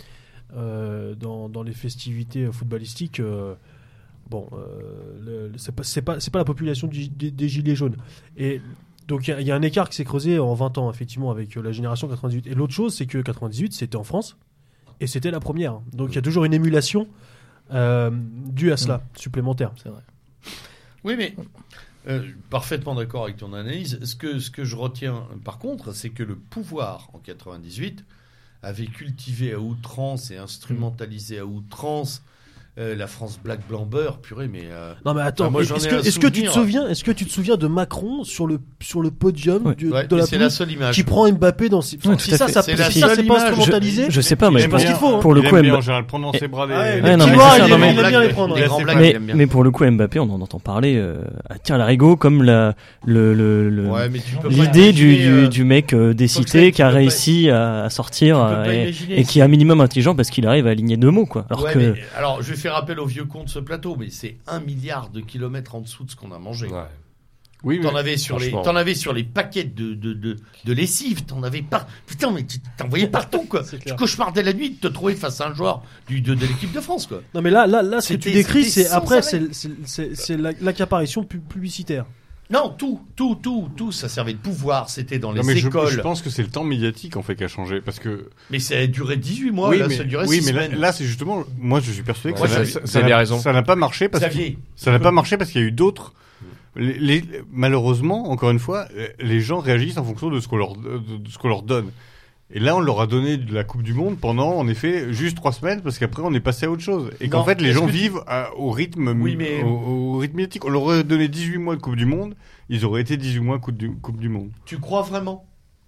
euh, dans, dans les festivités footballistiques. Euh, bon, euh, le, c'est pas c'est pas c'est pas la population du, des, des gilets jaunes. Et donc il y, y a un écart qui s'est creusé en vingt ans effectivement avec la génération quatre-vingt-dix-huit. Et l'autre chose, c'est que quatre-vingt-dix-huit c'était en France et c'était la première. Donc il y a toujours une émulation euh, due à cela, mmh. supplémentaire. C'est vrai. Oui, mais euh, parfaitement d'accord avec ton analyse. Ce que, ce que je retiens, par contre, c'est que le pouvoir, en quatre-vingt-dix-huit, avait cultivé à outrance et instrumentalisé à outrance euh, la France black blanc beurre, purée, mais... Euh, non mais attends, enfin, moi, est-ce, que, est-ce que tu te souviens, est-ce que tu te souviens de Macron sur le, sur le podium ouais. du, ouais, de la c'est la seule image. qui prend Mbappé dans ses... Ouais, si ça, ça, c'est, si la ça, seule c'est pas image. instrumentalisé, Je sais pas, mais je pense qu'il faut. Hein. Pour le il coup, aime bien Mba- en général prendre dans ses bras les... Ouais, Ouais, les non, petits mais noirs, c'est ça, il non, aime mais- il aime bien les prendre. Les ouais. grands C'est blagues, clair. il mais, aime bien. mais pour le coup, Mbappé, on en entend parler euh, à tir larigot comme la, le, le, le, Ouais, mais tu peux pas l'idée du, imaginer, euh, du, du mec euh, des faut que ça, cités tu qui a peux pas- réussi à, à sortir tu peux euh, pas et, imaginer, et qui est un minimum intelligent parce qu'il arrive à aligner deux mots, quoi. Alors ouais, que mais, alors, je vais faire appel aux vieux cons de ce plateau, mais c'est un milliard de kilomètres en dessous de ce qu'on a mangé. Ouais. Oui, mais T'en avais sur les, franchement. t'en avais sur les paquets de, de, de, de lessive, t'en avais pas. Putain, mais tu t'en voyais partout, quoi. C'est Tu clair. cauchemardais la nuit de te trouver face à un joueur du, de, de l'équipe de France, quoi. Non mais là, là, là, ce que tu C'était- décris, c'était c'est sans après, arrêt. c'est, c'est, c'est, c'est la- l'accaparition pu- publicitaire. Non, tout, tout, tout, tout, ça servait de pouvoir, c'était dans les Non, mais je, écoles. je pense que c'est le temps médiatique en fait qui a changé parce que Mais ça a duré dix-huit mois, oui, là, mais, ça a duré oui, six mais là, semaines. là, c'est justement moi je suis persuadé que Ouais, ça, n'a- vous ça, avez ça n'a- raison. ça n'a pas marché parce que Xavier, ça n'a pas marché parce qu'il y a eu d'autres les, les- malheureusement encore une fois les gens réagissent en fonction de ce qu'on leur de, de ce qu'on leur donne. Et là, on leur a donné de la Coupe du Monde pendant, en effet, juste trois semaines, parce qu'après, on est passé à autre chose. Et qu'en Non, fait, les est-ce gens que tu- vivent à- au rythme, Oui, mais- au, au rythme médiatique. On leur aurait donné dix-huit mois de Coupe du Monde, ils auraient été dix-huit mois Coupe du, Coupe du Monde. tu crois vraiment?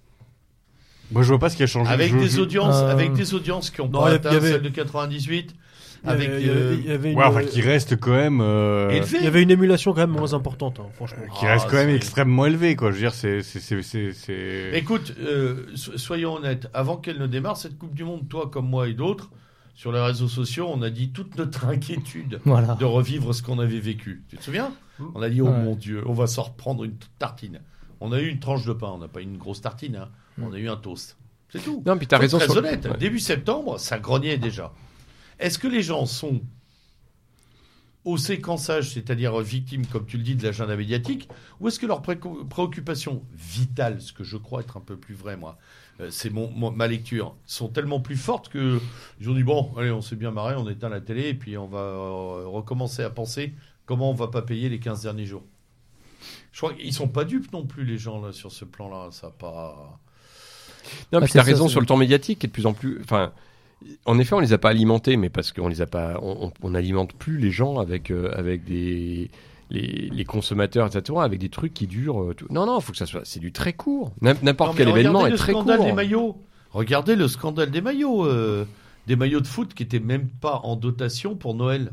Moi, je vois pas ce qui a changé. Avec Je- des je- audiences, Euh, avec des audiences qui ont non, pas il y atteint avait- celle de quatre-vingt-dix-huit, Il y avec, avait- il y avait- euh, il y avait une, Ouais, enfin, qui reste quand même, euh, élevé. il y avait une émulation quand même moins importante, hein, franchement. qui reste Ah, quand même c'est- extrêmement élevé, quoi. Je veux dire, c'est, c'est, c'est, c'est, c'est- Écoute, euh, so- soyons honnêtes, avant qu'elle ne démarre, cette Coupe du Monde, toi comme moi et d'autres, sur les réseaux sociaux, on a dit toute notre inquiétude Voilà. de revivre ce qu'on avait vécu. Tu te souviens? On a dit, oh Ouais. mon Dieu, on va s'en reprendre une tartine. On a eu une tranche de pain, on n'a pas eu une grosse tartine, hein. On a eu un toast. C'est tout. Non, puis t'as Faut être raison. Très sur- honnête, Ouais. début septembre, ça grognait déjà. Est-ce que les gens sont au séquençage, c'est-à-dire victimes, comme tu le dis, de l'agenda médiatique, ou est-ce que leurs préco- préoccupations vitales, ce que je crois être un peu plus vrai, moi, euh, c'est mon, mon- ma lecture, sont tellement plus fortes que ils ont dit, bon, allez, on s'est bien marré, on éteint la télé, et puis on va euh, recommencer à penser comment on va pas payer les quinze derniers jours. Je crois qu'ils sont pas dupes non plus, les gens, là, sur ce plan-là. Ça a pas... Non, Ah, puis c'est t'as ça, raison c'est sur vrai. le temps médiatique qui est de plus en plus. Enfin, en effet, on les a pas alimentés, mais parce qu'on les a pas, on, on- on n'alimente plus les gens avec euh, avec des les, les consommateurs, et cetera, avec des trucs qui durent. euh, tout. Non, non, faut que ça soit. C'est du très court. N'im- N'importe Non, quel mais événement regardez est le très scandale court. des maillots. Regardez le scandale des maillots. euh, des maillots de foot qui étaient même pas en dotation pour Noël.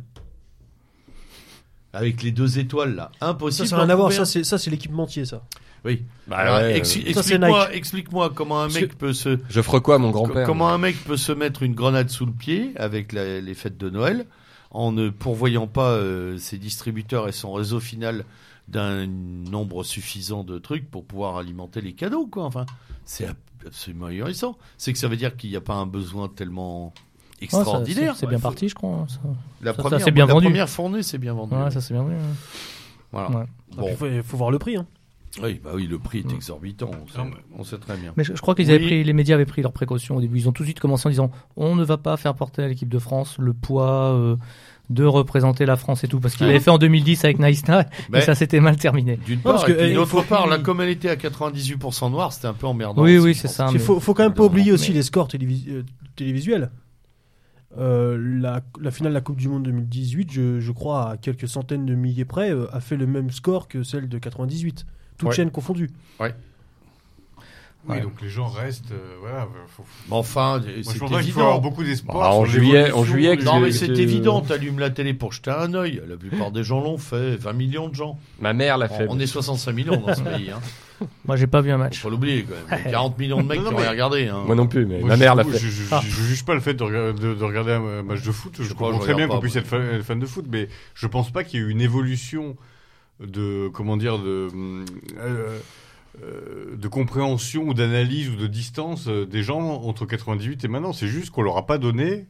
Avec les deux étoiles, là. Ça, Impossible. ça n'a rien d'en à voir, trouver ça un. c'est, ça, c'est l'équipementier, ça. Oui. Bah, Alors, ouais, ex- euh, Ça, c'est explique-moi, Nike. explique-moi comment un Parce mec peut se, Je ferai quoi, mon grand-père comment un mec peut se mettre une grenade sous le pied avec la- les fêtes de Noël en ne pourvoyant pas euh, ses distributeurs et son réseau final d'un nombre suffisant de trucs pour pouvoir alimenter les cadeaux, quoi. Enfin, c'est ab- absolument ahurissant. C'est que ça veut dire qu'il n'y a pas un besoin tellement Ouais, ça, extraordinaire. c'est c'est Ouais, bien faut- parti, je crois. hein, ça. La Ça, ça, première, c'est bien la vendu. première fournée, c'est bien vendu. Ouais, ça c'est bien vu. ouais. Voilà. Ouais. Bon. Il faut, il faut voir le prix. Hein. Oui, bah oui, le prix est exorbitant. On sait, Non, mais- on sait très bien. Mais je, je crois qu'ils Oui. avaient pris, les médias avaient pris leurs précautions au début. Ils ont tout de suite commencé en disant on ne va pas faire porter à l'équipe de France le poids euh, de représenter la France et tout. Parce qu'ils Ah. l'avaient fait en deux mille dix avec Naïsta Mais- et ça s'était mal terminé. D'une Non, part, parce que, et puis eh, il d'autre faut- part, là, il- comme elle était à quatre-vingt-dix-huit pour cent noire, c'était un peu emmerdant. Oui, aussi, oui, je c'est pense. ça. Il mais- faut, faut quand même pas oublier aussi mais- les scores télévis- euh, télévisuels. Euh, la, la finale de la Coupe du Monde deux mille dix-huit, je, je crois à quelques centaines de milliers près, euh, a fait le même score que celle de quatre-vingt-dix-huit. Toutes Ouais. chaînes confondues. Oui, Ouais. donc les gens restent, euh, voilà. Faut, faut- Mais enfin, Moi, je c'est pense pas qu'il faut avoir évident. beaucoup d'espoir. Bah, en sur juillet- l'évolution en juillet, des- Non, mais que- c'est que- évident. T'allumes la télé pour jeter un œil. La plupart des gens l'ont fait. vingt millions de gens. Ma mère l'a fait. On est soixante-cinq millions dans ce pays. Hein. Moi, j'ai pas vu un match. Faut pas l'oublier quand même. Il y a quarante millions de mecs Non, non, qui ont mais- rien regardé. Hein. Moi non plus, mais Moi, ma je- mère l'a je- fait. Je, je, Ah. je juge pas le fait de, rega- de- de regarder un match de foot. Je, Je crois que comprends je très bien regarde qu'on pas, puisse être fan, fan de foot, mais je pense pas qu'il y ait eu une évolution de comment dire de euh, euh, de compréhension ou d'analyse ou de distance euh, des gens entre quatre-vingt-dix-huit et maintenant. C'est juste qu'on leur a pas donné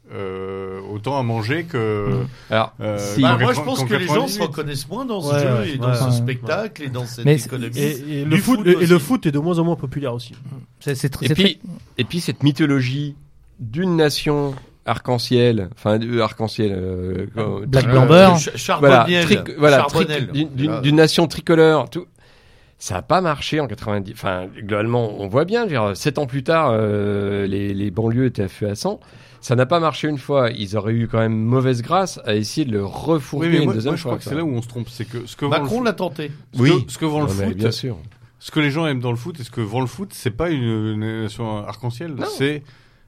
euh, autant à manger que. Alors, euh, si- Bah, qu'en moi, je quatre-vingts- pense qu'en que les gens se quatre-vingt-dix-huit. reconnaissent moins dans ce Ouais, jeu ouais, et dans ouais, ce ouais. spectacle et dans cette Mais économie. Et, et Du le foot, foot et le aussi. foot est de moins en moins populaire aussi. C'est, c'est tr- Et c'est puis, et puis cette mythologie d'une nation arc-en-ciel, enfin euh, arc-en-ciel, euh, comme- Black euh, Blamber. Ch- voilà, Charbonniel. tric- voilà, tric- Charbonnel. d'une, d'une- Voilà. d'une nation tricolore, tout. Ça n'a pas marché en quatre-vingt-dix. Enfin, globalement, on voit bien. Je veux dire, sept ans plus tard, euh, les, les banlieues étaient à feu à sang. Ça n'a pas marché une fois. Ils auraient eu quand même mauvaise grâce à essayer de le refourguer Oui, mais une moi, deuxième moi, je fois. crois que c'est quoi. là où on se trompe, c'est que ce que vend le Macron foot- l'a tenté. ce Oui. que, ce que vend le Non, mais foot, bien sûr. ce que les gens aiment dans le foot et ce que vend le foot, c'est pas une, une nation arc-en-ciel, Non. c'est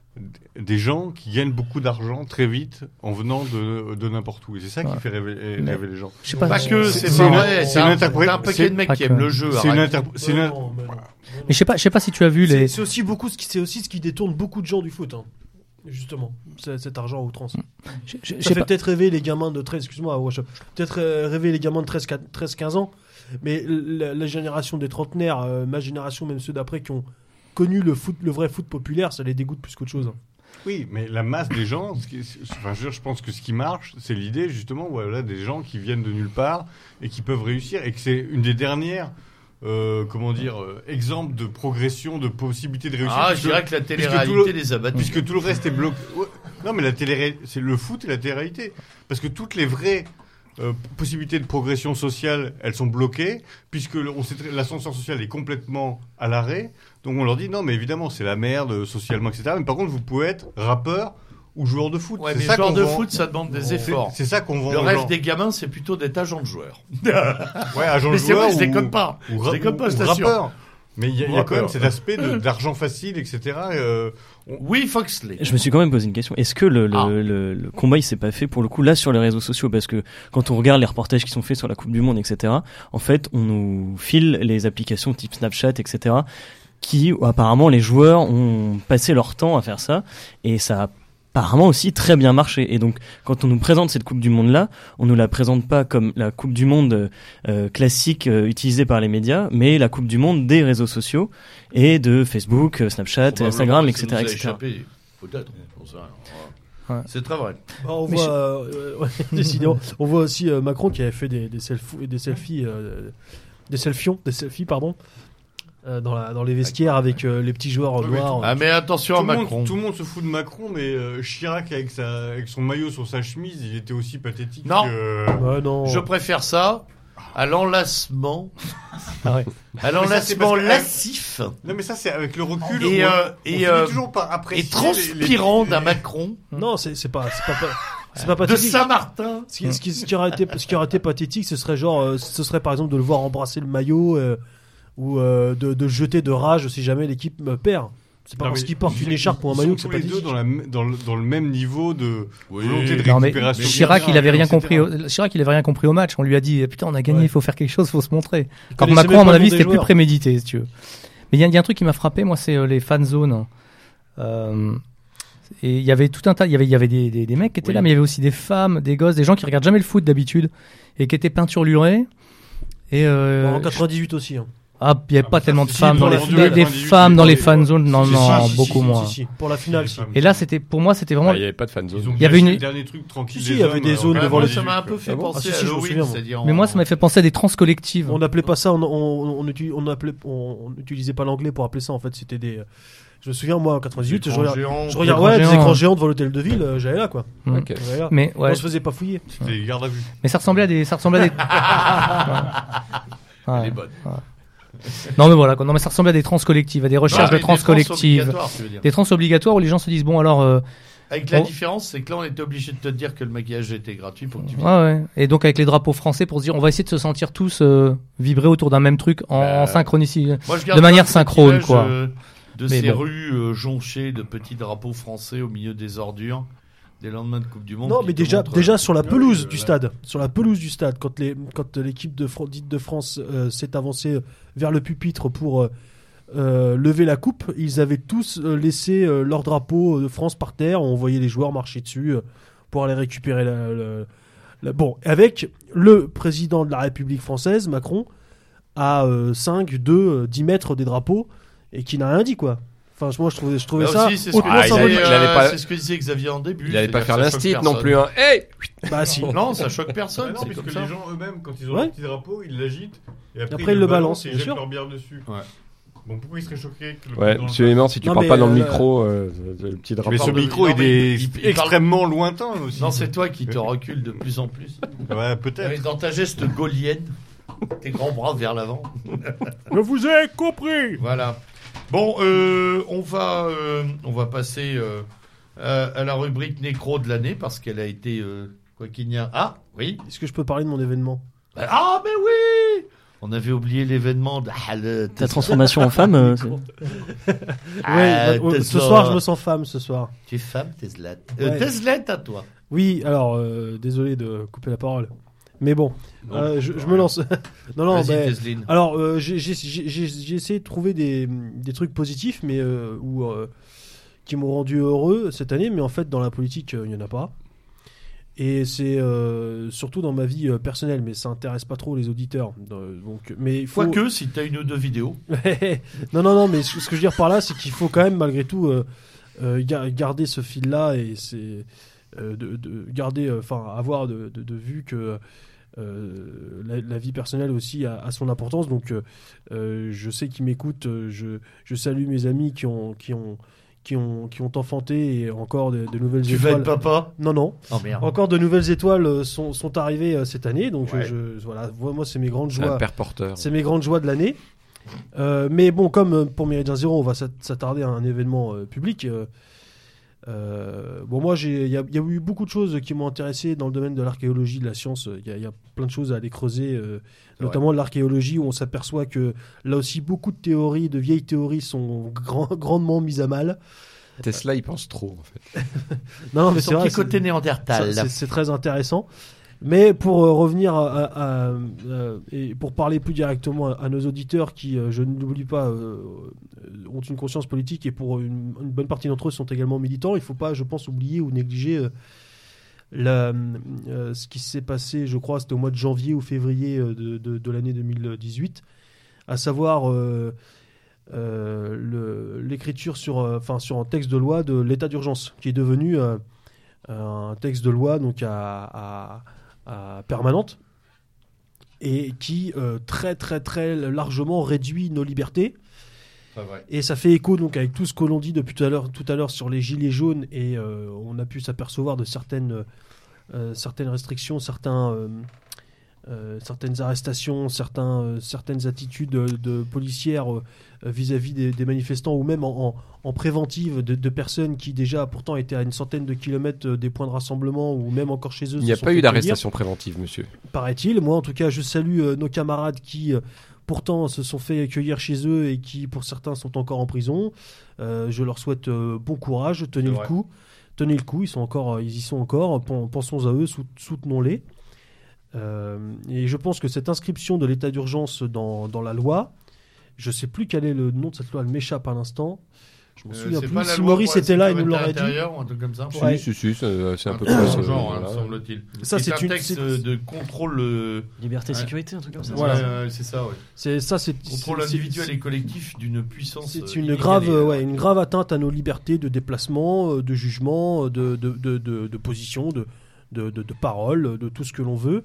des gens qui gagnent beaucoup d'argent très vite en venant de, de n'importe où. Et c'est ça qui Ouais. fait rêver, Mais- rêver les gens. Je sais pas. Pas que, c'est- c'est c'est pas une- vrai. c'est T'as une un- interpré- t'as un paquet c'est- de mecs pas qui que- aiment le jeu. C'est une, arrête. interpr- c'est une- Non, mais non. Mais je sais pas, je sais pas si tu as vu C'est les. c'est aussi beaucoup ce qui, c'est aussi ce qui détourne beaucoup de gens du foot. Hein. Justement, c'est- cet argent à outrance. Je, je- je Ça sais fait pas. peut-être rêver les gamins de treize, excuse-moi, ouais, je- peut-être euh, rêver les gamins de treize quinze ans, mais la, la génération des trentenaires, euh, ma génération, même ceux d'après, qui ont connu le foot, le vrai foot populaire, ça les dégoûte plus qu'autre chose. hein. Oui, mais la masse des gens, ce qui est- enfin, je, veux dire, je pense que ce qui marche, c'est l'idée justement, voilà, des gens qui viennent de nulle part et qui peuvent réussir, et que c'est une des dernières, euh, comment dire, euh, exemples de progression, de possibilité de réussir. Ah, je puisque- dirais que la puisque télé-réalité tout le- les a battus. puisque tout le reste est bloqué. Ouais. Non, mais la télé, c'est le foot et la télé-réalité, parce que toutes les vraies euh, possibilités de progression sociale, elles sont bloquées, puisque le- on sait très- l'ascenseur social est complètement à l'arrêt. Donc on leur dit non, mais évidemment c'est la merde socialement, et cetera. Mais par contre, vous pouvez être rappeur ou joueur de foot. Ouais, c'est mais ça joueur qu'on de vend- foot, ça demande des C'est- efforts. C'est ça qu'on vend. Le aux rêve gens. des gamins, c'est plutôt d'être agent de joueur. Ouais, agent Mais de c'est joueur vrai, je ou- déconne pas. ou Je ra- déconne ou- pas, je ou t'assure. rappeur. Mais il y a, il y a quand Rappeur. même cet aspect de- d'argent facile, et cetera. euh, on- Oui, Foxley. Je me suis quand même posé une question. Est-ce que le, le, Ah. le, le combat il s'est pas fait pour le coup là sur les réseaux sociaux, parce que quand on regarde les reportages qui sont faits sur la Coupe du Monde, et cetera. En fait, on nous file les applications type Snapchat, et cetera. Qui apparemment les joueurs ont passé leur temps à faire ça, et ça a apparemment aussi très bien marché. Et donc, quand on nous présente cette Coupe du Monde-là, on nous la présente pas comme la Coupe du Monde euh, classique euh, utilisée par les médias, mais la Coupe du Monde des réseaux sociaux et de Facebook, euh, Snapchat, Probablement, Instagram, ça et cetera, nous a et cetera. échappé. Peut-être, on sait rien. Voilà. Ouais. C'est très vrai. Bah, on Mais voit, je- euh, ouais, décidément. On voit aussi euh, Macron qui avait fait des, des, self- des selfies, euh, des selfions, des selfies, pardon, euh, dans, la, dans les vestiaires avec euh, les petits joueurs Ouais, mais noirs. Ah, mais attention tout, à le monde, Macron. tout le monde se fout de Macron, mais euh, Chirac avec, sa, avec son maillot sur sa chemise, il était aussi pathétique. Non. que- Ouais, non. Je préfère ça à l'enlacement. Ah ouais. À Mais ça, c'est l'enlacement parce que- lascif Non, mais ça, c'est avec le recul. et, on- euh, on et, finit euh, toujours par apprécier et transpirant d'un Macron Non, c'est c'est pas, c'est pas, pas- c'est pas de pathétique. Saint-Martin. Ce qui, ce, qui, ce, qui aurait été, ce qui aurait été pathétique, ce serait genre, euh, ce serait par exemple de le voir embrasser le maillot euh, ou euh, de, de jeter de rage si jamais l'équipe me perd. C'est pas Non, parce mais qu'il porte ils- une écharpe ou un ils maillot sont que c'est tous les deux pathétique. dans, la, m- dans, le, dans le même niveau de Oui. volonté de Non, mais récupération. Chirac, il avait rien et cetera. compris. Au, Chirac, il avait rien compris au match. On lui a dit, putain, on a gagné, il Ouais. faut faire quelque chose, faut se montrer. Alors que connaissait Macron, même à mon pas le avis, nom des c'était plus joueurs. prémédité, si tu veux. Mais il y, a- il y a un truc qui m'a frappé, moi, c'est euh, les fan zones. Euh, et il y avait tout un tas, il y avait, il y avait des, des, des mecs qui étaient Oui. là, mais il y avait aussi des femmes, des gosses, des gens qui regardent jamais le foot d'habitude et qui étaient peinturlurés. Et euh, En quatre-vingt-dix-huit aussi. Hein. ah, il y avait Ah, pas bah ça, tellement de c'est- femmes si, dans pour les, la des, finale, des quatre-vingt-dix-huit, femmes dans c'est les pas fan les- zones, non, Si, non, si, si, beaucoup si, moins. si, si. Pour la finale, si. Et là, c'était, pour moi, c'était vraiment. Ah, il n'y avait pas de fan zone. Ils ont Il y avait caché une- le dernier truc tranquille. Si, des il y avait hommes, des euh, zones en devant Moi, les ça m'a un quatre-vingt-dix-huit, peu quoi. fait Ah bon penser Ah, si, à si, je me Halloween, souviens, moi. c'est-à-dire. Mais moi, en- ça m'a fait penser à des trans collectives. On n'appelait pas ça, on, on, on, utilise- on appelait, on, on utilisait pas l'anglais pour appeler ça. En fait, c'était des. Je me souviens, moi, en quatre-vingt-dix-huit, je Écrans regarde, géants. je regarde écrans ouais, des géants, écrans hein. géants devant l'hôtel de ville, euh, j'allais là, quoi. Mm. Ok. J'allais là. Mais ouais. On se faisait pas fouiller. C'était les gardes à vue. Mais ça ressemblait à des, ça ressemblait à des. Elle Ouais. est bonne. Non mais voilà, quoi. Non mais ça ressemblait à des trans collectives, à des recherches Ah, mais de trans des trans collectives, obligatoires, tu veux dire. des trans obligatoires où les gens se disent bon alors, euh, Avec la Bon. différence, c'est que là, on était obligé de te dire que le maquillage était gratuit pour que tu ouais, ouais. Et donc avec les drapeaux français pour se dire on va essayer de se sentir tous euh, vibrer autour d'un même truc en, Bah, en synchronicité. Moi, je garde de manière cette synchrone, image, quoi. euh, de Mais ces bon. rues euh, jonchées de petits drapeaux français au milieu des ordures, des lendemains de Coupe du Monde. Non, qui mais te déjà, montrent, déjà euh, sur la oui, pelouse euh, du là. stade, sur la pelouse du stade, quand les, quand l'équipe de Fran- dite de France euh, s'est avancée vers le pupitre pour euh, euh, lever la coupe, ils avaient tous euh, laissé euh, leur drapeau de France par terre. On voyait les joueurs marcher dessus euh, pour aller récupérer la, la- la- bon, avec le président de la République française, Macron, à euh, cinq, deux, euh, dix mètres des drapeaux et qui n'a rien dit, quoi. Enfin, moi, je trouvais, je trouvais Là ça aussi, c'est ce, hautement que Ah, il disait, avait- symbolique. il avait euh, pas- c'est ce que disait Xavier en début. Il allait pas faire c'est-à-dire que ça l'instit choque non personne. plus, hein. Hey Bah si. Non, ça choque personne. Bah non, c'est puisque comme les ça. gens eux-mêmes, quand ils ont Ouais. leur petit drapeau, ils l'agitent. Et après, Après, ils le balancent, et bien ils jettent sûr. leur bière dessus. Ouais. Bon, pourquoi ils seraient choqués que le Ouais, président monsieur le Aimant, si tu Non, parles mais, pas dans le euh, micro, euh, le petit fasse. drapeau. Mais ce parle de- micro non, est mais des- il- il parle- extrêmement lointain aussi. Non, c'est toi qui te recules de plus en plus. Ouais, peut-être. Dans ta geste gaulienne, tes grands bras vers l'avant. Je vous ai compris. Voilà. Bon, euh, on va, euh, on va passer euh, à, à la rubrique nécro de l'année parce qu'elle a été euh, quoi qu'il n'y a. Ah, oui. Est-ce que je peux parler de mon événement? Ah, mais oui. On avait oublié l'événement de ah, le- Ta transformation en femme, euh, c'est- Ah, Ouais, bah, t'es ce ça. soir, je me sens femme ce soir. Tu es femme, t'es slate. Euh, Ouais. t'es slate à toi. Oui, alors, euh, désolé de couper la parole. Mais bon, Non, euh, je, c'est je pas me rien. lance. non, non, Vas-y, bah, Tesline. alors, euh, j'ai j'ai- j'ai- j'ai- j'ai essayé de trouver des, des trucs positifs, mais euh, ou, euh, qui m'ont rendu heureux cette année, mais en fait, dans la politique, euh, il n'y en a pas. Et c'est euh, surtout dans ma vie euh, personnelle, mais ça intéresse pas trop les auditeurs. Euh, donc, mais il faut... Quoique, si t'as une ou deux vidéos. non, non, non, mais ce ce que je veux dire par là, c'est qu'il faut quand même, malgré tout, euh, euh, ga- garder ce fil-là et c'est euh, de, de garder, enfin, avoir de, de, de vue que euh, la, la vie personnelle aussi a, a son importance. Donc, euh, euh, je sais qu'ils m'écoutent. euh, Je, je salue mes amis qui ont, qui ont, qui ont, qui ont enfanté et encore de, de nouvelles Tu vas étoiles. être papa. Non, non. Oh merde. Encore de nouvelles étoiles euh, sont, sont arrivées euh, cette année. Donc, Ouais. je, voilà, moi, c'est mes grandes C'est un joies. père porteur. C'est mes grandes joies de l'année. Euh, mais bon, comme euh, pour Méridien Zéro, on va s'at- s'attarder à un événement euh, public. euh, euh, bon, moi, j'ai- il y, a il y a eu beaucoup de choses qui m'ont intéressé dans le domaine de l'archéologie, de la science. Il y, a- il y a plein de choses à aller creuser, euh, C'est notamment de l'archéologie, où on s'aperçoit que là aussi, beaucoup de théories, de vieilles théories, sont grand- grandement mises à mal. Tesla, il pense trop, en fait. Non, non, mais Mais c'est son vrai. petit côté c'est- néandertal. ça, c'est- C'est très intéressant. Mais pour euh, revenir à, à- à- euh, et pour parler plus directement à, à nos auditeurs qui, euh, je ne l'oublie pas, euh, euh, ont une conscience politique et pour une, une bonne partie d'entre eux sont également militants, il ne faut pas, je pense, oublier ou négliger euh, la, euh, ce qui s'est passé, je crois, c'était au mois de janvier ou février euh, de, de- de l'année deux mille dix-huit, à savoir euh, euh, le- l'écriture sur, euh, enfin, sur un texte de loi de l'état d'urgence, qui est devenu euh, un texte de loi donc à, à- à permanente et qui euh, très très très largement réduit nos libertés. Pas vrai. Et ça fait écho donc avec tout ce que l'on dit depuis tout à l'heure, tout à l'heure sur les gilets jaunes et euh, on a pu s'apercevoir de certaines, euh, certaines restrictions, certains, euh, euh, certaines arrestations, certains, euh, certaines attitudes de, de policières euh, vis-à-vis des, des manifestants ou même en, en, en préventive de, de personnes qui déjà pourtant étaient à une centaine de kilomètres euh, des points de rassemblement ou même encore chez eux. Il n'y se a sont pas fait eu cueillir, d'arrestation préventive, monsieur. paraît-il. Moi, en tout cas, je salue euh, nos camarades qui, euh, pourtant, se sont fait accueillir chez eux et qui, pour certains, sont encore en prison. Euh, je leur souhaite euh, bon courage, tenez C'est le vrai. coup. Tenez le coup, ils, sont encore, euh, ils y sont encore. Pen- Pensons à eux, sou- soutenons-les. Euh, et je pense que cette inscription de l'état d'urgence dans, dans la loi, je ne sais plus quel est le nom de cette loi, elle m'échappe à l'instant. Je m'en Euh, souviens c'est plus. pas la Si loi Maurice pour la était là, il nous sécurité l'aurait dit. intérieure ou un truc comme ça. Ouais. Si, si, si, c'est c'est un peu Un près truc ça. genre, hein, voilà. semble-t-il. Ça, C'est c'est un une- texte c'est- de contrôle. euh, liberté, Ouais. sécurité, un truc comme ça. Voilà. ouais, ouais, c'est ça, ouais. C'est ça, c'est Contrôle c'est- individuel c'est- et collectif d'une puissance. C'est euh, une inégalée. grave, euh, ouais, une grave atteinte à nos libertés de déplacement, euh, de jugement, euh, de, de, de, de, de position, de, de, de, de parole, de tout ce que l'on veut.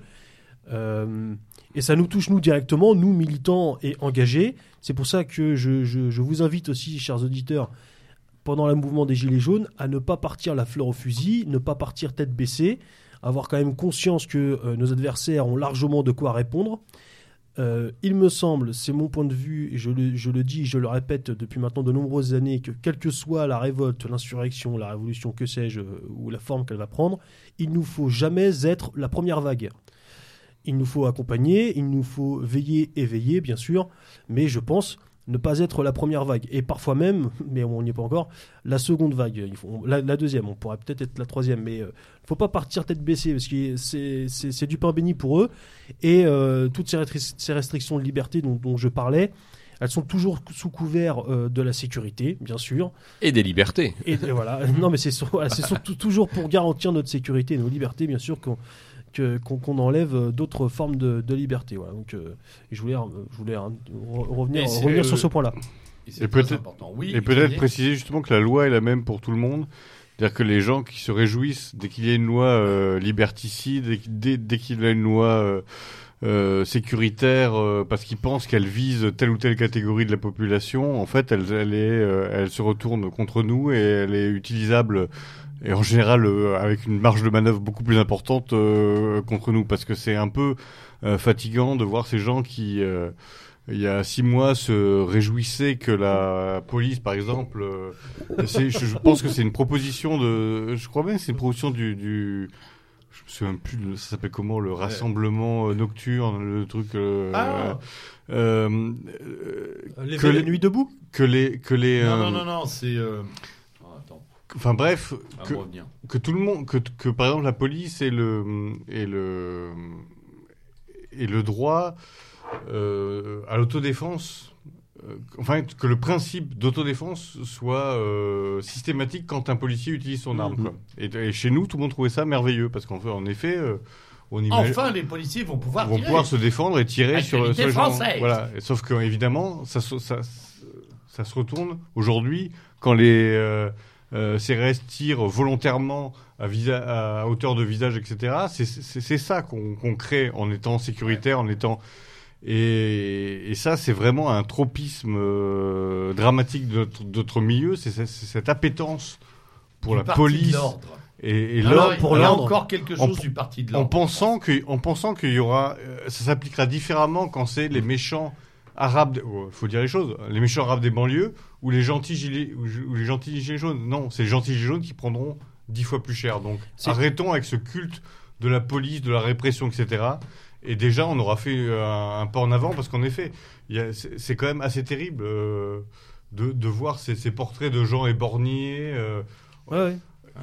Euh, et ça nous touche, nous, directement, nous, militants et engagés. C'est pour ça que je, je, je vous invite aussi, chers auditeurs, pendant le mouvement des Gilets jaunes, à ne pas partir la fleur au fusil, ne pas partir tête baissée, avoir quand même conscience que euh, nos adversaires ont largement de quoi répondre. Euh, il me semble, c'est mon point de vue, et je le, je le dis, je le répète depuis maintenant de nombreuses années, que quelle que soit la révolte, l'insurrection, la révolution, que sais-je, euh, ou la forme qu'elle va prendre, il ne nous faut jamais être la première vague. Il nous faut accompagner, il nous faut veiller et veiller, bien sûr, mais je pense ne pas être la première vague. Et parfois même, mais on n'y est pas encore, la seconde vague. Il faut, la, la deuxième, on pourrait peut-être être la troisième, mais il euh, ne faut pas partir tête baissée, parce que c'est, c'est, c'est du pain béni pour eux. Et euh, toutes ces, restri- ces restrictions de liberté dont, dont je parlais, elles sont toujours sous couvert euh, de la sécurité, bien sûr. Et des libertés. Et, et voilà. Non, mais c'est, sur- voilà, c'est surtout toujours pour garantir notre sécurité et nos libertés, bien sûr, qu'on, que- qu'on, qu'on enlève d'autres formes de, de liberté. Voilà. Donc, euh, je voulais, je voulais hein, re- revenir, Et c'est, revenir euh, sur ce point-là. Et c'est Et très peut-être- important. Oui, Et peut-être Xavier préciser justement que la loi est la même pour tout le monde. C'est-à-dire que les gens qui se réjouissent dès qu'il y a une loi euh, liberticide, dès, dès, dès qu'il y a une loi euh, euh, sécuritaire, euh, parce qu'ils pensent qu'elle vise telle ou telle catégorie de la population, en fait, elle, elle, est, euh, elle se retourne contre nous et elle est utilisable, et en général euh, avec une marge de manœuvre beaucoup plus importante euh, contre nous, parce que c'est un peu euh, fatigant de voir ces gens qui... Euh, il y a six mois, se réjouissaient que la police, par exemple, euh, c'est, je, je pense que c'est une proposition de, je crois bien que c'est une proposition du, du je me souviens plus, de- ça s'appelle comment, le rassemblement euh, nocturne, le truc, euh, Ah. euh, euh, Les, que les les- nuits debout. que les, que les, Non, euh, non, non, non, c'est. Euh... oh, attends, enfin bref, ça va que, me revenir. que tout le monde, que, que par exemple la police et le, et le, et le droit euh, à l'autodéfense, euh, enfin que le principe d'autodéfense soit euh, systématique quand un policier utilise son arme. Mmh. Quoi. Et, et chez nous, tout le monde trouvait ça merveilleux parce qu'en fait, en effet, euh, on imagine. Enfin, les policiers vont pouvoir vont tirer. pouvoir se défendre et tirer sur, Actualité sur les gens. française. Voilà. Et sauf que évidemment, ça, se- ça, ça se retourne aujourd'hui quand les euh, euh, C R S tirent volontairement à, visa- à hauteur de visage, et cetera. C'est, c'est, c'est ça qu'on, qu'on crée en étant sécuritaire, en étant et, et ça, c'est vraiment un tropisme euh, dramatique de notre, de notre milieu. C'est, c'est, c'est cette appétence pour Du la parti de police l'ordre. et, et Non, l'ordre non, pour il y a l'ordre. encore quelque En- chose du parti de en l'ordre. pensant que, en pensant qu'il y aura, euh, ça s'appliquera différemment quand c'est les méchants arabes, des- oh, faut dire les choses, les méchants arabes des banlieues ou les gentils gilets, ou, ou les gentils gilets jaunes. Non, c'est les gentils gilets jaunes qui prendront dix fois plus cher. Donc, C'est- arrêtons avec ce culte de la police, de la répression, et cetera. Et déjà, on aura fait euh, un, un pas en avant parce qu'en effet, il y a- c'est, c'est quand même assez terrible euh, de, de voir ces, ces portraits de gens éborgnés. euh, Ouais, ouais.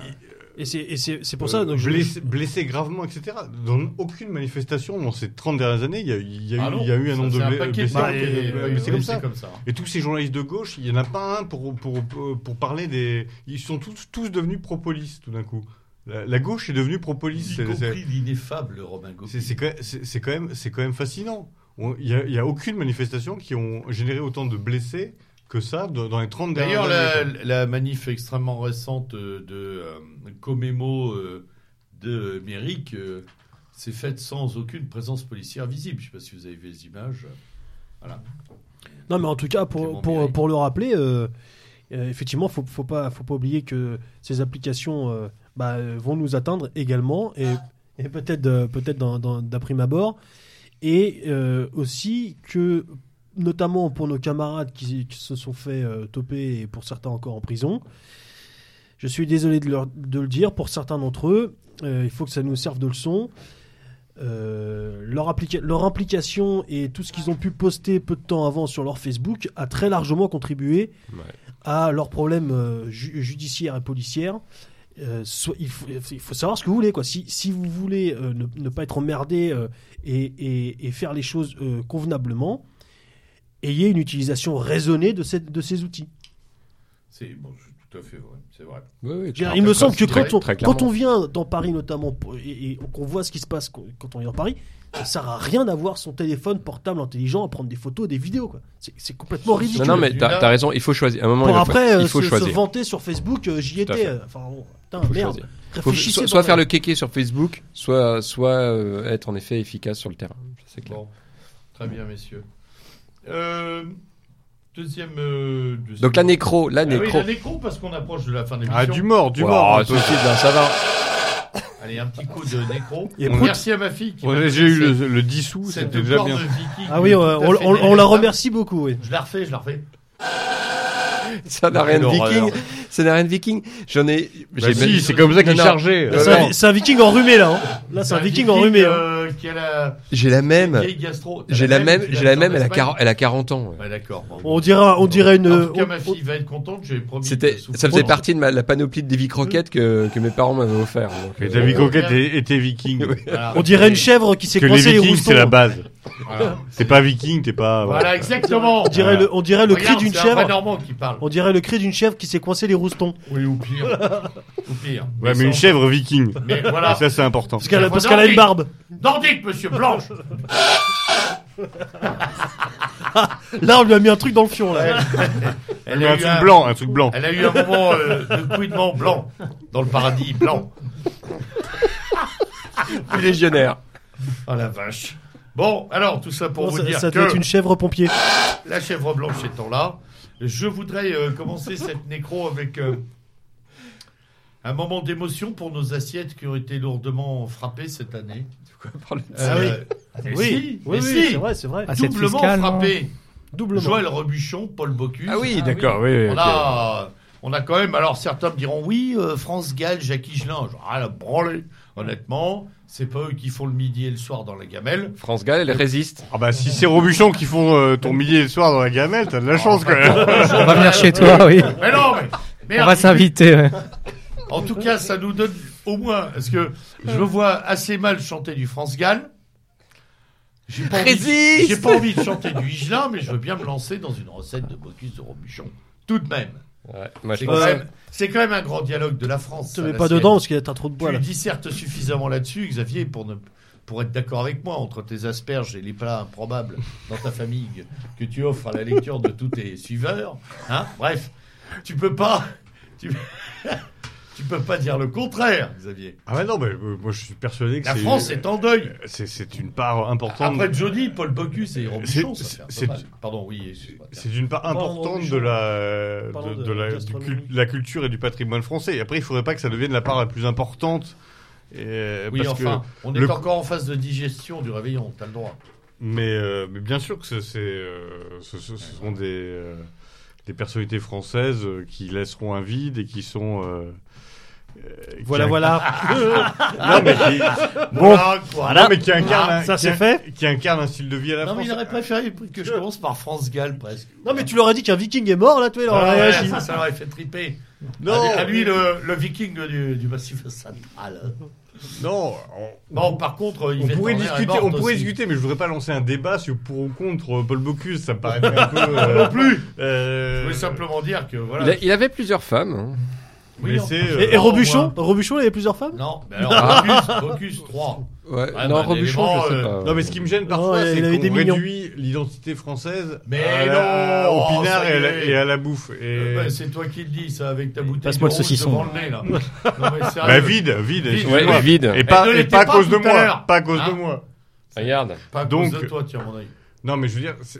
Et c'est, et c'est, c'est pour ça. euh, Donc je- blessés, blessés gravement, et cetera. Dans aucune manifestation dans ces trente dernières années, il y a, il y a Ah eu, non, il y a eu un ça, nombre c'est de un blé- paquet de blessés. gens euh, qui est- euh, oui, mais c'est oui, comme c'est ça. comme ça. Et tous ces journalistes de gauche, il n'y en a pas un pour, pour, pour, pour parler des... Ils sont tous, tous devenus pro-police, tout d'un coup. La, la gauche est devenue pro-police. Y C'est- c'est- compris l'ineffable Robin Goupil. c'est c'est quand, même- c'est- c'est quand même, c'est quand même fascinant. On- Il n'y a, il y a aucune manifestation qui ont généré autant de blessés que ça dans dans les trente dernières D'ailleurs, années. la, la manif extrêmement récente euh, de euh, Comémo euh, de Méric euh, s'est faite sans aucune présence policière visible. Je ne sais pas si vous avez vu les images. Voilà. Non, mais en tout cas, C'est pour, mon pour, mérite. pour le rappeler, euh, euh, effectivement, faut, faut pas, faut pas oublier que ces applications euh, bah, euh, vont nous atteindre également, et, et peut-être, de- peut-être dans, dans, d'un prime abord, et euh, aussi que, notamment pour nos camarades qui, qui se sont fait euh, toper et pour certains encore en prison, je suis désolé de, leur, de le dire, pour certains d'entre eux, euh, il faut que ça nous serve de leçon. Euh, leur, applica- leur implication et tout ce qu'ils ont pu poster peu de temps avant sur leur Facebook a très largement contribué Ouais. à leurs problèmes euh, ju- judiciaires et policières. Euh, soit- il, faut, il faut savoir ce que vous voulez, quoi. Si, si vous voulez euh, ne, ne pas être emmerdé euh, et, et- et faire les choses euh, convenablement, ayez une utilisation raisonnée de, cette, de ces outils. C'est bon, c'est tout à fait vrai. C'est vrai. Oui, oui, Je veux dire, très- il me très- semble que très- quand on, très quand on clairement. vient dans Paris notamment pour- et, et qu'on voit ce qui se passe quand quand on est dans Paris, ça sert à rien d'avoir son téléphone portable intelligent à prendre des photos, des vidéos, quoi. C'est, c'est complètement ridicule. Non, non, mais t'as, t'as raison, il faut choisir. À un moment, Pour il, après faut, euh, il faut se, se choisir. vanter sur Facebook, euh, j'y Tout à étais. fait. euh, Enfin, bon, putain, Faut merde. choisir. Faut Réfléchissez. soit, soit dans- faire le kéké sur Facebook, soit, soit euh, être en effet efficace sur le terrain. Ça, c'est clair. Bon, très bien, messieurs. Euh, deuxième, euh, deuxième- Donc la nécro, la Ah oui, nécro. la nécro, parce qu'on approche de la fin de l'émission. Ah, du mort, du Wow, mort. un tout peu. de suite, là, ça va. Allez, un petit coup de nécro. Et Bon, prout. merci à ma fille. Qui Ouais, m'a j'ai donné eu le, cette- le dissous, cette c'était déjà corne bien. viking Ah oui, tout on, à on- fait on- on la détestable. remercie beaucoup. Oui. Je la refais, je la refais. Ça n'a rien de Quelle viking. horreur. Ça n'a rien de viking. J'en ai. Bah j'ai si, même- c'est comme ça qu'il Non, non. chargeait. Euh, C'est non. un, c'est un viking enrhumé là. hein. Là, c'est un viking enrhumé. hein. euh, qui a la J'ai la même. vieille gastro. J'ai la même. tu l'as J'ai la fait en même. Elle a Espagne quarante. Elle a quarante ans. Ouais, d'accord. bon. On dirait, on dirait une. En tout cas, on- ma fille va être contente. J'ai promis. C'était. de souffrir. Ça faisait partie de ma, la panoplie de Davy Croquette que, que mes parents m'avaient offert. Donc, Et euh, David bon, Coquette bien. était viking. Voilà. on dirait une chèvre qui s'est Que les coincée les vikings, roustons. c'est la base. Voilà, C'est pas viking, t'es pas... Voilà, exactement. On dirait le, on dirait le cri Regarde, d'une c'est un vrai chèvre. Normand qui parle. On dirait le cri d'une chèvre qui s'est coincée les roustons. Oui, ou pire. Ou pire. Ouais, mais une sans- chèvre viking. Mais Et voilà. ça, c'est important. Parce qu'elle, La parce fois qu'elle a une nordique. barbe. Nordique, monsieur Blanche. Là, on lui a mis un truc dans le fion, là. Elle Mais a un eu truc blanc, un truc blanc. Elle a eu un moment euh, de couinement blanc dans le paradis blanc. Légionnaire. Oh la vache. Bon, alors tout ça pour Bon, vous ça dire ça que doit être une chèvre pompier. la chèvre blanche étant là, je voudrais euh, commencer cette nécro avec euh, un moment d'émotion pour nos assiettes qui ont été lourdement frappées cette année. Par le- Euh, mais Oui, si, oui, mais oui, si. c'est vrai, c'est vrai. Assiette Doublement fiscale, non frappé. Doublement. Joël Robuchon, Paul Bocuse. Ah oui, d'accord, oui, oui. On ok. a, on a quand même, alors certains me diront, oui, euh, France Gall, Jacques Higelin, genre, ah la branlée. Honnêtement, c'est pas eux qui font le midi et le soir dans la gamelle. France Gall, elle résiste. Ah bah si c'est Robuchon qui font euh, ton midi et le soir dans la gamelle, t'as de la chance quand même. On va venir chez toi, oui. Mais non, mais. On merde, va s'inviter. Ouais. En tout cas, ça nous donne au moins, parce que je me vois assez mal chanter du France Gall. J'ai pas, envie, Résiste j'ai pas envie de chanter du Higelin, mais je veux bien me lancer dans une recette de Bocuse de Robuchon. Tout de même. Ouais, moi, je C'est pense quand, que- même, c'est quand même un grand dialogue de la France. Tu te ça, mets la pas sienne. dedans parce qu'il y a t'as trop de bois, Tu là. dissertes suffisamment là-dessus, Xavier, pour, ne, pour être d'accord avec moi, entre tes asperges et les plats improbables dans ta famille que tu offres à la lecture de tous tes suiveurs. Hein. Bref, tu peux pas... Tu, tu peux pas dire le contraire, Xavier. Ah bah non, mais euh, moi je suis persuadé que La c'est... France est en deuil. C'est, c'est une part importante... Après Johnny, Paul Bocuse et Robuchon, C'est- ça fait un peu c'est- mal. Pardon, oui. excuse-moi. C'est une part Parlons de importante Robuchon. de la, Parlons de, de de la, du gastronomie. cul- la culture et du patrimoine français. Et après, il faudrait pas que ça devienne la part la plus importante. Et, Oui, parce enfin, que on est le- encore en phase de digestion du réveillon, t'as le droit. Mais, euh, mais bien sûr que c'est, c'est, euh, ce, ce- ce sont des, euh, des personnalités françaises euh, qui laisseront un vide et qui sont... euh, euh, qui Voilà, inc- voilà. Non, mais qui, Bon, quoi. non, mais qui incarne, un, ça qui c'est in- fait. qui incarne un style de vie à la Non, mais France. il aurait préféré que je commence par France Gall, presque. Non, mais tu leur as dit qu'un viking est mort, là, toi, il aurait Ah ouais, réagi. ça, ça l'aurait fait triper. Non, À lui, à lui, le, le viking du, du massif central. non, on, Non, par contre, On Yvette pourrait Horner est discuter, morte on pourrait aussi. discuter, mais je voudrais pas lancer un débat sur pour ou contre euh, Paul Bocuse, ça me paraît un peu. euh, Non plus. euh, Je voulais simplement dire que Il, voilà. a- il avait plusieurs femmes. hein. mais Oui, c'est, enfin, euh, Et, et Non, Robuchon moi. Robuchon, il y avait plusieurs femmes Non, mais alors, Bocuse, Bocuse trois. Ouais, Ouais, non, bah, Robuchon, l'élément, je sais euh, pas. Non, mais ce qui me gêne Non, parfois, il c'est avait qu'on des mignons. réduit l'identité française Mais à la- non, au pinard ça y et à, la, est. et à la bouffe. Et... Euh, bah, c'est toi qui le dis, ça, avec ta bouteille Passe-moi de le rouge saucisson. devant le nez, là. Non, mais sérieux. Bah, vide, vide. Vide, excuse-moi. ouais, vide. Et pas, Elle ne et l'était pas à pas cause de tout à moi. l'heure. Pas à cause Hein de moi. Regarde. Pas à Donc- cause de toi, tiens, mon œil. Non, mais je veux dire, c'est-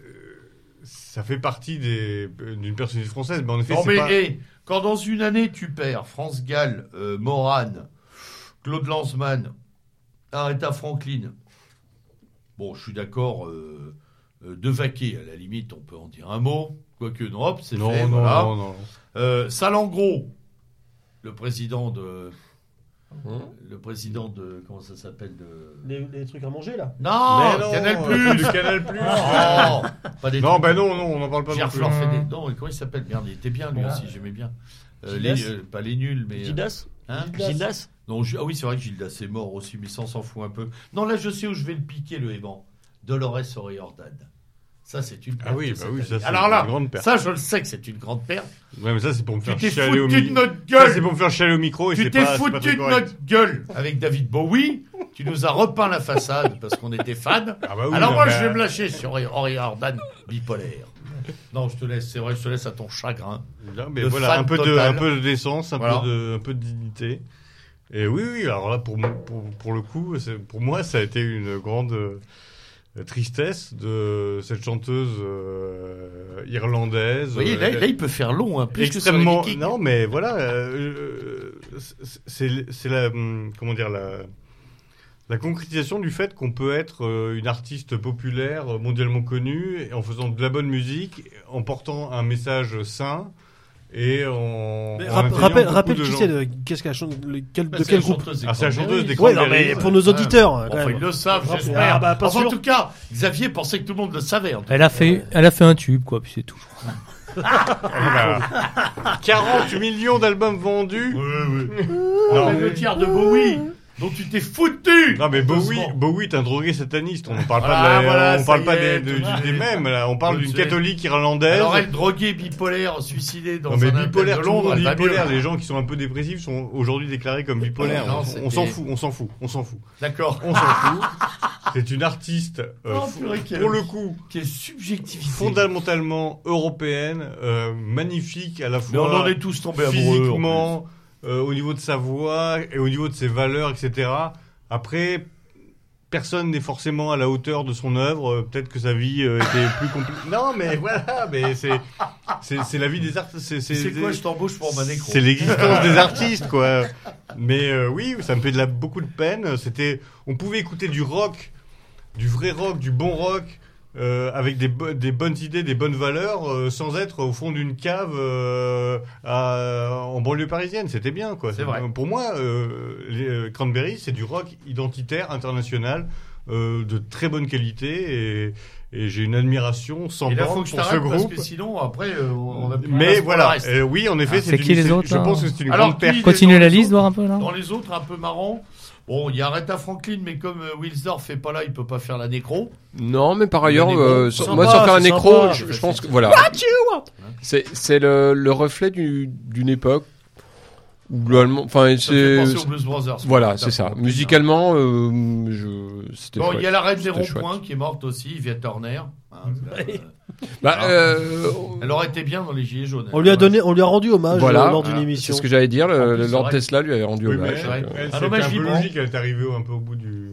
ça fait partie des, d'une personnalité française, mais en effet, Non, c'est mais pas. hé, quand dans une année, tu perds France Gall, euh, Morane, Claude Lanzmann, Aretha Franklin. Bon, je suis d'accord, euh, euh, de vaquer, à la limite, on peut en dire un mot. Quoique, non, hop, c'est Non, fait, non, voilà. non, non. Euh, Salengro, le président de... Hum. Le président de... Comment ça s'appelle de... les, les trucs à manger, là. Non, Mais non, Canal+. euh, du Canal+. Non, pas des Non, trucs- bah non, non, on n'en parle pas non Pierre plus. Fleur fait des... Non, comment il s'appelle? Merde, il était bien, lui Ah. aussi, j'aimais bien. Euh, Gildas. les, euh, pas les nuls, mais... euh, Gildas Hein Gildas Non, je- ah oui, c'est vrai que Gildas est mort aussi, mais ça, on s'en fout un peu. Non, là, je sais où je vais le piquer, le aimant. Dolores O'Riordan. Ça, c'est une perte. Ah oui, de bah cette oui, année. ça, c'est Alors là, une grande perte. ça, je le sais que c'est une grande perte. Ouais, mais ça, c'est pour me Tu faire t'es chialer au foutu de micro. notre Ça, c'est gueule. pour me faire chialer au micro et Tu c'est t'es pas, c'est pas foutu très de correct. notre gueule avec David Bowie. Tu nous as repeint la façade parce qu'on était fans. Ah bah oui, Alors non, moi, mais- je vais me lâcher sur O'Riordan bipolaire. Non, je te laisse, c'est vrai, je te laisse à ton chagrin. Non, mais de voilà, fan un peu, de, total. un peu de décence, un, Voilà. peu de, un peu de dignité. Et oui, oui, alors là, pour, mo- pour, pour le coup, c'est- pour moi, ça a été une grande euh, tristesse de cette chanteuse euh, irlandaise. Vous voyez, là, euh, là, il peut faire long, hein, plus que sur les extrêmement. Vikings. Non, mais voilà, euh, euh, c'est c'est la. hum, Comment dire, la. La concrétisation du fait qu'on peut être euh, une artiste populaire, euh, mondialement connue, et en faisant de la bonne musique, en portant un message sain et en. Mais en rap- atteignant rappelle, beaucoup rappelle de qui gens. c'est, de- qu'est-ce qu'elle chante, le- quel- Bah, de c'est quel la groupe chanteuse des Ah, c'est la Cranberries. chanteuse des Ouais, non, Cranberries. mais pour nos auditeurs, Bon, quand enfin, même. ils le savent, Ah, j'espère. bah, pas Enfin, en sûr. tout cas, Xavier pensait que tout le monde le savait. en tout Elle cas. a fait, elle a fait un tube, quoi, puis c'est tout. Voilà. quarante millions d'albums vendus. Oui, oui. Non. Mais le tiers de Bowie, dont tu t'es foutu. Non mais Bowie, Heureusement. Bowie est un drogué sataniste. On ne parle Voilà, pas, de la- voilà, on ça parle y pas est, des, tout de- va des bien. mêmes. Là. On parle Je d'une sais. catholique irlandaise. Alors elle, droguée, bipolaire, suicidée dans Non mais un hôtel bipolaire, de tout le Londres, monde elle va bipolaire. mieux. Les gens qui sont un peu dépressifs sont aujourd'hui déclarés comme bipolaires. Non, on c'était- on s'en fout, on s'en fout, on s'en fout. D'accord. On s'en fout. c'est une artiste, euh, Oh, purée, f- quelle- pour le coup, Quelle subjectivité. fondamentalement européenne, euh, magnifique à la Mais on en fois est tous tombés amoureux. en physiquement, euh, au niveau de sa voix et au niveau de ses valeurs, et cetera. Après, personne n'est forcément à la hauteur de son œuvre. Euh, Peut-être que sa vie euh, était plus compliquée. Non, mais voilà, mais c'est c'est c'est la vie des artistes. C'est plus. C'est quoi, je t'embauche pour ma nécro. c'est l'existence des artistes, quoi. Mais euh, oui, ça me fait de la, beaucoup de peine. C'était, on pouvait écouter du rock, du vrai rock, du bon rock, euh, avec des, bo- des bonnes idées, des bonnes valeurs, euh, sans être au fond d'une cave euh, à, en banlieue parisienne. C'était bien, quoi. C'est vrai. Pour moi, euh, les euh, Cranberries, c'est du rock identitaire, international, euh, de très bonne qualité, et, et j'ai une admiration sans Et là, borne faut que je pour ce t'arrête parce groupe. que sinon, après, euh, on a plus de place Mais pour voilà, le reste. euh, oui, en effet, Ah, c'est c'est une- qui les c'est- autres, Je là pense que c'est une Alors, grande perte. qui- Continue dans la les liste, autres- voir un peu là. Dans les autres, un peu marrant. Bon, il y a Aretha Franklin, mais comme euh, Wilsdorf fait pas là, il peut pas faire la nécro. Non, mais par ailleurs, Mais euh, bon, sur- sympa, moi, sur faire un c'est nécro, sympa. je, je pense que voilà. C'est c'est le, le reflet du- d'une époque où globalement, enfin, Ça me fait c'est penser aux Blues Brothers. voilà, Aretha c'est ça. Franklin. Musicalement, euh, je c'était Bon, il chouette. y a la reine des C'était ronds-points chouette. qui est morte aussi, Yvette Turner. Hein, c'est la- Bah, Ah. euh, Elle aurait été bien dans les Gilets jaunes. On lui a donné, on lui a rendu hommage Voilà. euh, lors d'une Voilà. émission. c'est ce que j'allais dire. En Le, plus, le c'est Lord vrai. Tesla lui avait rendu Oui, mais hommage. c'est vrai. elle, Euh, elle, Un c'était hommage un peu vibrant. logique, elle est arrivée un peu au bout du...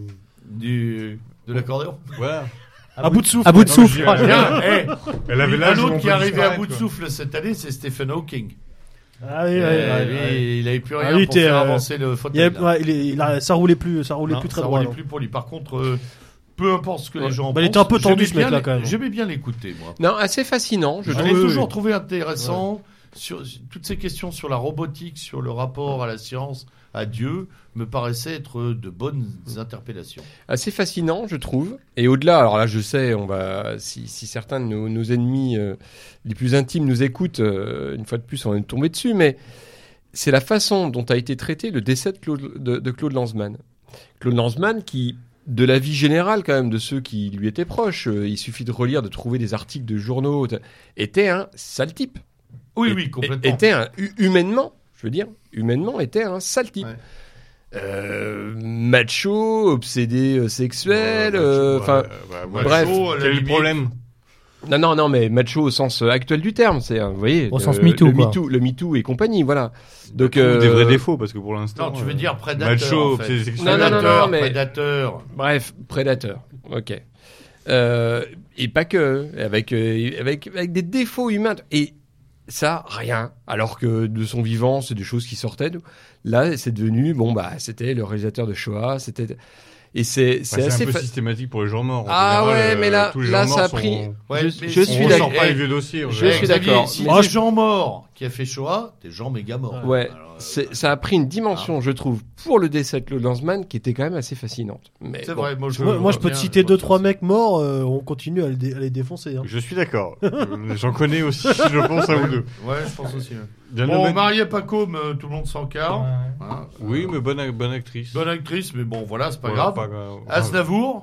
Du, de l'accordéon. Voilà. À bout de souffle. À bout de Non, souffle. mais je- Tiens, hey, Elle avait un l'âge où on autre qui est peut arrivé à disparaître, bout de quoi. souffle cette année, c'est Stephen Hawking. Ah oui, oui, Euh, oui, lui, oui. il avait plus Ah, rien lui, pour t'es, faire euh, avancer le Il y fauteuil. avait- ouais, il est- il a- ça roulait plus, ça roulait Non, plus très ça droit. roulait non. plus pour lui. Par contre, euh, peu importe ce que les gens en Bah, il était pensent, un peu tendu, j'aimais ce mec-là, bien quand même. l'é- J'aimais bien l'écouter, moi. Non, assez fascinant, je Je trouve. l'ai oui, toujours oui. trouvé intéressant. Sur, toutes ces questions sur la robotique, sur le rapport à la science, à Dieu, me paraissaient être de bonnes interpellations. Assez fascinant, je trouve. Et au-delà, alors là, je sais, on va, si, si certains de nos, nos ennemis euh, les plus intimes nous écoutent, euh, une fois de plus, on va nous tomber dessus, mais c'est la façon dont a été traité le décès de Claude, de, de Claude Lanzmann. Claude Lanzmann, qui, de la vie générale quand même, de ceux qui lui étaient proches, euh, il suffit de relire, de trouver des articles de journaux, t- était un sale type. Oui, Et- oui, complètement. Était un, hu- humainement, je veux dire, humainement, était un sale type. Ouais. Euh, macho, obsédé euh, sexuel, Ouais, euh, macho, enfin, ouais, ouais, ouais. bref. Macho, à la Quel est le limite. problème? non, non, non, mais macho au sens euh, actuel du terme, c'est, euh, vous voyez, Au le- sens MeToo, le quoi. MeToo, le MeToo et compagnie, voilà. Donc, Trouve des euh, vrais défauts, parce que pour l'instant... Non, tu veux euh, dire prédateur. macho, en fait. obsédé sexuel. Non, non, non, Prédateur, non, mais- prédateur. Bref, prédateur. Ok. Euh, et pas que, avec, euh, avec, avec des défauts humains. Et ça, rien. Alors que de son vivant, c'est des choses qui sortaient. Là, c'est devenu, bon, bah, c'était le réalisateur de Shoah, c'était. Et c'est, Bah, c'est c'est assez un peu fa- systématique pour les gens morts. En Ah général, ouais, euh, mais là- tous les là, gens ça a morts pris- sont- Ouais, Je- mais je si- suis On d'accord. ressent pas Eh, les vieux dossiers. en je général. suis Xavier, d'accord. Si Moi, t'es je- gens morts qui a fait Shoah, t'es gens méga morts. Ouais, Alors, euh, c'est, ça a pris une dimension, je trouve, pour le décès de Claude Lanzmann, qui était quand même assez fascinante. Mais C'est bon. vrai, moi je, Moi, moi, je peux te retiens- citer je deux retiens trois ça. mecs morts, euh, on continue à, le dé- à les défoncer. Hein. Je suis d'accord. Euh, J'en connais aussi, je pense, à vous deux. Ouais, je pense aussi. ouais. Bien Bon, nommé- Maria Pacôme, euh, tout le monde s'en carre. Hein. Oui, mais bonne, ac- bonne actrice. Bonne actrice, mais bon, voilà, c'est pas Ouais, grave. pas grave. Aznavour,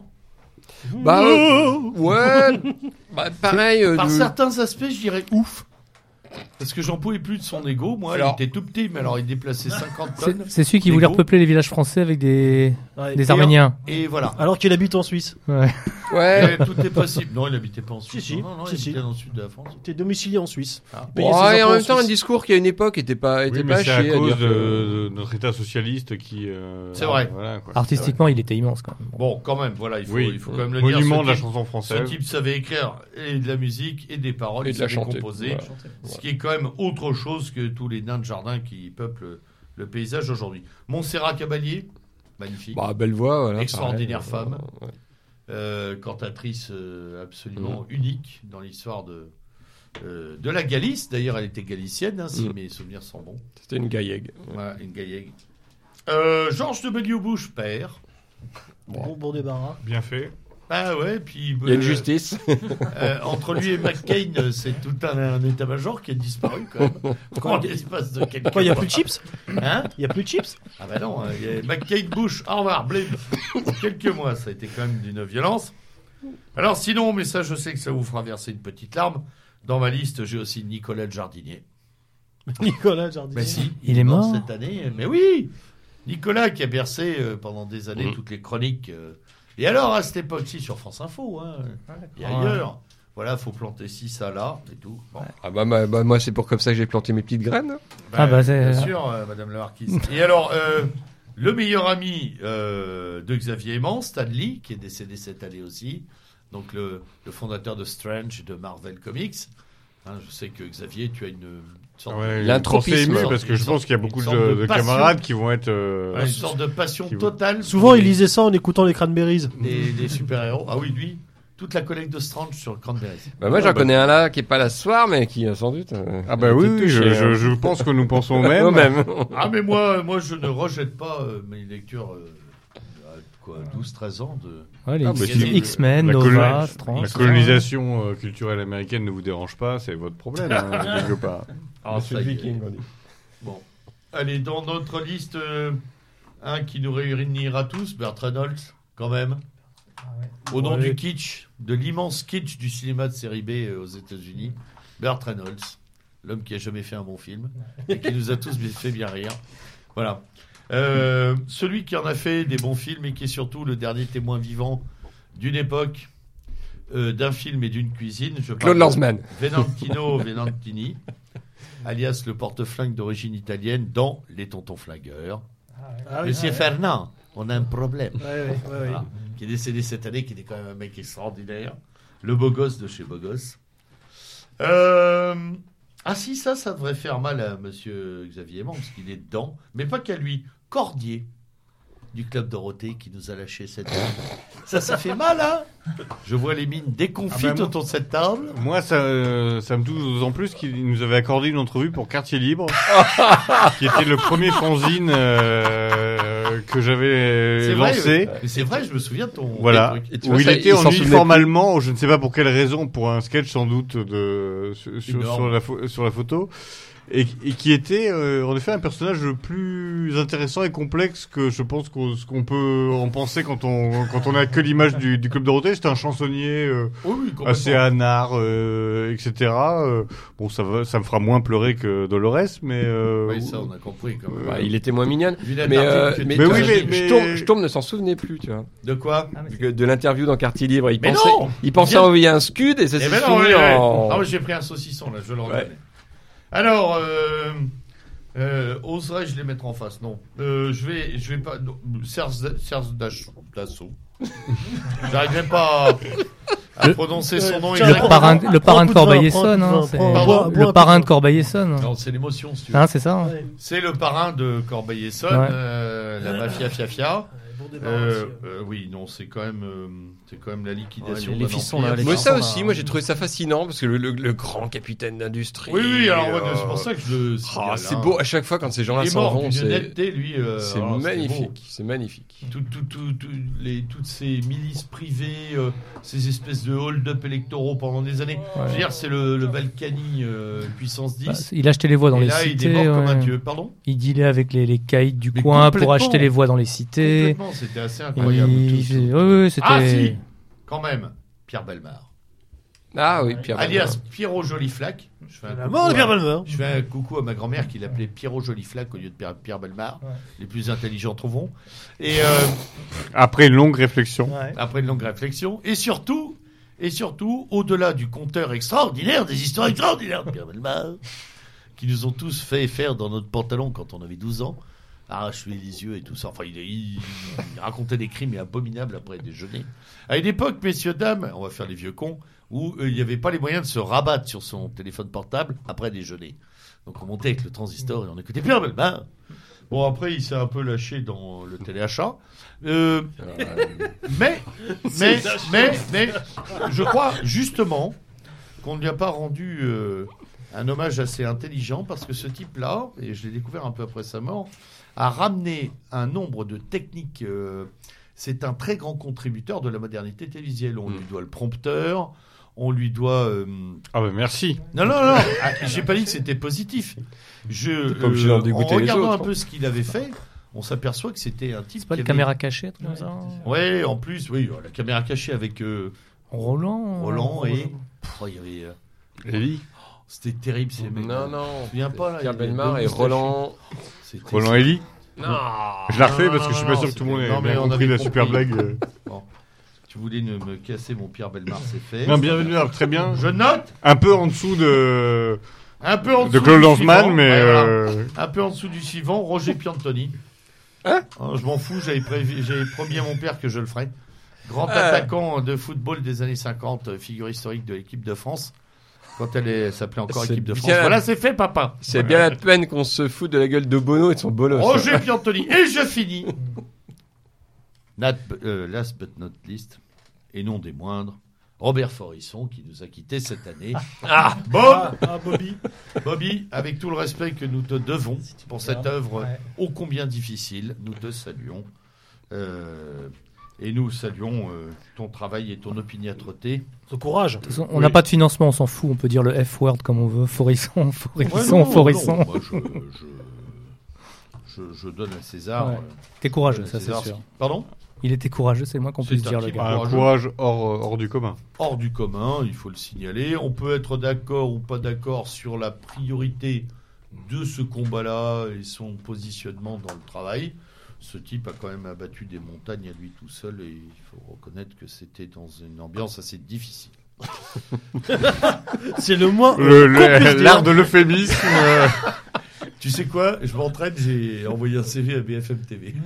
Bah, euh, ouais, bah, pareil. euh, par de- certains aspects, je dirais ouf. Parce que j'en pouvais plus de son ego. Moi, Alors- il était tout petit, mais alors il déplaçait cinquante C'est tonnes. c'est celui qui Lego. voulait repeupler les villages français avec des, Ouais. des Et- Arméniens. Et voilà. Alors qu'il habite en Suisse. Ouais. Ouais. Et tout est possible. Non, il habitait pas en Suisse. Si, si, non, non, si, il si. habitait dans le sud de la France. T'es domicilié en Suisse. Ah. Payer Ouais, ses et en impôts même temps, un Suisse. discours qui à une époque était pas, était Oui, pas mais c'est à chier à cause dire de, que- de notre état socialiste qui. euh, C'est vrai. Voilà, quoi. Artistiquement, il était immense quand même. Bon, quand même, voilà, il faut, Oui. il faut quand même le Monument dire. de la Ce type- chanson Ce française. type savait écrire et de la musique et des paroles, Et il de la savait chanter. composer. Voilà. Ce qui est quand même autre chose que tous les nains de jardin qui peuplent le paysage aujourd'hui. Montserrat Caballé, magnifique. Bah, belle voix, voilà. Extraordinaire pareil. femme. Ouais. Euh, cantatrice euh, absolument Mm. unique dans l'histoire de, euh, de la Galice. D'ailleurs, elle était galicienne, hein, si Mm. mes souvenirs sont bons. C'était une gaillègue. Voilà, une gaillègue. Euh, Georges de Belliau-Bush, père. Bon, bon débarras. Bien fait. Ah ouais, puis... Il y a une euh, justice. euh, entre lui et McCain, euh, c'est tout un, un état-major qui a disparu quand même. En l'espace de quelques Quoi, il y a mois. plus de chips Hein? Il y a plus de chips Ah bah non, euh, il y a McCain Bush, au revoir, blim. En quelques mois, ça a été quand même d'une violence. Alors sinon, mais ça je sais que ça vous fera verser une petite larme. Dans ma liste, j'ai aussi Nicolas le Jardinier. Nicolas Jardinier. Bah si, Il est mort cette année. Mais oui, Nicolas qui a bercé euh, pendant des années Mhm. toutes les chroniques euh, Et alors, à cette époque-ci, sur France Info, hein, et Ouais. ailleurs, voilà, faut planter ci, ça, là, et tout. Bon. Ah bah, bah, bah, moi c'est pour comme ça que j'ai planté mes petites graines. Bah, Ah bah, c'est- bien sûr, euh, Madame la Marquise. Et alors, euh, le meilleur ami euh, de Xavier Aimant, Stan Lee, qui est décédé cette année aussi, donc le, le fondateur de Strange et de Marvel Comics. Hein, je sais que Xavier, tu as une sorte, Ouais, Il y a un une pensée tropisme. émue, parce que je pense qu'il y a beaucoup Une de, sorte de de passion. camarades qui vont être. euh, de, une sorte de passion qui vous- totale. Souvent, pour il les- lisait ça en écoutant les Cranberries. des, des super-héros. Ah oui, lui, toute la collecte de Strange sur Cranberries. Bah, moi j'en Ah, bah. connais un là qui est pas là ce soir, mais qui euh, sans doute. euh, Ah bah a oui, été oui, touché, je, je, hein. je pense que nous pensons au même. Au même. Ah, mais moi, moi je ne rejette pas euh, mes lectures euh, à quoi, douze treize ans de. Ouais, les Ah, bah, X- si- X-Men, la Nova, colonie- Strange. La colonisation euh, culturelle américaine ne vous dérange pas, c'est votre problème, hein, quelque part. Ah, ça y est. Viking, on dit. Bon. Allez, dans notre liste, euh, un qui nous réunira tous, Burt Reynolds, quand même. Au nom Ouais. du kitsch, de l'immense kitsch du cinéma de série B euh, aux États-Unis, Burt Reynolds, l'homme qui a jamais fait un bon film et qui nous a tous bien- fait bien rire. Voilà. Euh, celui qui en a fait des bons films et qui est surtout le dernier témoin vivant d'une époque, euh, d'un film et d'une cuisine. Je parle Claude de Lanzmann. Venantino Venantini, alias le porte-flingue d'origine italienne dans Les Tontons Flingueurs. Ah oui. Monsieur Fernand, on a un problème. Ouais, ouais, ouais, ouais. Voilà. Qui est décédé cette année, qui était quand même un mec extraordinaire. Le beau gosse de chez Beau Gosse. Euh... Ah si, ça, ça devrait faire mal à monsieur Xavier Aimant, parce qu'il est dedans. Mais pas qu'à lui. Cordier, du Club Dorothée, qui nous a lâché cette année. Ça, ça fait mal, hein. Je vois les mines déconfites Ah ben, moi- autour de cette table. Moi, ça, euh, ça me touche d'autant plus qu'il nous avait accordé une entrevue pour Quartier Libre, qui était le premier fanzine euh, que j'avais C'est vrai, lancé. Mais c'est vrai, je me souviens de ton Voilà, des trucs. Et tu où vois il ça, était il en s'en souvenait uniforme plus. allemand, je ne sais pas pour quelle raison, pour un sketch sans doute de sur, sur, Énorme. sur la, pho- sur la photo, et, et qui était euh, en effet un personnage plus intéressant et complexe que je pense qu'on, ce qu'on peut en penser quand on quand on a que l'image du, du Club Dorothée. C'était un chansonnier euh, Oui, oui, complètement. assez anard, euh, et cetera. Euh, bon, ça va, ça me fera moins pleurer que Dolores, mais euh, Oui, ça, on a compris quand même. Ouais, il était moins mignonne. Vu la Mais, euh, tartine que mais, tu Mais as oui, dit. mais- je, mais- tourne, je tourne ne s'en souvenait plus, tu vois. De quoi Vu que de l'interview dans Quartier Libre, il Mais pensait, non il pensait Viens- envoyer un scud et ça Eh s'est ben non, fini ouais, ouais. en. Ah, ouais, j'ai pris un saucisson là, je le reconnais. Ouais. Alors, euh, euh, oserais-je les mettre en face? Non. Euh, je vais, je vais pas. non, Serge, Serge Dach- Dassault. J'arrive même pas à, à prononcer son nom. Tiens, Le exactement. parrain, le parrain de Prends un coup de vin, Corbeil-Essonne, prends un coup de hein, vin, c'est- prends- bois- bois- bois le un parrain peu de Corbeil-Essonne. Non, c'est l'émotion, si tu veux. Hein, c'est ça. hein. Ouais. C'est le parrain de Corbeil-Essonne, Ouais. euh, la mafia fiafia. Bon Euh, débarras, euh, oui, non, c'est quand même, euh, c'est quand même la liquidation. Ouais, les- les d'un fissons, empire. là, les Moi, ça chansons, aussi, là, moi hein. j'ai trouvé ça fascinant parce que le, le- le grand capitaine d'industrie. Oui, oui, alors moi, euh, c'est pour ça que je le. ah, signale, c'est hein. beau à chaque fois quand ces gens-là Il est s'en mort vont. d'une C'est honnêteté, lui. euh, c'est alors, c'était beau. magnifique, c'est magnifique. Tout, tout, tout, tout- les, toutes ces milices privées, euh, ces espèces de hold-up électoraux pendant des années. Je veux dire, c'est le, le Balkany euh, puissance Bah, dix. il achetait les voix dans et les là, il cités. est mort comme un ouais. dieu. Pardon Il dealait avec les, les caïds du Mais coin pour complètement. acheter les voix dans les cités. Complètement, c'était assez Il- incroyable. tout, il- tout. oui, oui, c'était. Ah si, quand même, Pierre Bellemare. Ah oui, Pierre. Alias Pierrot Joliflac. Je fais un La coucou mort de à- Pierre Balmer. Je fais un coucou à ma grand-mère qui l'appelait Pierrot Joliflac au lieu de Pierre, Pierre Bellemare. Ouais. Les plus intelligents trouveront. Et euh, après une longue réflexion. Ouais. après une longue réflexion, et surtout, et surtout, au-delà du conteur extraordinaire, des histoires extraordinaires de Pierre Bellemare, qui nous ont tous fait faire dans notre pantalon quand on avait douze ans, arracher les yeux et tout ça. Enfin, il, il- il racontait des crimes abominables après déjeuner. À une époque, messieurs, dames, on va faire les vieux cons, où euh, il n'y avait pas les moyens de se rabattre sur son téléphone portable après déjeuner. Donc on montait avec le transistor et on écoutait Pierre Bellemare. Bon, après, il s'est un peu lâché dans le téléachat. Euh, mais, mais, mais, mais, je crois justement qu'on ne lui a pas rendu euh, un hommage assez intelligent parce que ce type-là, et je l'ai découvert un peu après sa mort, a ramené un nombre de techniques. euh, c'est un très grand contributeur de la modernité télévisuelle. On lui doit le prompteur, on lui doit. euh, Ah bah merci. non, non, non, ah, j'ai pas dit que c'était positif. Je, T'es pas obligé d'en en dégoûter les regardant autres, un peu ce qu'il avait fait, on s'aperçoit que c'était un type. C'est pas qui une avait- caméra cachée, un truc comme ça. Ouais, en plus, oui, la caméra cachée avec euh, Roland. Roland et. Pff, il y avait. euh, Ellie. C'était terrible ces mecs. Non, Je non. me souviens pas là. Pierre il y avait Bellemare deux et moustachus. Roland. C'était- Roland Ellie. Non. Je la refais non, parce que non, je suis non, pas sûr non, que tout le monde c'était- ait non, mais bien on compris avait la super compris. blague. euh. Si vous voulez ne me casser mon Pierre Bellemare, c'est fait. Non, bienvenue, alors, très bien. Je note. Un peu en dessous de. Un peu en dessous de Claude du Lanzmann, suivant. mais. Ouais, voilà. euh... Un peu en dessous du suivant, Roger Piantoni. Hein hein, je m'en fous, j'avais, prévu, j'avais promis à mon père que je le ferais. Grand Ah. attaquant de football des années cinquante, figure historique de l'équipe de France. Quand elle, est, elle s'appelait encore C'est équipe de France. bien- Voilà, c'est fait, papa. C'est bien la peine qu'on se foute de la gueule de Bono et de son bolos. Roger Piantoni. Et je finis. Nat, euh, last but not least, et non des moindres, Robert Forisson, qui nous a quittés cette année. Ah, Bob, Ah, ah, Bobby. Bobby, avec tout le respect que nous te devons pour cette œuvre Ouais. ô combien difficile, nous te saluons. Euh, et nous saluons euh, ton travail et ton opiniâtreté. Ce courage. De toute façon, on n'a Oui. pas de financement, on s'en fout. On peut dire le F-word comme on veut. Forisson, Ouais, Forisson, non, Forisson. non, moi, je, je, je, je donne à César. Ouais. euh, T'es courageux, à ça c'est César sûr. ce qui- Pardon? Il était courageux, c'est le moins qu'on C'est puisse un dire, le type gars. Un courageux. courage hors, hors du commun. Hors du commun, il faut le signaler. On peut être d'accord ou pas d'accord sur la priorité de ce combat-là et son positionnement dans le travail. Ce type a quand même abattu des montagnes à lui tout seul et il faut reconnaître que c'était dans une ambiance assez difficile. C'est le moins. Le- qu'on le- puisse dire. L'art de l'euphémisme. euh, Tu sais quoi? Je m'entraîne, j'ai envoyé un C V à B F M T V.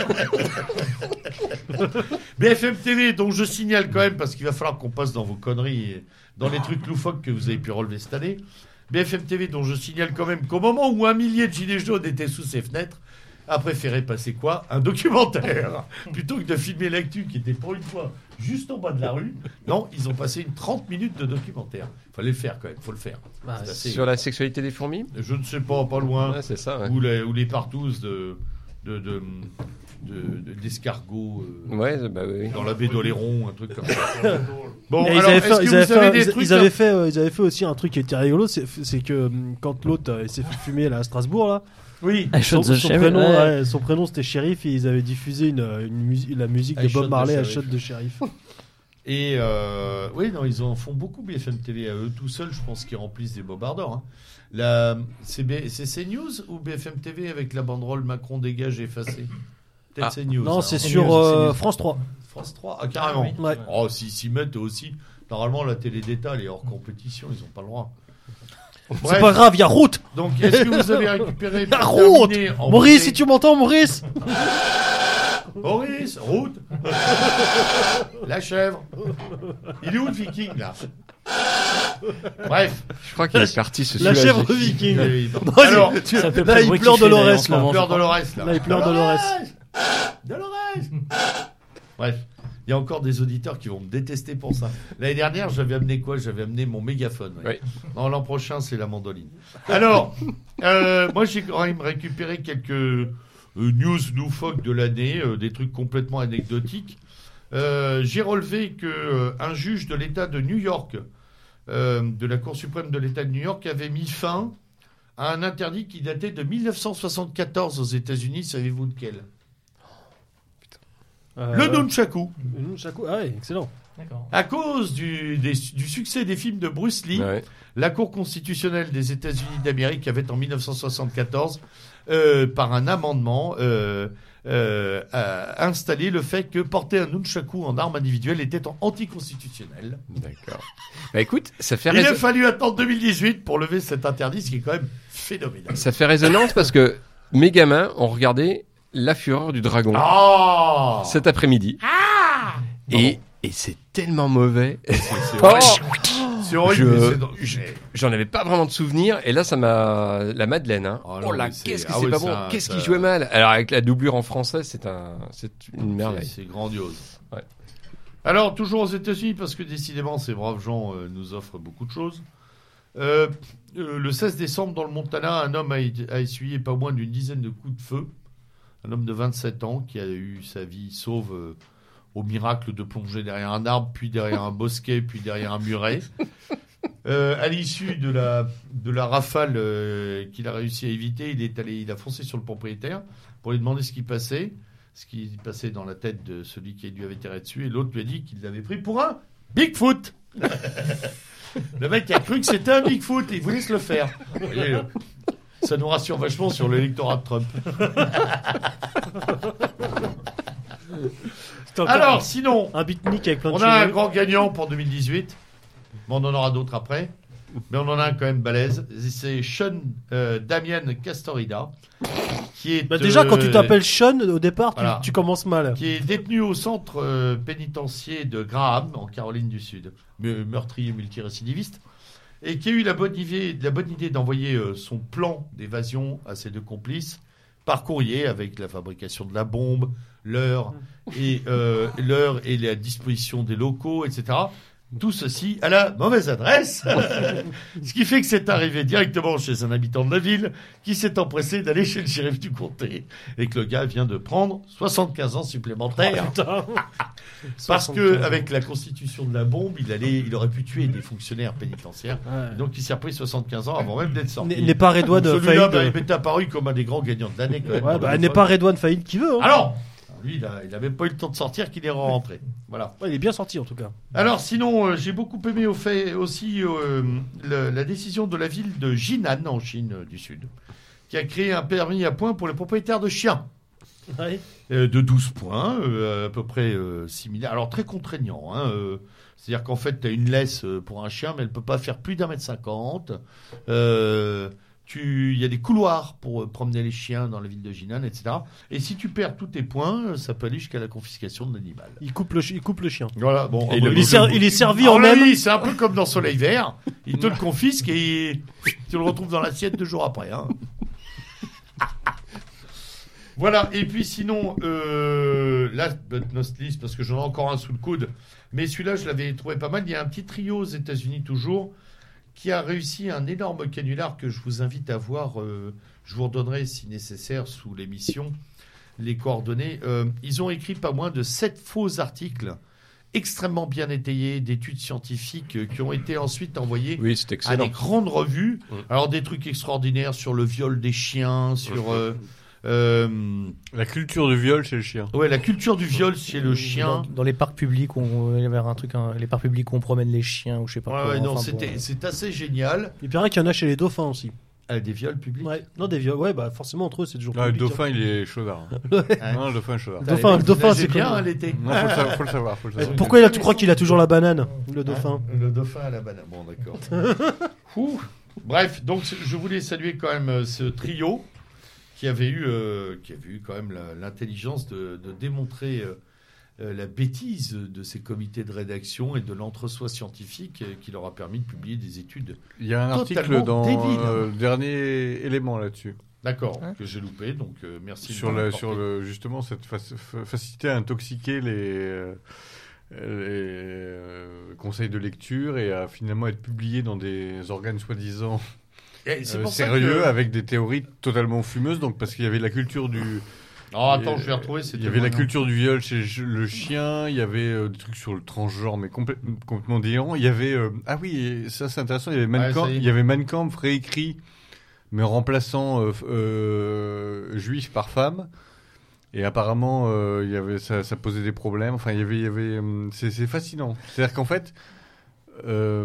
B F M T V, donc je signale quand même, parce qu'il va falloir qu'on passe dans vos conneries, et dans les trucs loufoques que vous avez pu relever cette année. B F M T V, dont je signale quand même qu'au moment où un millier de gilets jaunes étaient sous ses fenêtres, a préféré passer quoi? Un documentaire. Plutôt que de filmer l'actu qui était pour une fois juste en bas de la rue. Non, ils ont passé une trente minutes de documentaire. Fallait le faire quand même, faut le faire. Bah, C'est assez- Sur la sexualité des fourmis. Je ne sais pas, pas loin. Ouais, c'est ça. Ouais, Ou les, ou les partouzes de, de, de, de- de- d'escargots euh, ouais bah oui. dans la baie d'Oléron, un truc comme ça. Bon, Et ils alors, avaient est-ce fait, que ils vous avaient fait, avez un- des ils- trucs ils avaient à- fait, euh, ils avaient fait aussi un truc qui était rigolo, c'est, c'est que hum, quand l'autre euh, il s'est fait fumer là, à Strasbourg là, Oui. I son, shot the son sheriff, prénom, ouais. ouais, son prénom c'était Sheriff et ils avaient diffusé une, une musique, la musique I de shot Bob the Marley à sheriff. Shot de Sheriff. Et euh, oui, non, ils en font beaucoup B F M T V à eux tout seuls, je pense qu'ils remplissent des bobardeurs. Hein. La, c'est, B, c'est CNews ou B F M T V avec la banderole Macron dégage effacée? Peut-être Ah. CNews. Non, hein. c'est c'est sur news, euh, c'est news. France trois. France trois, ah, carrément. Ah oui. Ouais. Oh, s'ils s'y mettent eux aussi. Normalement, la télé d'État, elle est hors compétition, ils n'ont pas le droit. C'est Bref, pas grave, il y a route. donc est-ce que vous avez récupéré La pour route. terminer, en Maurice, beauté- si tu m'entends, Maurice. Maurice, route. La chèvre. Il est où le viking là? Bref. Je crois qu'il est parti se La soulager. chèvre viking. Non, Alors, tu- Ça fait là, pas il bruit pleure qui fait, Dolores d'ailleurs, en ce là. moment. Fleur Dolores là. Là, il pleure Dolores. Dolores. Bref. Il y a encore des auditeurs qui vont me détester pour ça. L'année dernière, j'avais amené quoi? J'avais amené mon mégaphone. ouais. Non, l'an prochain, c'est la mandoline. Alors, euh, moi, j'ai quand même récupéré quelques euh, news loufoques de l'année, euh, des trucs complètement anecdotiques. Euh, j'ai relevé que euh, un juge de l'État de New York, euh, de la Cour suprême de l'État de New York, avait mis fin à un interdit qui datait de mille neuf cent soixante-quatorze aux États-Unis. Savez-vous lequel? Euh, Le nunchaku. le nunchaku. Ah ouais, excellent. D'accord. À cause du, des- du succès des films de Bruce Lee, Ouais. la Cour constitutionnelle des États-Unis d'Amérique avait en mille neuf cent soixante-quatorze, euh, par un amendement, euh, euh, a installé le fait que porter un nunchaku en arme individuelle était en- anticonstitutionnel. D'accord. Bah écoute, ça fait, Il a raison- fallu attendre deux mille dix-huit pour lever cet interdit, ce qui est quand même phénoménal. ça fait résonance parce que mes gamins ont regardé La Fureur du Dragon Ah cet après-midi. Et, et c'est tellement mauvais. Oh, C'est horrible, Je- mais c'est dans- je- J'en avais pas vraiment de souvenirs. Et là, ça m'a. La Madeleine, hein. Oh Oh, non, là, mais c'est- qu'est-ce que ah c'est oui, pas ça- bon. Qu'est-ce ça- qu'il jouait mal. Alors, avec la doublure en français, c'est un, c'est une C'est, merveille. c'est grandiose. Ouais. Alors, toujours aux États-Unis, parce que décidément, ces braves gens euh, nous offrent beaucoup de choses. Euh, euh, le seize décembre, dans le Montana, un homme a, a essuyé pas moins d'une dizaine de coups de feu. Un homme de vingt-sept ans qui a eu sa vie sauve euh, au miracle de plonger derrière un arbre, puis derrière un bosquet, puis derrière un muret. Euh, à l'issue de la, de la rafale euh, qu'il a réussi à éviter, il, est allé, il a foncé sur le propriétaire pour lui demander ce qui passait, ce qui passait dans la tête de celui qui lui avait tiré dessus, et l'autre lui a dit qu'il l'avait pris pour un Bigfoot. Le mec a cru que c'était un Bigfoot et il voulait se le faire. Vous voyez, euh, ça nous rassure vachement sur l'électorat de Trump. Alors, sinon, un beatnik avec plein de on a un cheveux. grand gagnant pour deux mille dix-huit. Bon, on en aura d'autres après. Mais on en a un quand même balèze. C'est Sean euh, Damien Castorida. Qui est, Bah déjà, euh, quand tu t'appelles Sean, au départ, tu, voilà. tu commences mal. Qui est détenu au centre euh, pénitentiaire de Graham, en Caroline du Sud. Me- meurtrier multirécidiviste. Et qui a eu la bonne idée, la bonne idée d'envoyer euh, son plan d'évasion à ses deux complices par courrier avec la fabrication de la bombe, l'heure et, euh, l'heure et la disposition des locaux, et cetera. Tout ceci à la mauvaise adresse. Ce qui fait que c'est arrivé directement chez un habitant de la ville qui s'est empressé d'aller chez le shérif du comté et que le gars vient de prendre soixante-quinze ans supplémentaires. Putain. Parce que avec la constitution de la bombe, il allait, il aurait pu tuer des fonctionnaires pénitentiaires. Ouais. Donc il s'est repris soixante-quinze ans avant même d'être sorti. N'est n'est pas Redouane Celui-là, Faïd. bah, il m'est apparu comme un des grands gagnants de l'année quand même. Ouais, bah, n'est pas Redouane Faïd qui veut. Hein. Alors, lui, il a, il a même pas eu le temps de sortir qu'il est rentré. Voilà. Ouais, il est bien sorti en tout cas. Alors sinon, euh, j'ai beaucoup aimé au fait aussi euh, le- la décision de la ville de Jinan en Chine euh, du Sud, qui a créé un permis à points pour les propriétaires de chiens. Ouais. Euh, de douze points, euh, à peu près euh, similaire. Alors très contraignant. Hein, euh, c'est-à-dire qu'en fait, tu as une laisse euh, pour un chien, mais elle peut pas faire plus d'un mètre cinquante. Euh, tu- Il y a des couloirs pour euh, promener les chiens dans la ville de Jinan, et cetera. Et si tu perds tous tes points, euh, ça peut aller jusqu'à la confiscation de l'animal. Il coupe le, chi- il coupe le chien. Voilà, bon. Et ah, le- bon, Il est, ser- il est servi à en mon même. avis, c'est un peu comme dans Soleil Vert. Il te le confisque et tu le retrouves dans l'assiette deux jours après. Hein. Voilà, et puis sinon, euh, last but not least, parce que j'en ai encore un sous le coude, mais celui-là, je l'avais trouvé pas mal. Il y a un petit trio aux États-Unis toujours qui a réussi un énorme canular que je vous invite à voir. Euh, je vous redonnerai, si nécessaire, sous l'émission, les coordonnées. Euh, ils ont écrit pas moins de sept faux articles extrêmement bien étayés d'études scientifiques euh, qui ont été ensuite envoyés Oui, c'est à excellent. des grandes revues. Mm. Alors des trucs extraordinaires sur le viol des chiens, sur euh, euh, La culture du viol chez le chien. ouais, la culture du viol chez le chien. Dans, dans les parcs publics, où il y avait un truc, hein, les parcs publics où on promène les chiens ou je sais pas Ouais, quoi. ouais, non, Enfin, c'était, bon. c'est assez génial. Il paraît qu'il y en a chez les dauphins aussi. Ah, des viols publics. Ouais. Non, des viols. Ouais, bah forcément entre eux, c'est toujours. Ah, le public, dauphin, il est chaudard. hein. Ouais. Non, le dauphin est chaudard. Putain, Dauphin- les mecs, dauphin, vous c'est nagez bien comme- hein, l'été. Non, faut le savoir, faut le savoir. Faut le hein. savoir. Pourquoi il a, tu crois qu'il a toujours la banane, le dauphin? Hein, le dauphin à la banane. Bon, d'accord. Ouh. Bref, donc je voulais saluer quand même euh, ce trio qui avait eu, euh, qui avait eu quand même la- l'intelligence de, de démontrer euh, euh, la bêtise de ces comités de rédaction et de l'entre-soi scientifique euh, qui leur a permis de publier des études. Il y a un article Totalement dans débile. euh, le dernier élément là-dessus. D'accord, Ouais. que j'ai loupé, donc euh, merci. de Sur, m'en le, apporter. sur le, justement cette fac- fa- facilité à intoxiquer les, euh, les euh, conseils de lecture et à finalement être publié dans des organes soi-disant Et c'est euh, pour ça sérieux que- avec des théories totalement fumeuses. Donc parce qu'il y avait la culture du, Oh, attends, il- je vais retrouver. il y avait la culture du viol chez le chien. Il y avait euh, des trucs sur le transgenre, mais complè- complètement délirant. Il y avait euh, ah oui, et ça c'est intéressant. Il y avait Mein Ouais, Kampf, ça y est. il y avait Mein Kampf réécrit, mais en remplaçant euh, f- euh, juif par femme. Et apparemment, euh, il y avait ça, ça posait des problèmes. Enfin, il y avait, il y avait, euh, c'est, c'est fascinant. C'est-à-dire qu'en fait, euh,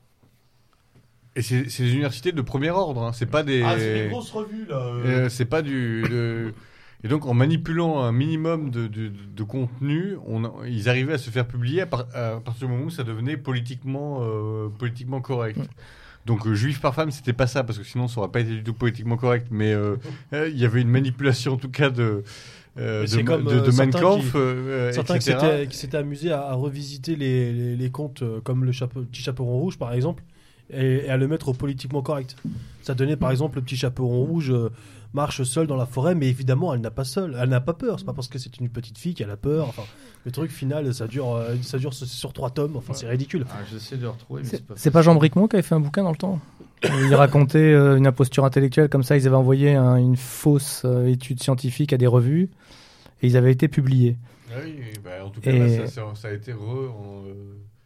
et c'est, c'est des universités de premier ordre. Hein. C'est pas des, Ah, c'est des grosses revues, là. euh. euh, c'est pas du. de- Et donc, en manipulant un minimum de, de, de contenu, on, a- ils arrivaient à se faire publier à, par- à partir du moment où ça devenait politiquement, euh, politiquement correct. Donc, euh, juif par femme, c'était pas ça, parce que sinon, ça aurait pas été du tout politiquement correct. Mais euh, euh, il y avait une manipulation, en tout cas, de, euh, Mais de, c'est comme, de, euh, de Mein certains Kampf, qui- euh, Certains qui et cetera. s'étaient, qui s'étaient amusés à, à revisiter les, les, les contes euh, comme le chapeau, petit chaperon rouge par exemple et, et à le mettre au politiquement correct. Ça donnait par exemple le petit chaperon rouge euh, marche seul dans la forêt, mais évidemment elle n'a pas seul, elle n'a pas peur. C'est pas parce que c'est une petite fille qu'elle a peur. Enfin, le truc final ça dure, euh, ça dure sur- sur trois tomes. Enfin, c'est ridicule. Ah, j'essaie de le retrouver, mais C'est c'est pas c'est pas Jean Bricmont qui avait fait un bouquin dans le temps où il racontait euh, une imposture intellectuelle comme ça. Ils avaient envoyé un- une fausse euh, étude scientifique à des revues et ils avaient été publiés. Ah oui, bah, en tout cas, Et- là, ça, ça- ça a été re, en, euh,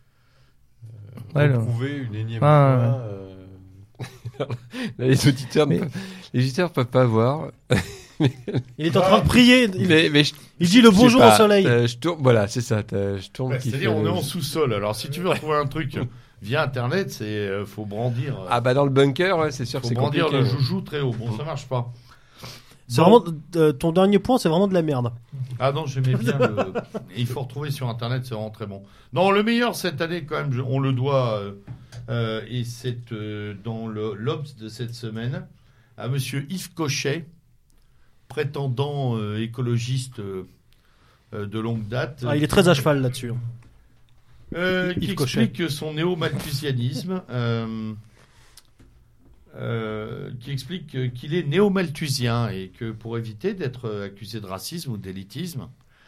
euh, Ouais, le- reprouvé une énième Ah, fois. ouais. euh, Là, les auditeurs, ne Mais- peuvent- les auditeurs peuvent pas voir. Il est en train de prier. Il, Mais, mais je- il dit le je sais bonjour pas, au soleil. euh, je tourne, voilà, c'est ça. t'as- Je tourne. Ouais, qui c'est-à-dire, fait on le- est en sous-sol. Alors, si tu veux retrouver un truc via Internet, c'est euh, faut brandir. euh, Ah bah dans le bunker, ouais, c'est sûr que faut c'est brandir compliqué. le joujou très haut. Bon, ça marche pas. C'est vraiment euh, ton dernier point, c'est vraiment de la merde. Ah non, j'aimais bien le... Il faut retrouver sur Internet, c'est vraiment très bon. Non, le meilleur cette année, quand même, je- on le doit, euh, euh, et c'est euh, dans le l'Obs de cette semaine, à monsieur Yves Cochet, prétendant euh, écologiste euh, euh, de longue date. Ah, il est très à cheval là-dessus. Euh, qui Yves Cochet. explique son néo-malthusianisme, euh, euh, qui explique euh, qu'il est néo-malthusien et que pour éviter d'être accusé de racisme ou d'élitisme,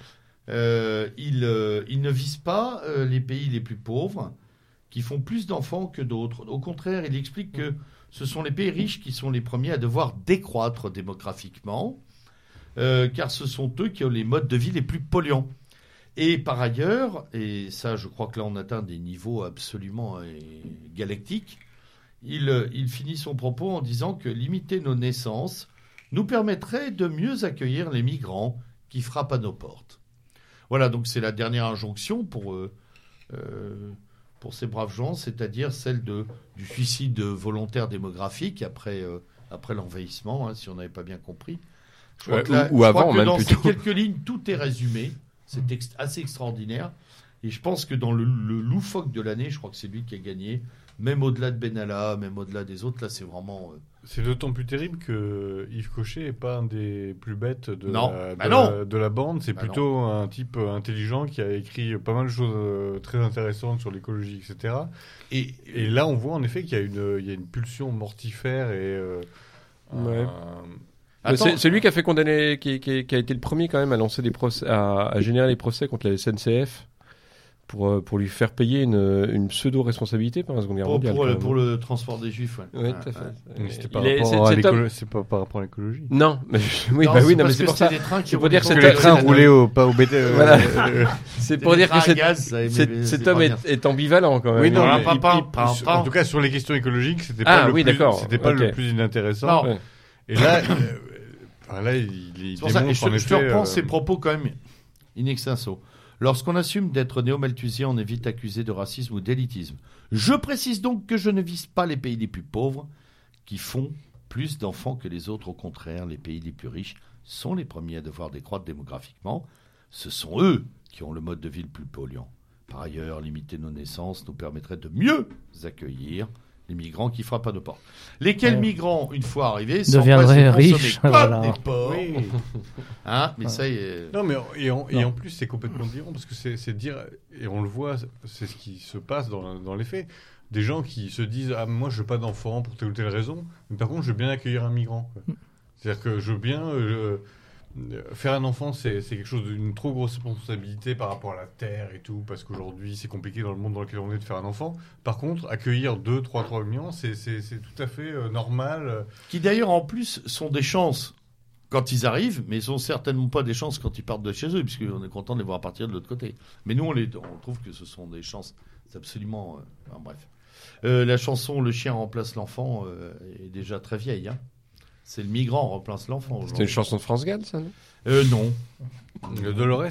euh, il, euh, il ne vise pas euh, les pays les plus pauvres qui font plus d'enfants que d'autres. Au contraire, il explique que ce sont les pays riches qui sont les premiers à devoir décroître démographiquement, euh, car ce sont eux qui ont les modes de vie les plus polluants. Et par ailleurs, et ça je crois que là on atteint des niveaux absolument euh, galactiques, il, euh, il finit son propos en disant que limiter nos naissances nous permettrait de mieux accueillir les migrants qui frappent à nos portes. Voilà, donc c'est la dernière injonction pour, euh, euh, pour ces braves gens, c'est-à-dire celle de, du suicide volontaire démographique après, euh, après l'envahissement, hein, si on n'avait pas bien compris. Je crois Ouais, que là, ou- ou je avant, crois que même, dans plutôt. ces quelques lignes, tout est résumé. C'est ex- assez extraordinaire. Et je pense que dans le, le loufoque de l'année, je crois que c'est lui qui a gagné. Même au-delà de Benalla, même au-delà des autres, là, c'est vraiment... euh, C'est d'autant plus terrible que Yves Cochet n'est pas un des plus bêtes de, Non. la, Bah de, non. la, de la bande. C'est Bah plutôt un type euh, intelligent qui a écrit pas mal de choses euh, très intéressantes sur l'écologie, et cetera. Et, Et là, on voit en effet qu'il y a une, il y a une pulsion mortifère et... euh, Ouais. un- Mais Attends. C'est c'est lui qui a fait condamner, qui, qui- qui a été le premier quand même à lancer des procès, à, à générer les procès contre la S N C F pour, euh, pour lui faire payer une, une pseudo-responsabilité pendant la Seconde Guerre pour, mondiale. pour, quand le, même. pour le transport des Juifs, ouais. Oui, Ouais, tout à fait. ouais. Mais Euh, c'était il par est- rapport c'est- à cet homme- l'écolo- c'est pas par rapport à l'écologie. Non, mais oui, Non, bah oui, non, mais parce c'est que pour ça. c'était des trains qui C'est pour dire que roulaient c'est trop Que les vite. trains roulaient au, pas au B T. euh, Voilà. euh, C'est pour dire que Des trains à cet, gaz, ça, mais- cet- mais cet c'est homme pas est, bien. est ambivalent quand même. Oui, non, Voilà, mais pam, il- pam, il- pam, sur- pam. en tout cas, sur les questions écologiques, c'était Ah, pas, le oui, plus- d'accord. c'était pas Ok. le plus inintéressant. Non. Ouais. Et là, euh, enfin, là, il, il C'est pour ça, et démontre je, en te- je te effet, reprends euh, ses propos quand même in extenso. Lorsqu'on assume d'être néo-malthusien, on est vite accusé de racisme ou d'élitisme. Je précise donc que je ne vise pas les pays les plus pauvres qui font plus d'enfants que les autres. Au contraire, les pays les plus riches sont les premiers à devoir décroître démographiquement. Ce sont eux qui ont le mode de vie le plus polluant. Par ailleurs, limiter nos naissances nous permettrait de mieux accueillir les migrants qui frappent à nos portes. Lesquels Ouais. migrants, une fois arrivés, Deviendraient s'empressent de consommer riches, comme voilà. des porcs. Oui. Hein, mais ça y est... Non, mais et en, et Non. en plus, c'est complètement différent parce que c'est c'est dire, et on le voit, c'est ce qui se passe dans, dans les faits. Des gens qui se disent ah, moi, je veux pas d'enfant pour telle ou telle raison, mais par contre, je veux bien accueillir un migrant. quoi. C'est-à-dire que je veux bien. euh, euh, faire un enfant, c'est c'est quelque chose d'une trop grosse responsabilité par rapport à la terre et tout, parce qu'aujourd'hui, c'est compliqué dans le monde dans lequel on est de faire un enfant. Par contre, accueillir deux, trois, trois millions, c'est c'est- c'est tout à fait euh, normal. Qui d'ailleurs en plus sont des chances quand ils arrivent, mais ils sont certainement pas des chances quand ils partent de chez eux, puisqu'on est content de les voir partir de l'autre côté. Mais nous, on, les, on trouve que ce sont des chances. C'est absolument... euh, enfin, bref. Euh, la chanson « Le chien remplace l'enfant euh, » est déjà très vieille. Hein. C'est le migrant remplace l'enfant. C'était une aujourd'hui. chanson de France Gall, ça, non Euh, non. Le Dolores.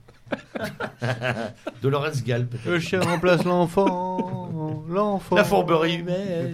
Dolores Gall, peut-être. Le chien remplace l'enfant, l'enfant. La fourberie humaine.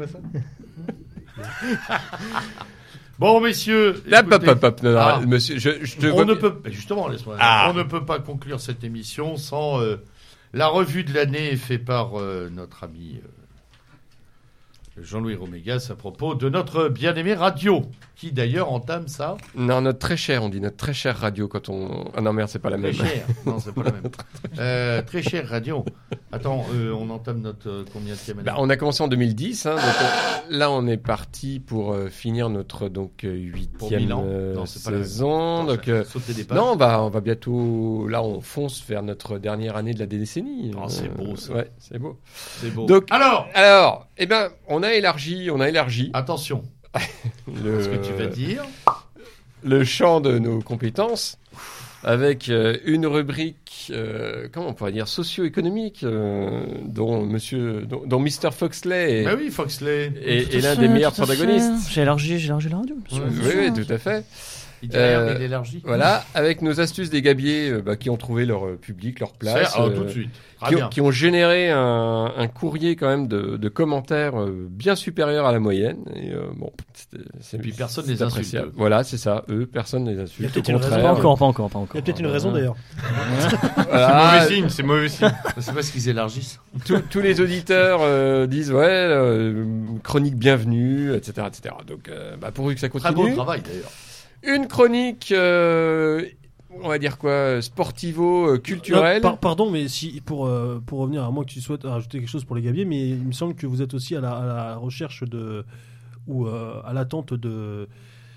Bon, messieurs, Là, hop, écoutez, hop, hop, non, non, Ah. monsieur, je, je te on vois- ne peut justement, laisse-moi. Ah. On ne peut pas conclure cette émission sans euh, la revue de l'année faite par euh, notre ami euh, Jean-Louis Romégas à propos de notre bien-aimé radio, qui d'ailleurs entame ça Non, notre très cher, on dit notre très chère radio quand on. Ah non, merde, c'est pas la très même. cher. Non, c'est pas la même. Euh, très chère radio. Attends, euh, on entame notre euh, combien de année Bah, on a commencé en deux mille dix, hein, donc on- là on est parti pour euh, finir notre donc euh, Pour huitième Milan euh, Non, c'est pas la même. saison. Attends, Donc je- euh, sauter des pages. non, on va on va bientôt. Là, on fonce vers notre dernière année de la décennie. Oh, c'est beau, ça. Ouais, c'est beau. C'est beau. Donc- Alors, Alors, eh ben, on a élargi, on a élargi attention, le, ce que tu vas dire. le champ de nos compétences avec euh, une rubrique, euh, comment on pourrait dire, socio-économique, euh, dont Monsieur, dont, dont mister Foxley est, Bah oui, Foxley. est- Tout à est l'un fait, des meilleurs tout à fait. protagonistes. J'ai élargi, j'ai élargi la radio. bien sûr, Ouais, bien Oui, sûr. oui, tout à fait. Il dit rien, Euh, mais il élargit. Voilà, avec nos astuces des gabiers euh, bah, qui ont trouvé leur euh, public, leur place. C'est- ah, euh, tout de suite. Très qui, ont, bien. qui ont généré un, un courrier quand même de, de commentaires euh, bien supérieur à la moyenne. Et euh, bon, c'était- c'est, Et puis personne c'est les insulte. appréciable. Voilà, c'est ça. Eux, personne les Il y a insulte. Au peut-être une raison. contraire. Pas encore, pas encore, pas encore. Il y a peut-être une raison d'ailleurs. Voilà. C'est mauvais signe, c'est mauvais signe. C'est parce qu'ils élargissent. Tous- tous les auditeurs euh, disent ouais, euh, chronique bienvenue, et cetera, et cetera. Donc, euh, bah, pourvu que ça Très continue. beau travail d'ailleurs. Une chronique, euh, on va dire quoi, sportivo-culturelle. Non, par- pardon, mais si pour euh, pour revenir à moi que tu souhaites rajouter quelque chose pour les gabiers, mais il me semble que vous êtes aussi à la, à la recherche de ou euh, à l'attente de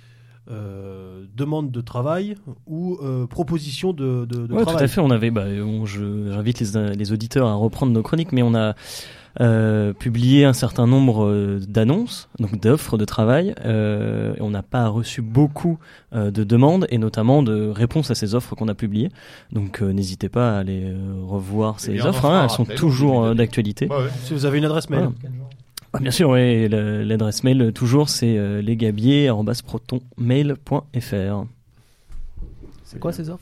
euh, demande de travail ou euh, proposition de, de, de Ouais, travail. tout à fait. On avait, bah, on- je- j'invite les, les auditeurs à reprendre nos chroniques, mais on a euh, publié un certain nombre euh, d'annonces, donc d'offres de travail. Euh, et on n'a pas reçu beaucoup euh, de demandes et notamment de réponses à ces offres qu'on a publiées. Donc euh, n'hésitez pas à aller euh, revoir Eh ces bien, on en offres. fera Hein, un elles sont rappel au toujours début euh, d'année. d'actualité. Ouais, ouais. Si vous avez une adresse mail. Voilà. Ah, bien sûr, oui. le- L'adresse mail euh, toujours, c'est euh, lesgabiers arobase proton mail point f r. C'est quoi ces offres?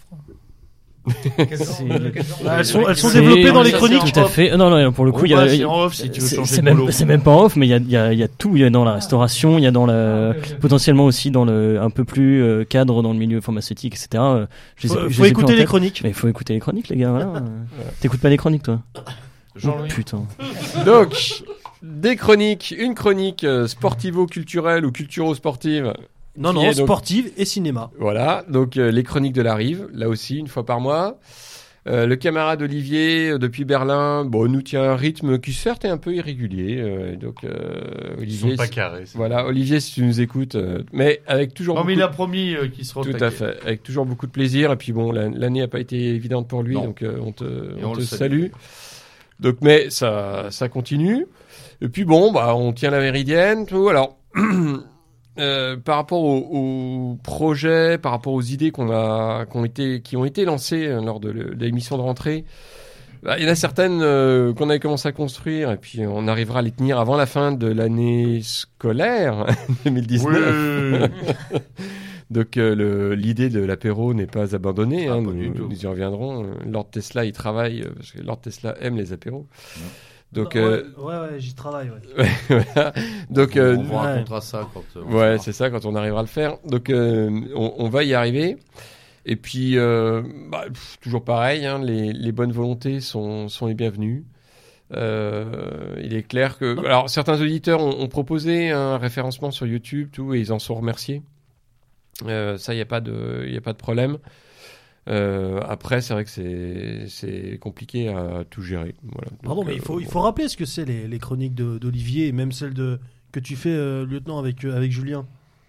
Ah, elles sont, elles sont C'est- développées dans les ça, chroniques. c'est Tout à fait. Non, non, pour le coup, il y a, c'est en off si tu veux c'est changer c'est de même, boulot. c'est même pas en off, mais il y a, il y, a, il y a tout. Il y a dans la restauration, il y a dans la, potentiellement aussi dans le, un peu plus euh, cadre dans le milieu pharmaceutique, et cetera. Euh, je les ai- Faut, je faut les ai plus en écouter les tête. chroniques. Mais il faut écouter les chroniques, les gars. Voilà. T'écoutes pas les chroniques, toi? Jean-Louis. Putain. Donc, des chroniques, une chronique euh, sportivo-culturelle ou culturo-sportive. Non, Qui non, est donc- sportive et cinéma. Voilà, donc euh, les chroniques de la Rive, là aussi, une fois par mois. Euh, le camarade Olivier, euh, depuis Berlin, bon, nous tient un rythme qui certes est un peu irrégulier. euh, donc, euh, Ils Olivier, sont pas si- carrés. c'est- voilà, Olivier, si tu nous écoutes, euh, mais avec toujours Non, mais beaucoup il a promis euh, qu'il sera au Tout taquet. à fait, avec toujours beaucoup de plaisir. Et puis bon, la- l'année n'a pas été évidente pour lui, Non. donc euh, on te, Et on on te le salue. Donc, mais ça, ça continue. Et puis bon, bah, on tient la méridienne, tout. Alors, euh, par rapport aux, aux projets, par rapport aux idées qu'on a, qui ont été, qui ont été lancées euh, lors de, le- de l'émission de rentrée. Bah, il y en a certaines euh, qu'on avait commencé à construire et puis on arrivera à les tenir avant la fin de l'année scolaire deux mille dix-neuf. Oui. Donc euh, le- l'idée de l'apéro n'est pas abandonnée, Ah, hein, pas nous, du tout. nous y reviendrons. Euh, Lord Tesla y travaille euh, parce que Lord Tesla aime les apéros. Donc ouais, euh, ouais, ouais, j'y travaille. Ouais. voilà. Donc on, euh, on vous racontera ça quand. euh, on ouais, fera. c'est ça quand on arrivera à le faire. Donc euh, on, on va y arriver. Et puis euh, bah, pff, toujours pareil, hein, les, les bonnes volontés sont, sont les bienvenues. Euh, il est clair que alors certains auditeurs ont, ont proposé un référencement sur YouTube, tout, et ils en sont remerciés. Euh, ça, il n'y a pas de, il y a pas de problème. Euh, après, c'est vrai que c'est, c'est compliqué à tout gérer. Voilà. Pardon, Donc, mais il euh, faut, il bon. faut rappeler ce que c'est les, les chroniques de- d'Olivier et même celles de, que tu fais, euh, lieutenant, avec, euh, avec Julien.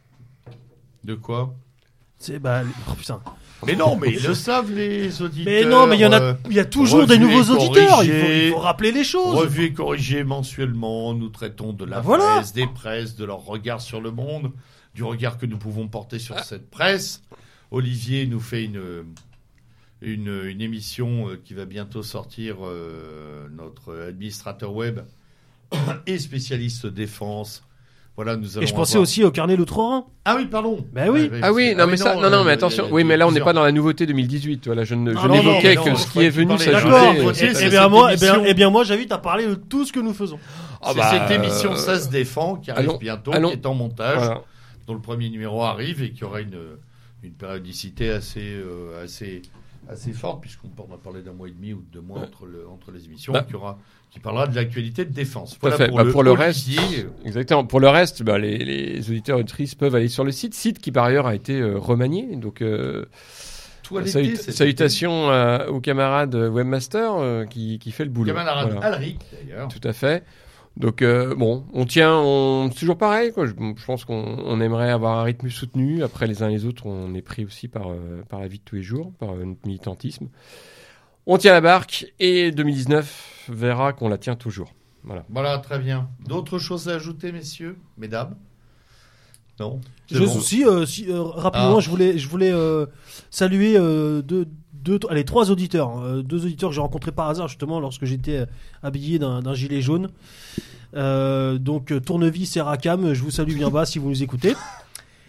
De quoi? C'est bah, les- oh, putain. Mais non, mais ils le savent les auditeurs. Mais non, mais il y en a, euh, il y a toujours revu des nouveaux et auditeurs. Il faut, corrigé. il faut rappeler les choses. Revu et corrigé mensuellement, nous traitons de la Bah voilà. presse, des presses, de leur regard sur le monde, du regard que nous pouvons porter sur cette presse. Olivier nous fait une, une, une émission euh, qui va bientôt sortir, euh, notre administrateur web et spécialiste défense. Voilà, nous allons Et je pensais avoir- aussi au carnet L'Outre-Rhin. Ah oui, pardon. Ben oui. Ah oui, non, mais ça, non, non, mais euh, attention. il y a- Oui, il y a mais là, on n'est plusieurs- pas dans la nouveauté deux mille dix-huit. Voilà, je ne, je Ah non, n'évoquais non, que non, ce je qui est crois que tu venu parlais- s'ajouter. D'accord. Faut Et, dire, c'est et bien cette moi, eh bien, émission- eh bien moi, j'invite à parler de tout ce que nous faisons. Ah C'est bah, cette émission euh, Ça se défend qui arrive allons- bientôt, allons- qui est en montage, Voilà. dont le premier numéro arrive et qui aura une, une périodicité assez, euh, assez, assez forte, puisqu'on on a parlé d'un mois et demi ou de deux mois entre, le, entre les émissions, Bah. qui, aura, qui parlera de l'actualité de défense. Tout à Voilà fait. pour, Bah, le, pour le Olivier. reste, exactement. Pour le reste, bah, les, les auditeurs et auditrices peuvent aller sur le site, site qui par ailleurs a été euh, remanié. Donc, euh, Tout à l'été, salut- c'était- salutations à- au camarade webmaster euh, qui, qui fait le boulot. Camarade Voilà. Alric, d'ailleurs. Tout à fait. Donc euh, bon, on tient, on c'est toujours pareil quoi. Je, je pense qu'on on aimerait avoir un rythme soutenu. Après les uns les autres, on est pris aussi par euh, par la vie de tous les jours, par euh, notre militantisme. On tient la barque et deux mille dix-neuf verra qu'on la tient toujours. Voilà. Voilà, très bien. D'autres choses à ajouter, messieurs, mesdames? Non. C'est Je, bon. si, euh, si, euh, rapidement, Ah. je voulais, je voulais euh, saluer euh, deux, deux, allez, trois auditeurs, hein, euh, deux auditeurs que j'ai rencontrés par hasard justement lorsque j'étais euh, habillé d'un d'un gilet jaune. Euh, donc euh, Tournevis et Racam, je vous salue bien bas si vous nous écoutez.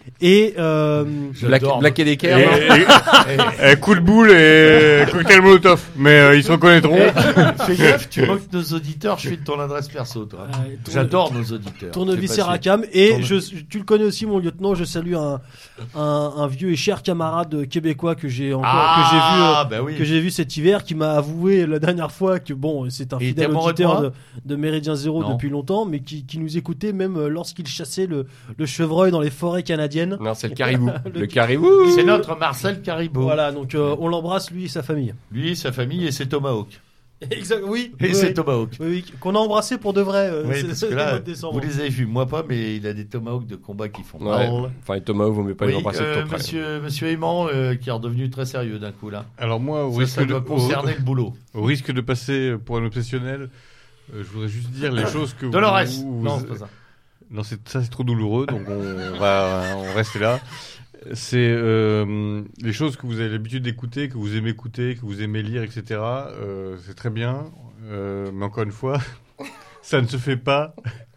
Et euh, Black, Black et Decker. Et, et, et, coup de boule et cocktail Molotov. Mais euh, ils se reconnaîtront. Fais gaffe, tu moques nos auditeurs, je file ton adresse perso, toi. euh, tourne- J'adore nos auditeurs. Tournevis C'est et pas Racam. Et Tourne- je, tu le connais aussi, mon lieutenant. Je salue un, un, un vieux et cher camarade québécois que j'ai encore, Ah, que j'ai vu, bah euh, oui. que j'ai vu cet hiver, qui m'a avoué la dernière fois que bon, c'est un Et il était fidèle amoureux de auditeur moi de, de Méridien Zéro Non. depuis longtemps, mais qui, qui nous écoutait même euh, lorsqu'il chassait le, le chevreuil dans les forêts canadiennes. Non, c'est le caribou. Le- le caribou. C'est notre Marcel Caribou. Voilà, donc euh, on l'embrasse lui et sa famille. Lui, sa famille et ses Tomahawks. Exact, oui. Et oui, ses oui. Tomahawks. Oui, oui, qu'on a embrassé pour de vrai. euh, Oui, c'est- parce c'est que le là, mois de décembre. vous les avez vus, moi pas, mais il a des Tomahawks de combat qui font Ouais. mal. Enfin, les Thomas, vous ne pas Oui, les embrasser de euh, trop près. monsieur, monsieur Aimant, euh, qui est redevenu très sérieux d'un coup là. Alors moi, au Ça, risque ça de doit concerner le boulot. au, au risque de passer pour un obsessionnel, euh, je voudrais juste dire les choses que Dolores. vous, Non, vous- c'est pas ça. Non, c'est, ça c'est trop douloureux, donc on va on reste là. C'est euh, les choses que vous avez l'habitude d'écouter, que vous aimez écouter, que vous aimez lire, et cetera. Euh, c'est très bien, euh, mais encore une fois, ça ne se fait pas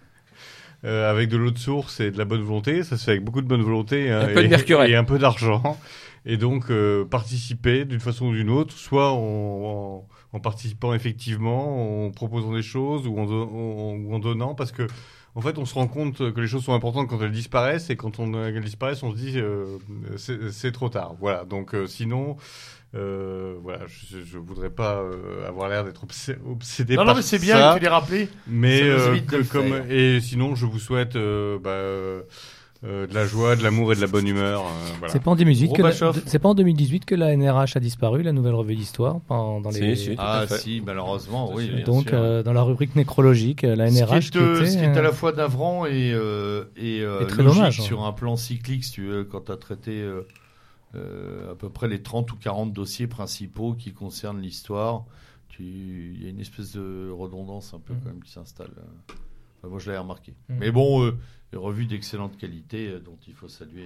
euh, avec de l'eau de source et de la bonne volonté. Ça se fait avec beaucoup de bonne volonté hein, Un peu de et, mercurette. et un peu d'argent. Et donc euh, participer d'une façon ou d'une autre, soit en, en, en participant effectivement, en proposant des choses ou en, do- en- ou en donnant, parce que en fait, on se rend compte que les choses sont importantes quand elles disparaissent, et quand on, elles disparaissent, on se dit euh, c'est, c'est trop tard. Voilà. Donc, euh, sinon, euh, voilà, je, je voudrais pas euh, avoir l'air d'être obsé- obsédé Non, par non, mais c'est bien ça, que tu l'aies rappelé. mais Ça nous euh, évite de que le comme faire. et sinon, je vous souhaite euh, bah, euh, euh, de la joie, de l'amour et de la bonne humeur. euh, voilà. C'est pas en deux mille dix-huit que la- Gorbatchev. c'est pas en deux mille dix-huit que la N R H a disparu, la nouvelle revue d'histoire, dans dans les. Si, si. Tout à Ah fait. si, malheureusement, Ça, oui. c'est- bien Donc sûr. euh, dans la rubrique nécrologique, la N Ce R H qui est, euh, qui était, ce qui est à euh, la fois navrant et, euh, et, euh, Et très logique dommage, hein. sur un plan cyclique, si tu veux, quand tu as traité euh, euh, à peu près les trente ou quarante dossiers principaux qui concernent l'histoire, tu... il y a une espèce de redondance un peu Mm. quand même qui s'installe. Enfin, moi, je l'avais remarqué. Mm. Mais bon, euh, une revue d'excellente qualité euh, dont il faut saluer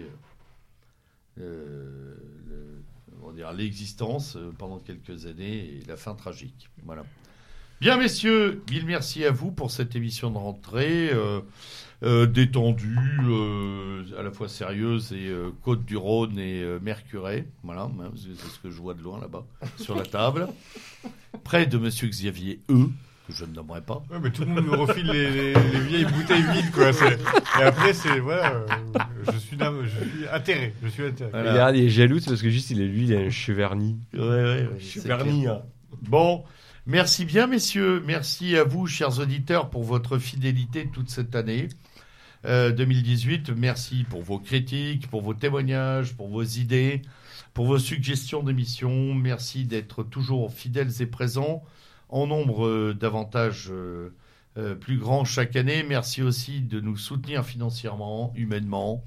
euh, euh, le- on va dire, l'existence euh, pendant quelques années et la fin tragique. Voilà. Bien, messieurs, mille merci à vous pour cette émission de rentrée euh, euh, détendue, euh, à la fois sérieuse et euh, Côte-du-Rhône et euh, Mercurey. Voilà, hein, c'est c'est ce que je vois de loin là-bas, sur la table. Près de monsieur Xavier E, que je ne nommerai pas. Ouais, mais tout le monde me refile les, les, les vieilles bouteilles vides, quoi. C'est... Et après, c'est voilà, euh, je suis, d'un- je suis atterré, je suis atterré. Voilà. Regarde, il est jaloux, c'est parce que juste, il est lui, il a un cheverny. Ouais, ouais, ouais, c'est clair. Bon, merci bien, messieurs. Merci à vous, chers auditeurs, pour votre fidélité toute cette année euh, deux mille dix-huit. Merci pour vos critiques, pour vos témoignages, pour vos idées, pour vos suggestions d'émissions. Merci d'être toujours fidèles et présents en nombre euh, davantage euh, euh, plus grand chaque année. Merci aussi de nous soutenir financièrement, humainement.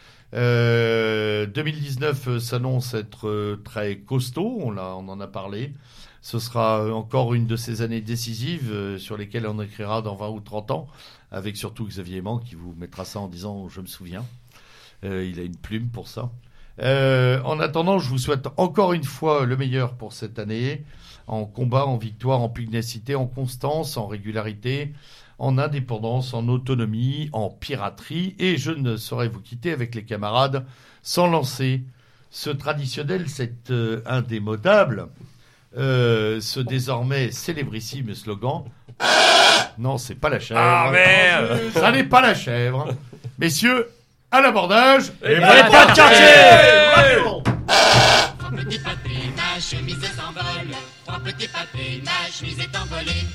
Euh, deux mille dix-neuf euh, s'annonce être euh, très costaud, on, l'a, on en a parlé. Ce sera euh, encore une de ces années décisives euh, sur lesquelles on écrira dans vingt ou trente ans, avec surtout Xavier Aimant qui vous mettra ça en disant « je me souviens euh, ». Il a une plume pour ça. Euh, en attendant, je vous souhaite encore une fois le meilleur pour cette année, en combat, en victoire, en pugnacité, en constance, en régularité, en indépendance, en autonomie, en piraterie. Et je ne saurais vous quitter avec les camarades sans lancer ce traditionnel, cet euh, indémodable, euh, ce désormais célébrissime slogan. Non, c'est pas la chèvre. Ah, merde. Ça n'est pas la chèvre. Messieurs, à l'abordage. Et voilà, pas de quartier. Trois petits pâtés, ma chemise s'envole. Trois petits pâtés, ma chemise est envolée.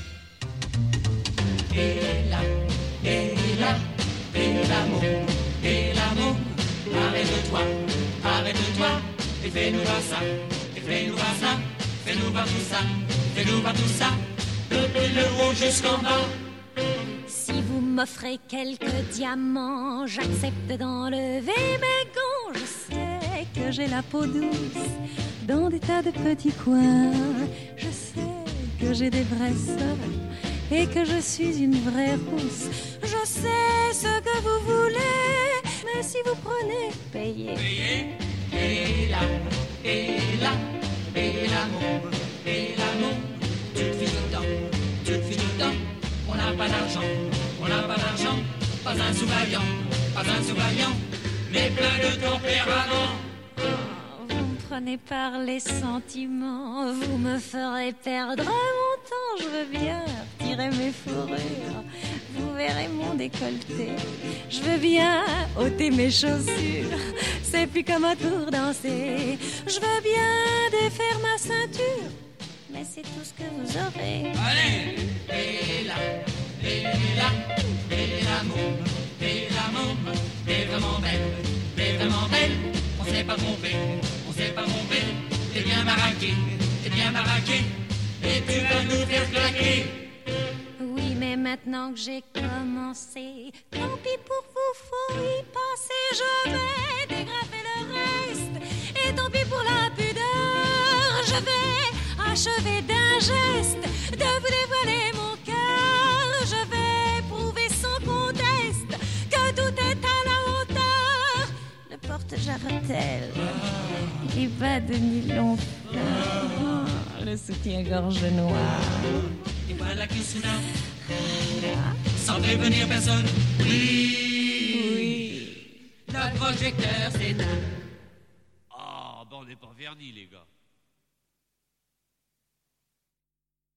Et là, et là, et l'amour, et l'amour. Arrête-toi, arrête-toi, et fais-nous voir ça, et fais-nous voir ça, fais-nous voir tout ça, fais-nous voir tout ça. Depuis le haut jusqu'en bas. Si vous m'offrez quelques diamants, j'accepte d'enlever mes gants. Je sais que j'ai la peau douce dans des tas de petits coins. Je sais que j'ai des vrais sorts et que je suis une vraie rousse. Je sais ce que vous voulez, mais si vous prenez, payez. Payez, et là, et là, et l'amour, et l'amour. Tu te fiches dedans, tu te fiches dedans. On n'a pas d'argent, on n'a pas d'argent. Pas un sous-vaillant, pas un sous-vaillant. mais plein de tempérament. Vous me prenez par les sentiments, vous me ferez perdre mon temps. Je veux bien retirer mes fourrures, vous verrez mon décolleté. Je veux bien ôter mes chaussures, c'est plus commode pour danser. Je veux bien défaire ma ceinture, mais c'est tout ce que vous aurez. Allez, et là, et là, et l'amour, et l'amour, t'es vraiment belle, t'es vraiment belle. On s'est pas trompé, on s'est pas trompé. T'es bien baraqué, t'es bien baraqué, et tu vas nous faire claquer. Oui, mais maintenant que j'ai commencé, tant pis pour vous, faut y passer. Je vais dégrafer le reste, et tant pis pour la pudeur. Je vais achever d'un geste de vous dévoiler mon cœur. Je vais prouver sans conteste que tout est à la hauteur. Le porte-jarretel, les bas de nylon fin, le soutien-gorge noir. Et voilà que soudain, sans prévenir personne, oui, oui, notre projecteur s'éteint. Ah, bon, on n'est pas vernis, les gars.